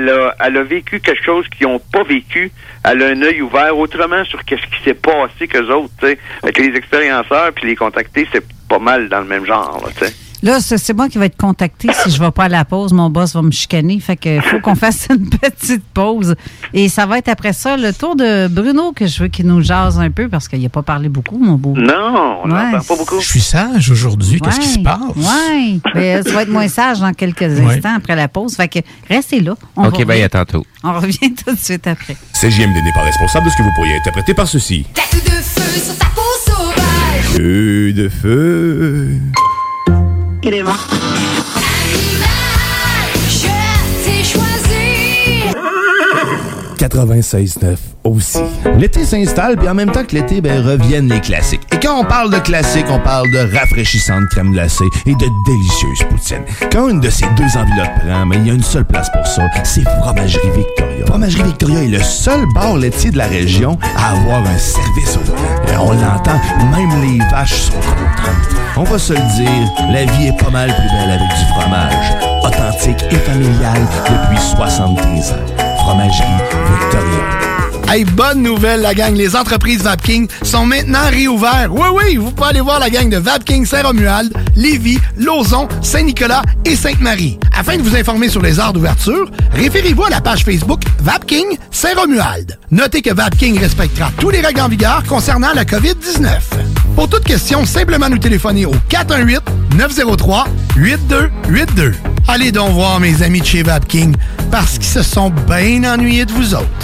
a vécu quelque chose qu'ils n'ont pas vécu. Elle a un œil ouvert autrement sur qu'est-ce qui s'est passé qu'eux autres, tu sais. Avec les expérienceurs puis les contactés, c'est pas mal dans le même genre, là, tu sais. Là, c'est moi qui vais être contacté si je ne vais pas à la pause. Mon boss va me chicaner. Fait que faut qu'on fasse une petite pause. Et ça va être après ça le tour de Bruno que je veux qu'il nous jase un peu parce qu'il n'a pas parlé beaucoup, mon beau. Non, on n'en parle pas beaucoup. Je suis sage aujourd'hui. Qu'est-ce qui se passe? Oui. Mais tu vas être moins sage dans quelques instants après la pause. Fait que restez là. OK, bien, à tantôt. On revient tout de suite après. CJMD n'est pas responsable de ce que vous pourriez interpréter par ceci. Feu de feu sur ta peau sauvage. Feu de feu. Il est mort. Je t'ai choisi. 96.9 aussi. L'été s'installe, puis en même temps que l'été, reviennent les classiques. Et quand on parle de classique, on parle de rafraîchissante crème glacée et de délicieuse poutine. Quand une de ces deux enveloppes prend, mais il y a une seule place pour ça, c'est Fromagerie Victoria. Fromagerie Victoria est le seul bar laitier de la région à avoir un service au volant. Et on l'entend, même les vaches sont contentes. On va se le dire, la vie est pas mal plus belle avec du fromage. Authentique et familial depuis 73 ans. Fromagerie Victoria. Hey, bonne nouvelle, la gang. Les entreprises Vapking sont maintenant réouvertes. Oui, vous pouvez aller voir la gang de Vapking Saint-Romuald, Lévis, Lauson, Saint-Nicolas et Sainte-Marie. Afin de vous informer sur les heures d'ouverture, référez-vous à la page Facebook Vapking Saint-Romuald. Notez que Vapking respectera tous les règles en vigueur concernant la COVID-19. Pour toute question, simplement nous téléphoner au 418-903-8282. Allez donc voir mes amis de chez Vapking, parce qu'ils se sont bien ennuyés de vous autres.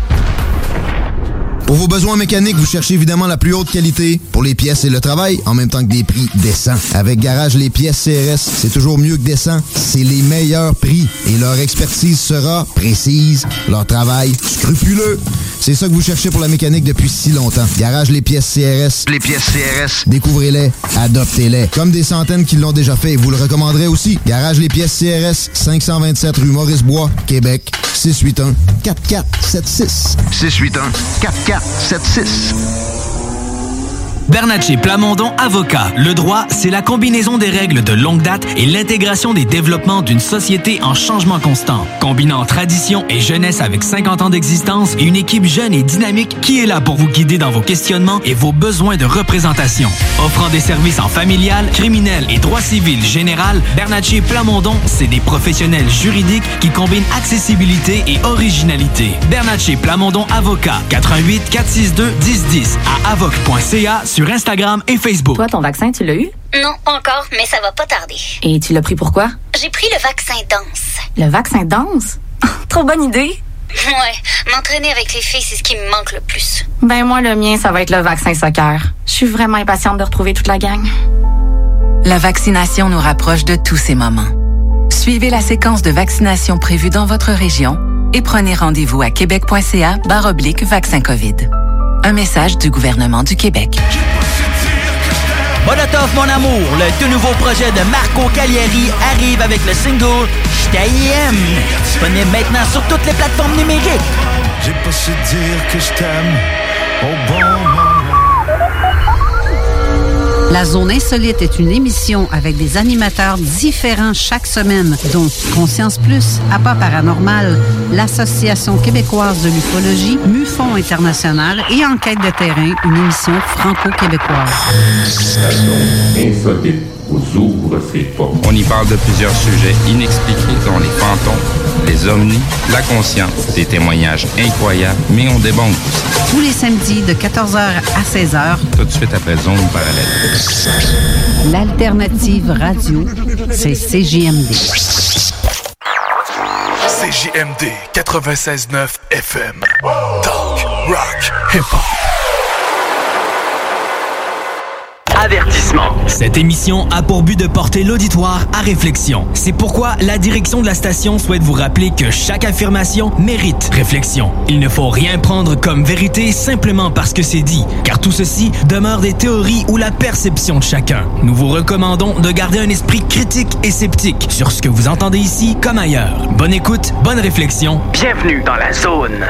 Pour vos besoins mécaniques, vous cherchez évidemment la plus haute qualité pour les pièces et le travail, en même temps que des prix décents. Avec Garage Les Pièces CRS, c'est toujours mieux que décent. C'est les meilleurs prix et leur expertise sera précise, leur travail scrupuleux. C'est ça que vous cherchez pour la mécanique depuis si longtemps. Garage Les Pièces CRS. Les pièces CRS. Découvrez-les, adoptez-les. Comme des centaines qui l'ont déjà fait et vous le recommanderez aussi. Garage Les Pièces CRS, 527 rue Maurice-Bois, Québec, 681-4476. 681-4476. Bernatchez Plamondon Avocat. Le droit, c'est la combinaison des règles de longue date et l'intégration des développements d'une société en changement constant. Combinant tradition et jeunesse avec 50 ans d'existence et une équipe jeune et dynamique qui est là pour vous guider dans vos questionnements et vos besoins de représentation. Offrant des services en familial, criminel et droit civil général, Bernatchez Plamondon, c'est des professionnels juridiques qui combinent accessibilité et originalité. Bernatchez Plamondon Avocat. 88 462 1010 à avoc.ca sur Instagram et Facebook. Toi, ton vaccin, tu l'as eu? Non, pas encore, mais ça va pas tarder. Et tu l'as pris pourquoi? J'ai pris le vaccin danse. Le vaccin danse? Trop bonne idée! Ouais, m'entraîner avec les filles, c'est ce qui me manque le plus. Ben moi, le mien, ça va être le vaccin soccer. Je suis vraiment impatiente de retrouver toute la gang. La vaccination nous rapproche de tous ces moments. Suivez la séquence de vaccination prévue dans votre région et prenez rendez-vous à québec.ca/vaccin COVID. Un message du gouvernement du Québec. Molotov, mon amour, le tout nouveau projet de Marco Cagliari arrive avec le single « J't'aime ». Disponible maintenant sur toutes les plateformes numériques. J'ai pas su dire que je t'aime au bon moment. La Zone Insolite est une émission avec des animateurs différents chaque semaine, dont Conscience Plus, Appât Paranormal, l'Association québécoise de l'ufologie, MUFON International et Enquête de terrain, une émission franco-québécoise. La Zone Insolite vous ouvre ses portes. On y parle de plusieurs sujets inexpliqués, dont les fantômes, les ovnis, la conscience, des témoignages incroyables, mais on débonde aussi. Tous les samedis de 14h à 16h. Tout de suite après Zone Parallèle. L'alternative radio, c'est CJMD. CJMD 96.9 FM. Talk, rock, hip-hop. Avertissement. Cette émission a pour but de porter l'auditoire à réflexion. C'est pourquoi la direction de la station souhaite vous rappeler que chaque affirmation mérite réflexion. Il ne faut rien prendre comme vérité simplement parce que c'est dit, car tout ceci demeure des théories ou la perception de chacun. Nous vous recommandons de garder un esprit critique et sceptique sur ce que vous entendez ici comme ailleurs. Bonne écoute, bonne réflexion. Bienvenue dans la zone.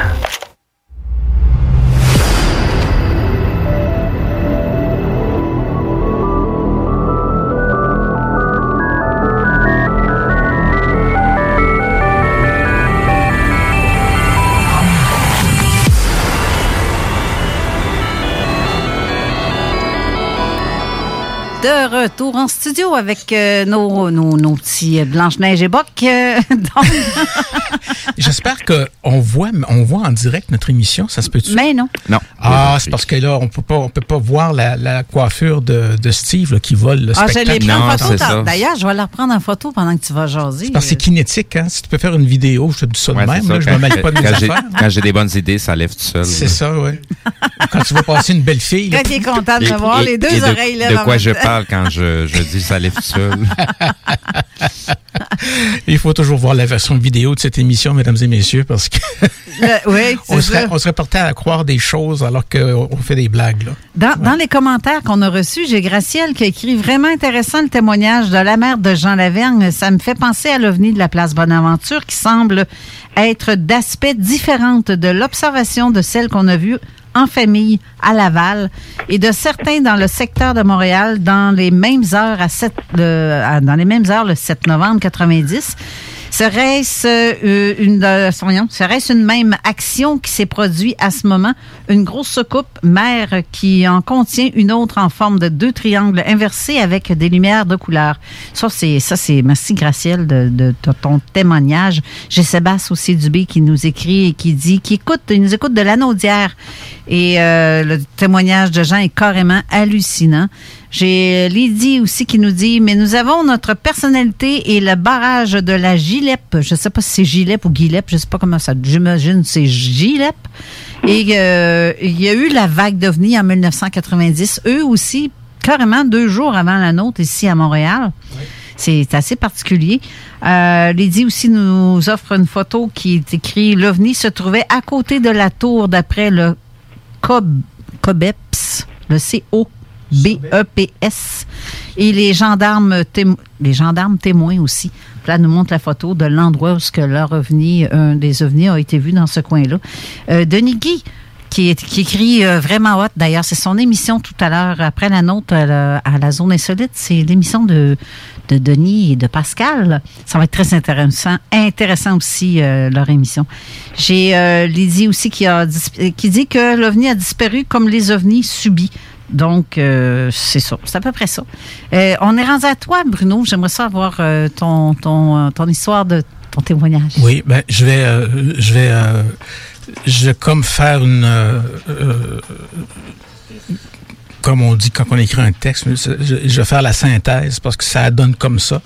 De retour en studio avec nos petits Blanche-Neige et Boc. J'espère qu'on voit en direct notre émission, ça se peut-tu? Mais non. Non. Ah, c'est parce que là, on peut pas voir la coiffure de Steve là, qui vole le spectacle. Je l'ai pris en photo. D'ailleurs, je vais la reprendre en photo pendant que tu vas jaser. C'est parce que c'est kinétique, hein? Si tu peux faire une vidéo, je te dis ça de même. Là, je me mêle pas de mes affaires. Quand j'ai des bonnes idées, ça lève tout seul. C'est ça, oui. Quand tu vas passer une belle fille. Quand tu es content de me voir, les deux oreilles là. De quoi je parle quand je dis ça lève tout seul? Il faut toujours voir la version vidéo de cette émission, mesdames et messieurs, parce que oui, on serait porté à croire des choses alors qu'on fait des blagues. Là. Dans les commentaires qu'on a reçus, j'ai Gracielle qui a écrit vraiment intéressant le témoignage de la mère de Jean Lavergne. Ça me fait penser à l'OVNI de la place Bonaventure qui semble être d'aspect différente de l'observation de celle qu'on a vue en famille à Laval et de certains dans le secteur de Montréal dans les mêmes heures le 7 novembre 90. Serait-ce une même action qui s'est produite à ce moment? Une grosse soucoupe mère qui en contient une autre en forme de 2 triangles inversés avec des lumières de couleur. Ça, c'est merci Gracielle de ton témoignage. J'ai Sébastien aussi Dubé qui nous écrit et qui dit qu'il nous écoute de l'Anaudière. Et le témoignage de Jean est carrément hallucinant. J'ai Lydie aussi qui nous dit « Mais nous avons notre personnalité et le barrage de la Gilep. » Je ne sais pas si c'est Gilep ou Guilep, je ne sais pas comment ça... J'imagine que c'est Gilep. Et il y a eu la vague d'OVNI en 1990. Eux aussi, carrément 2 jours avant la nôtre ici à Montréal. Oui. C'est assez particulier. Lydie aussi nous offre une photo qui est écrite « L'OVNI se trouvait à côté de la tour d'après le COBEPS, le COBEPS. Et les gendarmes témoins aussi. Là, nous montre la photo de l'endroit où un des ovnis a été vu dans ce coin-là. Denis Guy, qui écrit vraiment hot. D'ailleurs, c'est son émission tout à l'heure, après la nôtre à la Zone Insolite. C'est l'émission de Denis et de Pascal. Ça va être très intéressant aussi, leur émission. J'ai Lydie aussi qui dit que l'OVNI a disparu comme les ovnis subis. Donc, c'est ça. C'est à peu près ça. On est rendu à toi, Bruno. J'aimerais savoir ton histoire de ton témoignage. Oui, je vais comme faire comme on dit quand on écrit un texte, je vais faire la synthèse parce que ça donne comme ça.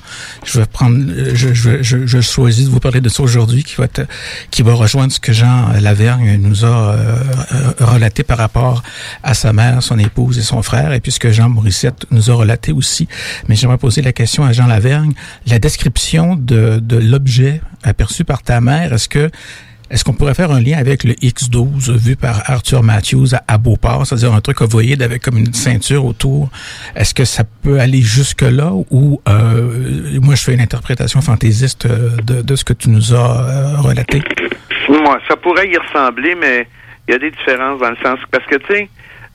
Je choisis de vous parler de ça aujourd'hui qui va rejoindre ce que Jean Lavergne nous a relaté par rapport à sa mère, son épouse et son frère, et puis ce que Jean Morissette nous a relaté aussi. Mais j'aimerais poser la question à Jean Lavergne. La description de l'objet aperçu par ta mère, est-ce qu'on pourrait faire un lien avec le X12 vu par Arthur Matthews à Beauport, c'est-à-dire un truc ovoïde avec comme une ceinture autour? Est-ce que ça peut aller jusque-là ou moi je fais une interprétation fantaisiste de ce que tu nous as relaté? Moi, ça pourrait y ressembler, mais il y a des différences dans le sens parce que tu sais,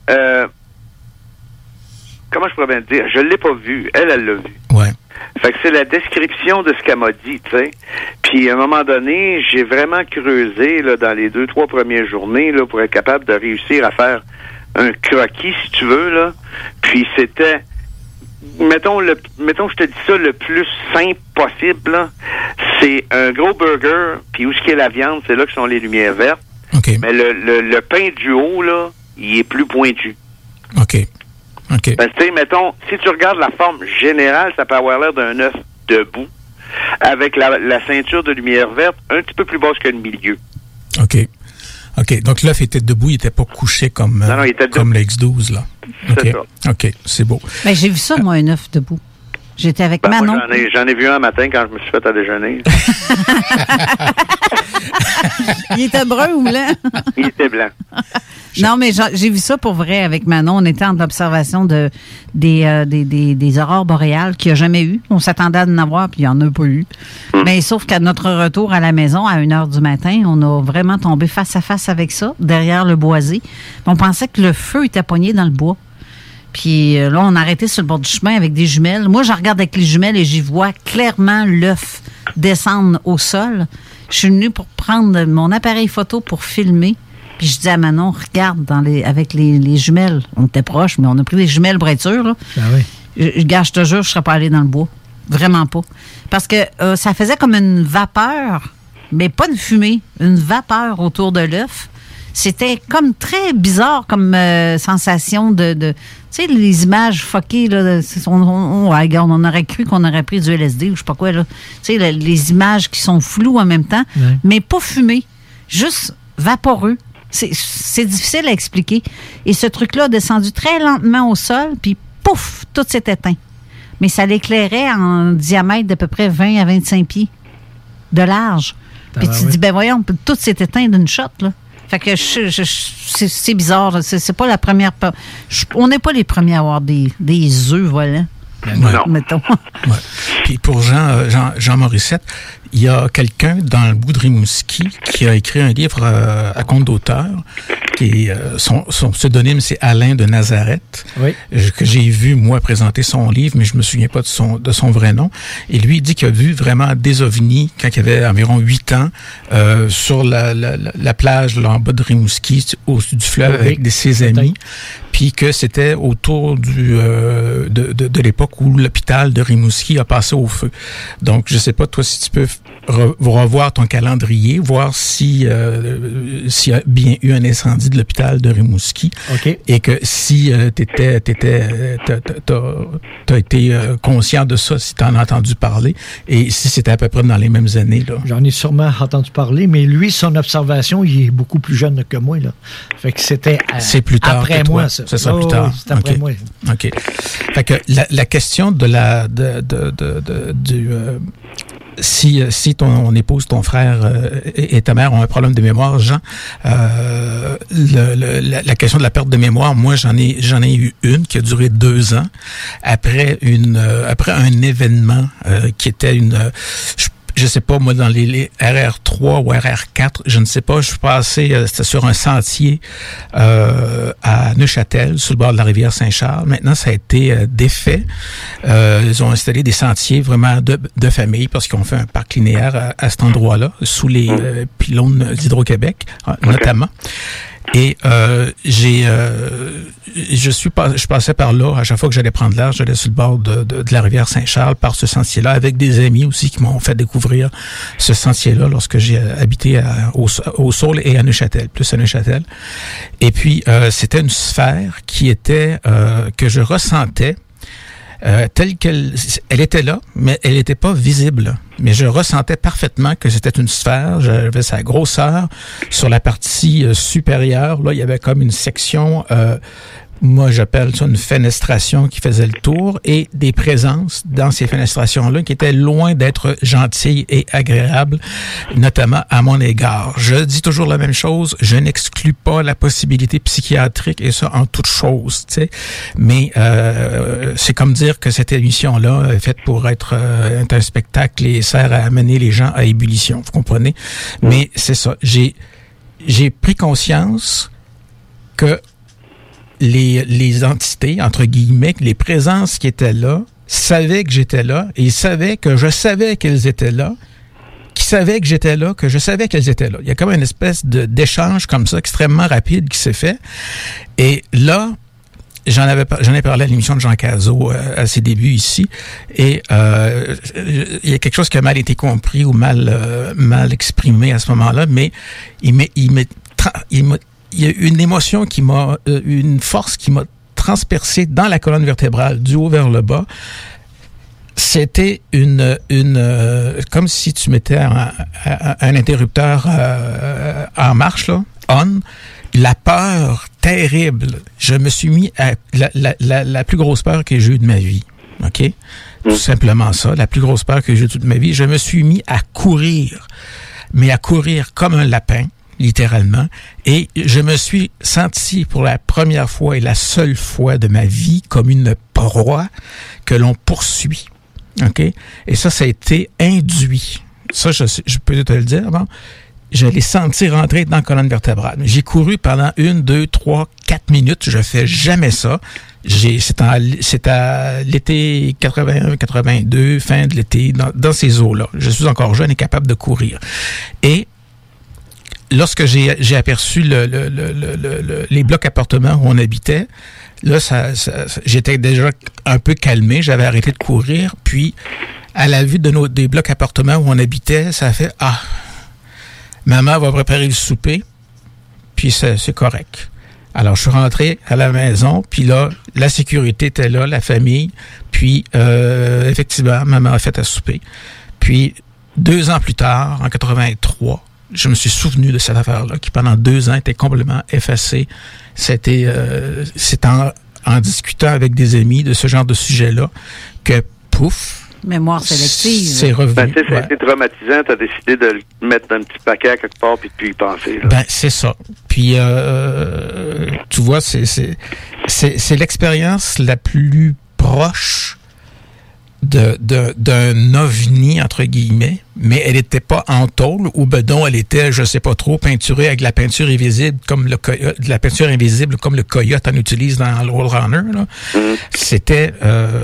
comment je pourrais bien te dire? Je l'ai pas vu, elle l'a vu. Ouais. Fait que c'est la description de ce qu'elle m'a dit, tu sais. Puis, à un moment donné, j'ai vraiment creusé, là, dans les 2-3 premières journées, là, pour être capable de réussir à faire un croquis, si tu veux, là. Puis, c'était, mettons, je te dis ça, le plus simple possible, là. C'est un gros burger, puis où ce qui est la viande, c'est là que sont les lumières vertes. Okay. Mais le pain du haut, là, il est plus pointu. OK. OK. Ben, tu sais, mettons, si tu regardes la forme générale, ça peut avoir l'air d'un œuf debout, avec la ceinture de lumière verte un petit peu plus basse que le milieu. OK. OK. Donc, l'œuf était debout, il n'était pas couché comme le X12, là. C'est ça. OK. C'est beau. Ben, j'ai vu ça, moi, un œuf debout. J'étais avec Manon. Moi, j'en ai vu un matin quand je me suis fait à déjeuner. Il était brun ou blanc? Il était blanc. Non, mais j'ai vu ça pour vrai avec Manon. On était en observation des aurores boréales qu'il n'y a jamais eu. On s'attendait à en avoir, puis il n'y en a pas eu. Mais sauf qu'à notre retour à la maison, à 1h du matin, on a vraiment tombé face à face avec ça, derrière le boisé. On pensait que le feu était pogné dans le bois. Puis là, on a arrêté sur le bord du chemin avec des jumelles. Moi, je regarde avec les jumelles et j'y vois clairement l'œuf descendre au sol. Je suis venue pour prendre mon appareil photo pour filmer. Puis je dis à Manon, regarde avec les jumelles. On était proches, mais on a pris des jumelles pour être sûr. Là. Ah oui. Je te jure, je ne serais pas allée dans le bois. Vraiment pas. Parce que ça faisait comme une vapeur, mais pas de fumée. Une vapeur autour de l'œuf. C'était comme très bizarre comme sensation de tu sais, les images fuckées, là, regarde, on aurait cru qu'on aurait pris du LSD ou je sais pas quoi, là. Tu sais, les images qui sont floues en même temps, mais pas fumées, juste vaporeux. C'est difficile à expliquer. Et ce truc-là a descendu très lentement au sol, puis pouf, tout s'est éteint. mais ça l'éclairait en diamètre d'à peu près 20 à 25 pieds de large. Puis tu dis, ben voyons, tout s'est éteint d'une shot, là. Fait que c'est bizarre, là. C'est pas la première... on n'est pas les premiers à avoir des œufs volants. Non. Mettons. Ouais. Puis pour Jean Morissette, il y a quelqu'un dans le bout de Rimouski qui a écrit un livre à compte d'auteur. Son pseudonyme, c'est Alain de Nazareth. Oui. Que j'ai vu, moi, présenter son livre, mais je me souviens pas de son vrai nom. Et lui, il dit qu'il a vu vraiment des ovnis quand il avait environ 8 ans sur la plage là, en bas de Rimouski, au-dessus du fleuve, avec ses amis. Puis que c'était autour de l'époque où l'hôpital de Rimouski a passé au feu. Donc, je sais pas, toi, si tu peux revoir ton calendrier, voir s'il y a bien eu un incendie de l'hôpital de Rimouski. Okay. Et que si t'as été conscient de ça, si t'en as entendu parler, et si c'était à peu près dans les mêmes années, là. J'en ai sûrement entendu parler, mais lui, son observation, il est beaucoup plus jeune que moi, là. Fait que c'était c'est plus tard après que toi. moi, ça. Ça sera plus tard. C'est après moi. OK. Fait que la question de si ton épouse, ton frère et ta mère ont un problème de mémoire, Jean, la question de la perte de mémoire, moi j'en ai eu une qui a duré 2 ans après un événement qui était je sais pas, moi, dans les RR3 ou RR4, je ne sais pas, je suis passé, c'était sur un sentier à Neuchâtel, sur le bord de la rivière Saint-Charles. Maintenant, ça a été défait. Ils ont installé des sentiers vraiment de famille parce qu'ils ont fait un parc linéaire à cet endroit-là, sous les pylônes d'Hydro-Québec, notamment. Et je passais par là, à chaque fois que j'allais prendre l'air, j'allais sur le bord de la rivière Saint-Charles, par ce sentier-là, avec des amis aussi qui m'ont fait découvrir ce sentier-là lorsque j'ai habité au Saule et à Neuchâtel, plus à Neuchâtel. Et puis, c'était une sphère qui était, que je ressentais, telle elle était là, mais elle n'était pas visible. Mais je ressentais parfaitement que c'était une sphère. J'avais sa grosseur. Sur la partie supérieure, là, il y avait comme une section, moi j'appelle ça une fenestration qui faisait le tour, et des présences dans ces fenestrations-là qui étaient loin d'être gentilles et agréables, notamment à mon égard. Je dis toujours la même chose, je n'exclus pas la possibilité psychiatrique, et ça en toute chose, tu sais. Mais c'est comme dire que cette émission-là est faite pour être un spectacle et sert à amener les gens à ébullition, vous comprenez? Mais c'est ça, j'ai pris conscience que les entités, entre guillemets, les présences qui étaient là, savaient que j'étais là, et ils savaient que je savais qu'elles étaient là, qui savaient que j'étais là, que je savais qu'elles étaient là. Il y a comme une espèce d'échange comme ça, extrêmement rapide qui s'est fait. Et là, j'en ai parlé à l'émission de Jean Cazot à ses débuts ici, et il y a quelque chose qui a mal été compris ou mal exprimé à ce moment-là, mais il y a une émotion une force qui m'a transpercé dans la colonne vertébrale, du haut vers le bas. C'était comme si tu mettais un interrupteur en marche, là, on. La peur terrible. Je me suis mis à la plus grosse peur que j'ai eue de ma vie. OK? Tout simplement ça. La plus grosse peur que j'ai eue de toute ma vie. Je me suis mis à courir. Mais à courir comme un lapin, littéralement. Et je me suis senti pour la première fois et la seule fois de ma vie comme une proie que l'on poursuit. OK? Et ça a été induit. Ça, je peux te le dire, bon. Je l'ai senti rentrer dans la colonne vertébrale. J'ai couru pendant 1, 2, 3, 4 minutes. Je fais jamais ça. C'est à l'été 81, 82, fin de l'été, dans ces eaux-là. Je suis encore jeune et capable de courir. Et lorsque j'ai aperçu les blocs appartements où on habitait, là, j'étais déjà un peu calmé. J'avais arrêté de courir. Puis, à la vue des blocs appartements où on habitait, ça a fait « Ah! » Maman va préparer le souper, puis c'est correct. Alors, je suis rentré à la maison, puis là, la sécurité était là, la famille, puis effectivement, maman a fait à souper. Puis, 2 ans plus tard, en 83, je me suis souvenu de cette affaire-là, qui pendant 2 ans était complètement effacée. C'était en discutant avec des amis de ce genre de sujet-là, que pouf, mémoire sélective. C'est revenu. Ben, ça a été traumatisant. Tu as décidé de le mettre dans un petit paquet à quelque part puis de plus y penser. Là. Ben, c'est ça. Puis, tu vois, c'est l'expérience la plus proche d'un ovni, entre guillemets, mais elle n'était pas en tôle ou bedon, elle était, je sais pas trop, peinturée avec de la peinture invisible comme le coyote en utilise dans le Roadrunner. Là. C'était...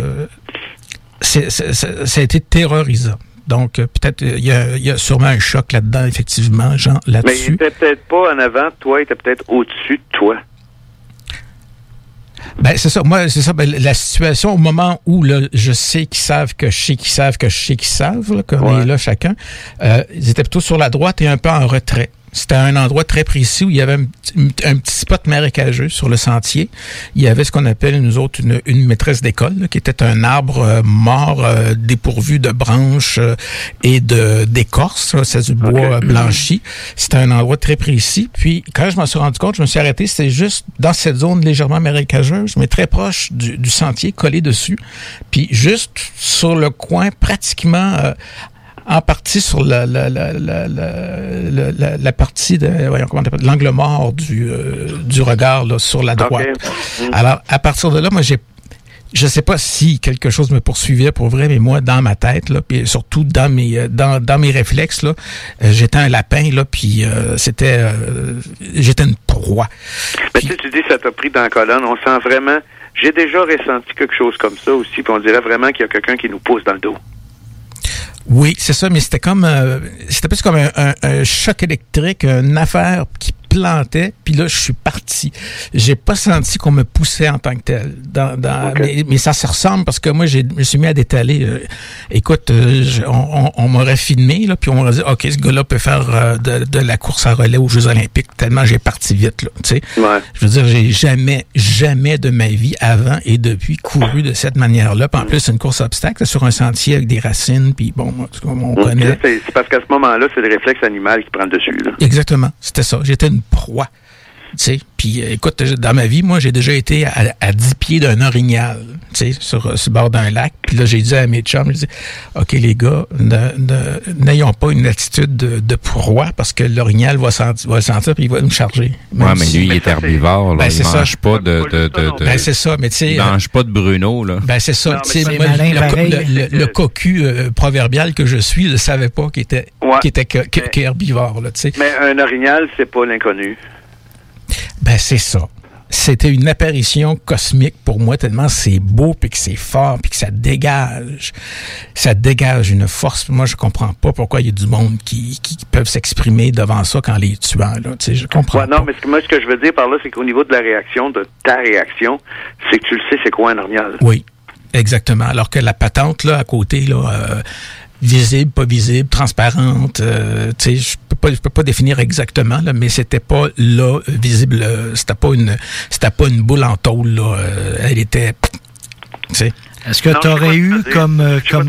ça a été terrorisant. Donc, peut-être, il y a sûrement un choc là-dedans, effectivement, Jean, là-dessus. Mais il était peut-être pas en avant de toi, il était peut-être au-dessus de toi. Ben, c'est ça. Moi, c'est ça. Ben, la situation, au moment où, là, je sais qu'ils savent que je sais qu'ils savent que je sais qu'ils savent, là, qu'on est là chacun, ils étaient plutôt sur la droite et un peu en retrait. C'était un endroit très précis où il y avait un petit spot marécageux sur le sentier. Il y avait ce qu'on appelle, nous autres, une maîtresse d'école, là, qui était un arbre mort, dépourvu de branches et d'écorce. C'est du bois blanchi. C'était un endroit très précis. Puis, quand je m'en suis rendu compte, je me suis arrêté. C'était juste dans cette zone légèrement marécageuse, mais très proche du sentier, collé dessus. Puis, juste sur le coin, pratiquement... en partie sur la partie de, voyons, comment on appelle, l'angle mort du regard là, sur la droite. Okay. Alors, à partir de là, moi, je sais pas si quelque chose me poursuivait pour vrai, mais moi, dans ma tête, là, puis surtout dans mes réflexes, là, j'étais un lapin, là, puis j'étais une proie. Mais tu dis, ça t'a pris dans la colonne, on sent vraiment, j'ai déjà ressenti quelque chose comme ça aussi, puis on dirait vraiment qu'il y a quelqu'un qui nous pousse dans le dos. Oui, c'est ça, mais c'était plus comme un choc électrique, une affaire qui plantait, puis là, je suis parti. J'ai pas senti qu'on me poussait en tant que tel. Mais ça se ressemble parce que moi, je me suis mis à détaler. Écoute, on m'aurait filmé, là, puis on m'aurait dit, OK, ce gars-là peut faire de la course à relais aux Jeux Olympiques, tellement j'ai parti vite, là, tu sais. Ouais. Je veux dire, j'ai jamais de ma vie avant et depuis couru de cette manière-là. Puis en plus, c'est une course à obstacles sur un sentier avec des racines, puis bon, on connaît. C'est parce qu'à ce moment-là, c'est le réflexe animal qui prend le dessus, là. Exactement, c'était ça. J'étais une proie. Tu sais, puis écoute, dans ma vie, moi, j'ai déjà été à 10 pieds d'un orignal, tu sais, sur le bord d'un lac. Puis là, j'ai dit à mes chums, je dis, OK, les gars, n'ayons pas une attitude de proie parce que l'orignal va le sentir puis il va nous charger. Ouais, mais lui, il est herbivore, là. Ben, il mange pas Ben, c'est ça, mais tu sais... Il mange pas de Bruno, là. Ben, c'est ça. Tu sais, le cocu proverbial que je suis, je ne savais pas qu'il était herbivore, là, tu sais. Mais un orignal, c'est pas l'inconnu. Ben, c'est ça. C'était une apparition cosmique pour moi, tellement c'est beau, puis que c'est fort, puis que ça dégage. Ça dégage une force. Moi, je comprends pas pourquoi il y a du monde qui peuvent s'exprimer devant ça qu'en les tuant, là. Tu sais, je comprends pas. Non, mais moi, ce que je veux dire par là, c'est qu'au niveau de la réaction, de ta réaction, c'est que tu le sais, c'est quoi un orignal. Oui, exactement. Alors que la patente, là, à côté, là... visible, pas visible, transparente, tu sais, je peux pas définir exactement, là, mais c'était pas là visible, c'était pas une boule en tôle, là, elle était, tu sais. Est-ce que tu aurais eu comme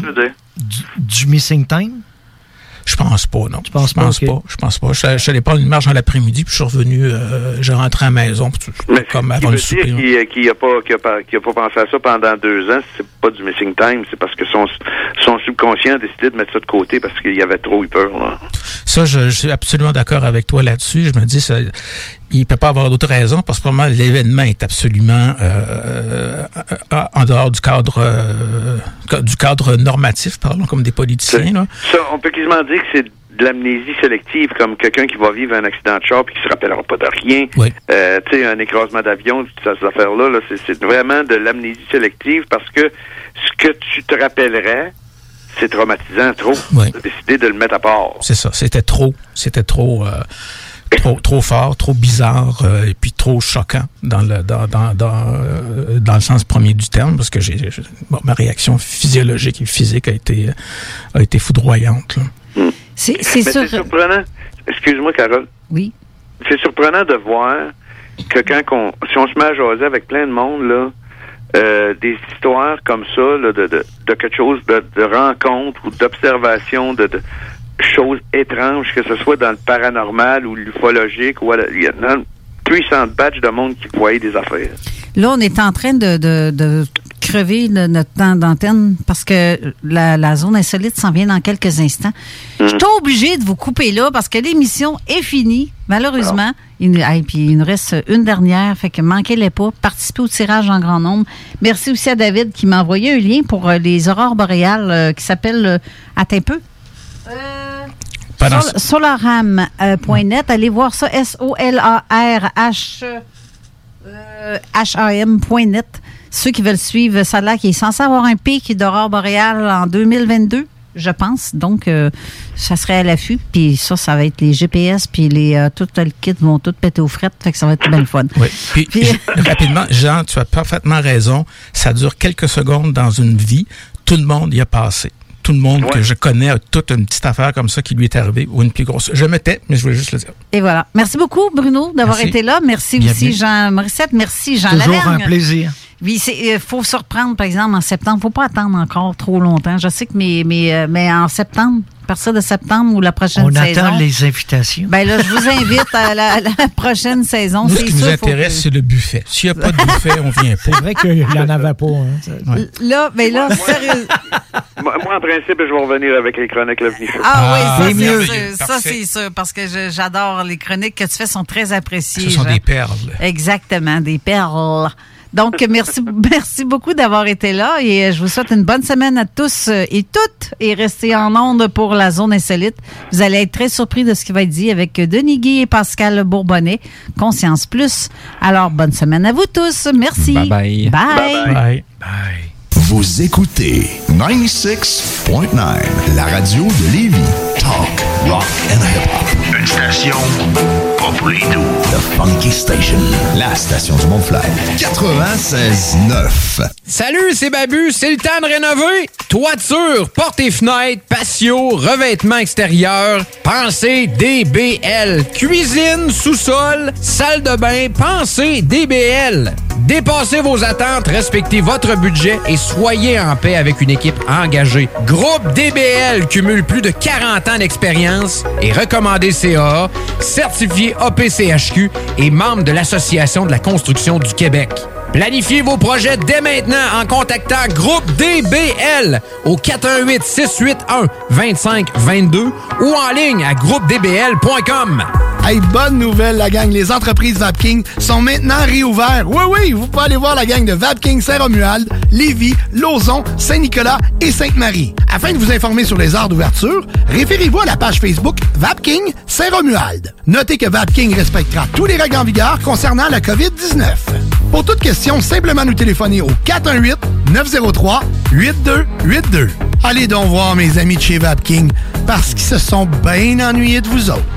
du missing time? Je pense pas, non. Je pense pas. Je suis allé prendre une marche dans l'après-midi, puis je suis revenu, je rentrais à la maison, mais comme avant le souper. Qui a pas pensé à ça pendant 2 ans, c'est pas du missing time, c'est parce que son subconscient a décidé de mettre ça de côté parce qu'il y avait trop eu peur, là. Ça, je suis absolument d'accord avec toi là-dessus. Je me dis, ça, il peut pas avoir d'autres raisons parce que pour moi, l'événement est absolument en dehors du cadre normatif, parlons comme des politiciens, là. Ça, on peut quasiment dire que c'est de l'amnésie sélective, comme quelqu'un qui va vivre un accident de char et qui se rappellera pas de rien. Oui. Tu sais, un écrasement d'avion, toutes ces affaires-là, là, c'est vraiment de l'amnésie sélective parce que ce que tu te rappellerais, c'est traumatisant, trop. Oui. Tu as décidé de le mettre à part. C'est ça. C'était trop fort, trop bizarre et puis trop choquant dans le sens premier du terme parce que ma réaction physiologique et physique a été foudroyante, là. C'est surprenant. Excuse-moi, Carole. Oui. C'est surprenant de voir que si on se met à jaser avec plein de monde, là, des histoires comme ça, là, de quelque chose de rencontre ou d'observation de choses étranges, que ce soit dans le paranormal ou l'ufologique, il y a une puissante batch de monde qui voyait des affaires. Là, on est en train de crever notre temps d'antenne parce que la zone insolite s'en vient dans quelques instants. Je suis obligée de vous couper là parce que l'émission est finie, malheureusement. Puis il nous reste une dernière, fait que manquez-les pas. Participez au tirage en grand nombre. Merci aussi à David qui m'a envoyé un lien pour les aurores boréales qui s'appelle... attends un peu. Solarham.net. Allez voir ça. SOLARHAM.net. Ceux qui veulent suivre, ça là, qui est censé avoir un pic d'aurore boréale en 2022, je pense. Donc, ça serait à l'affût. Puis ça va être les GPS, puis tout le kit vont tout péter aux frettes. Fait que ça va être bien le fun. Oui. Puis rapidement, Jean, tu as parfaitement raison. Ça dure quelques secondes dans une vie. Tout le monde y a passé. Tout le monde que je connais a toute une petite affaire comme ça qui lui est arrivée, ou une plus grosse. Je me tais, mais je voulais juste le dire. Et voilà. Merci beaucoup, Bruno, d'avoir été là. Merci aussi, Jean Morissette. Merci, Jean Lavergne. Toujours un plaisir. Oui, il faut se reprendre, par exemple, en septembre. Il ne faut pas attendre encore trop longtemps. Je sais que mais en septembre, à partir de septembre ou la prochaine saison... On attend les invitations. Bien là, je vous invite à la prochaine saison. Nous, ce qui nous intéresse, c'est le buffet. S'il n'y a pas de buffet, on ne vient pas. C'est vrai qu'il n'y en avait pas. Hein. Là, sérieux... Moi, en principe, je vais revenir avec les chroniques L'Ovni Show. Oui, ça, c'est sûr. Parce que j'adore les chroniques que tu fais, sont très appréciées. Ce sont des perles. Exactement, des perles. Donc, merci beaucoup d'avoir été là et je vous souhaite une bonne semaine à tous et toutes et restez en onde pour la zone insolite. Vous allez être très surpris de ce qui va être dit avec Denis Guy et Pascal Bourbonnais. Conscience Plus. Alors, bonne semaine à vous tous. Merci. Bye. Bye. Vous écoutez 96.9, la radio de Lévis. Talk, rock and hip-hop. Une station pas pour les doux. The Funky Station, la station du Mont-Flair. 96.9. Salut, c'est Babu, c'est le temps de rénover. Toiture, portes et fenêtres, patio, revêtement extérieur. Pensez DBL. Cuisine, sous-sol, salle de bain, pensez DBL. Dépassez vos attentes, respectez votre budget et soyez en paix avec une équipe engagée. Groupe DBL cumule plus de 40 ans d'expérience et recommandé CAA, certifié APCHQ et membre de l'Association de la construction du Québec. Planifiez vos projets dès maintenant en contactant Groupe DBL au 418-681-2522 ou en ligne à groupedbl.com. Hey, bonne nouvelle, la gang. Les entreprises Vapking sont maintenant réouvertes. Oui, vous pouvez aller voir la gang de Vapking Saint-Romuald, Lévis, Lauson, Saint-Nicolas et Sainte-Marie. Afin de vous informer sur les heures d'ouverture, référez-vous à la page Facebook Vapking Saint-Romuald. Notez que Vapking respectera tous les règles en vigueur concernant la COVID-19. Pour toute question, simplement nous téléphoner au 418-903-8282. Allez donc voir mes amis de chez Vapking, parce qu'ils se sont bien ennuyés de vous autres.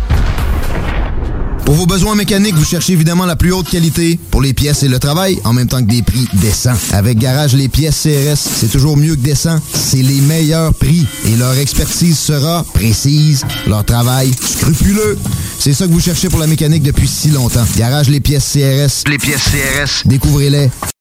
Pour vos besoins mécaniques, vous cherchez évidemment la plus haute qualité pour les pièces et le travail, en même temps que des prix décents. Avec Garage Les Pièces CRS, c'est toujours mieux que décent. C'est les meilleurs prix et leur expertise sera précise, leur travail scrupuleux. C'est ça que vous cherchez pour la mécanique depuis si longtemps. Garage Les Pièces CRS. Les pièces CRS. Découvrez-les.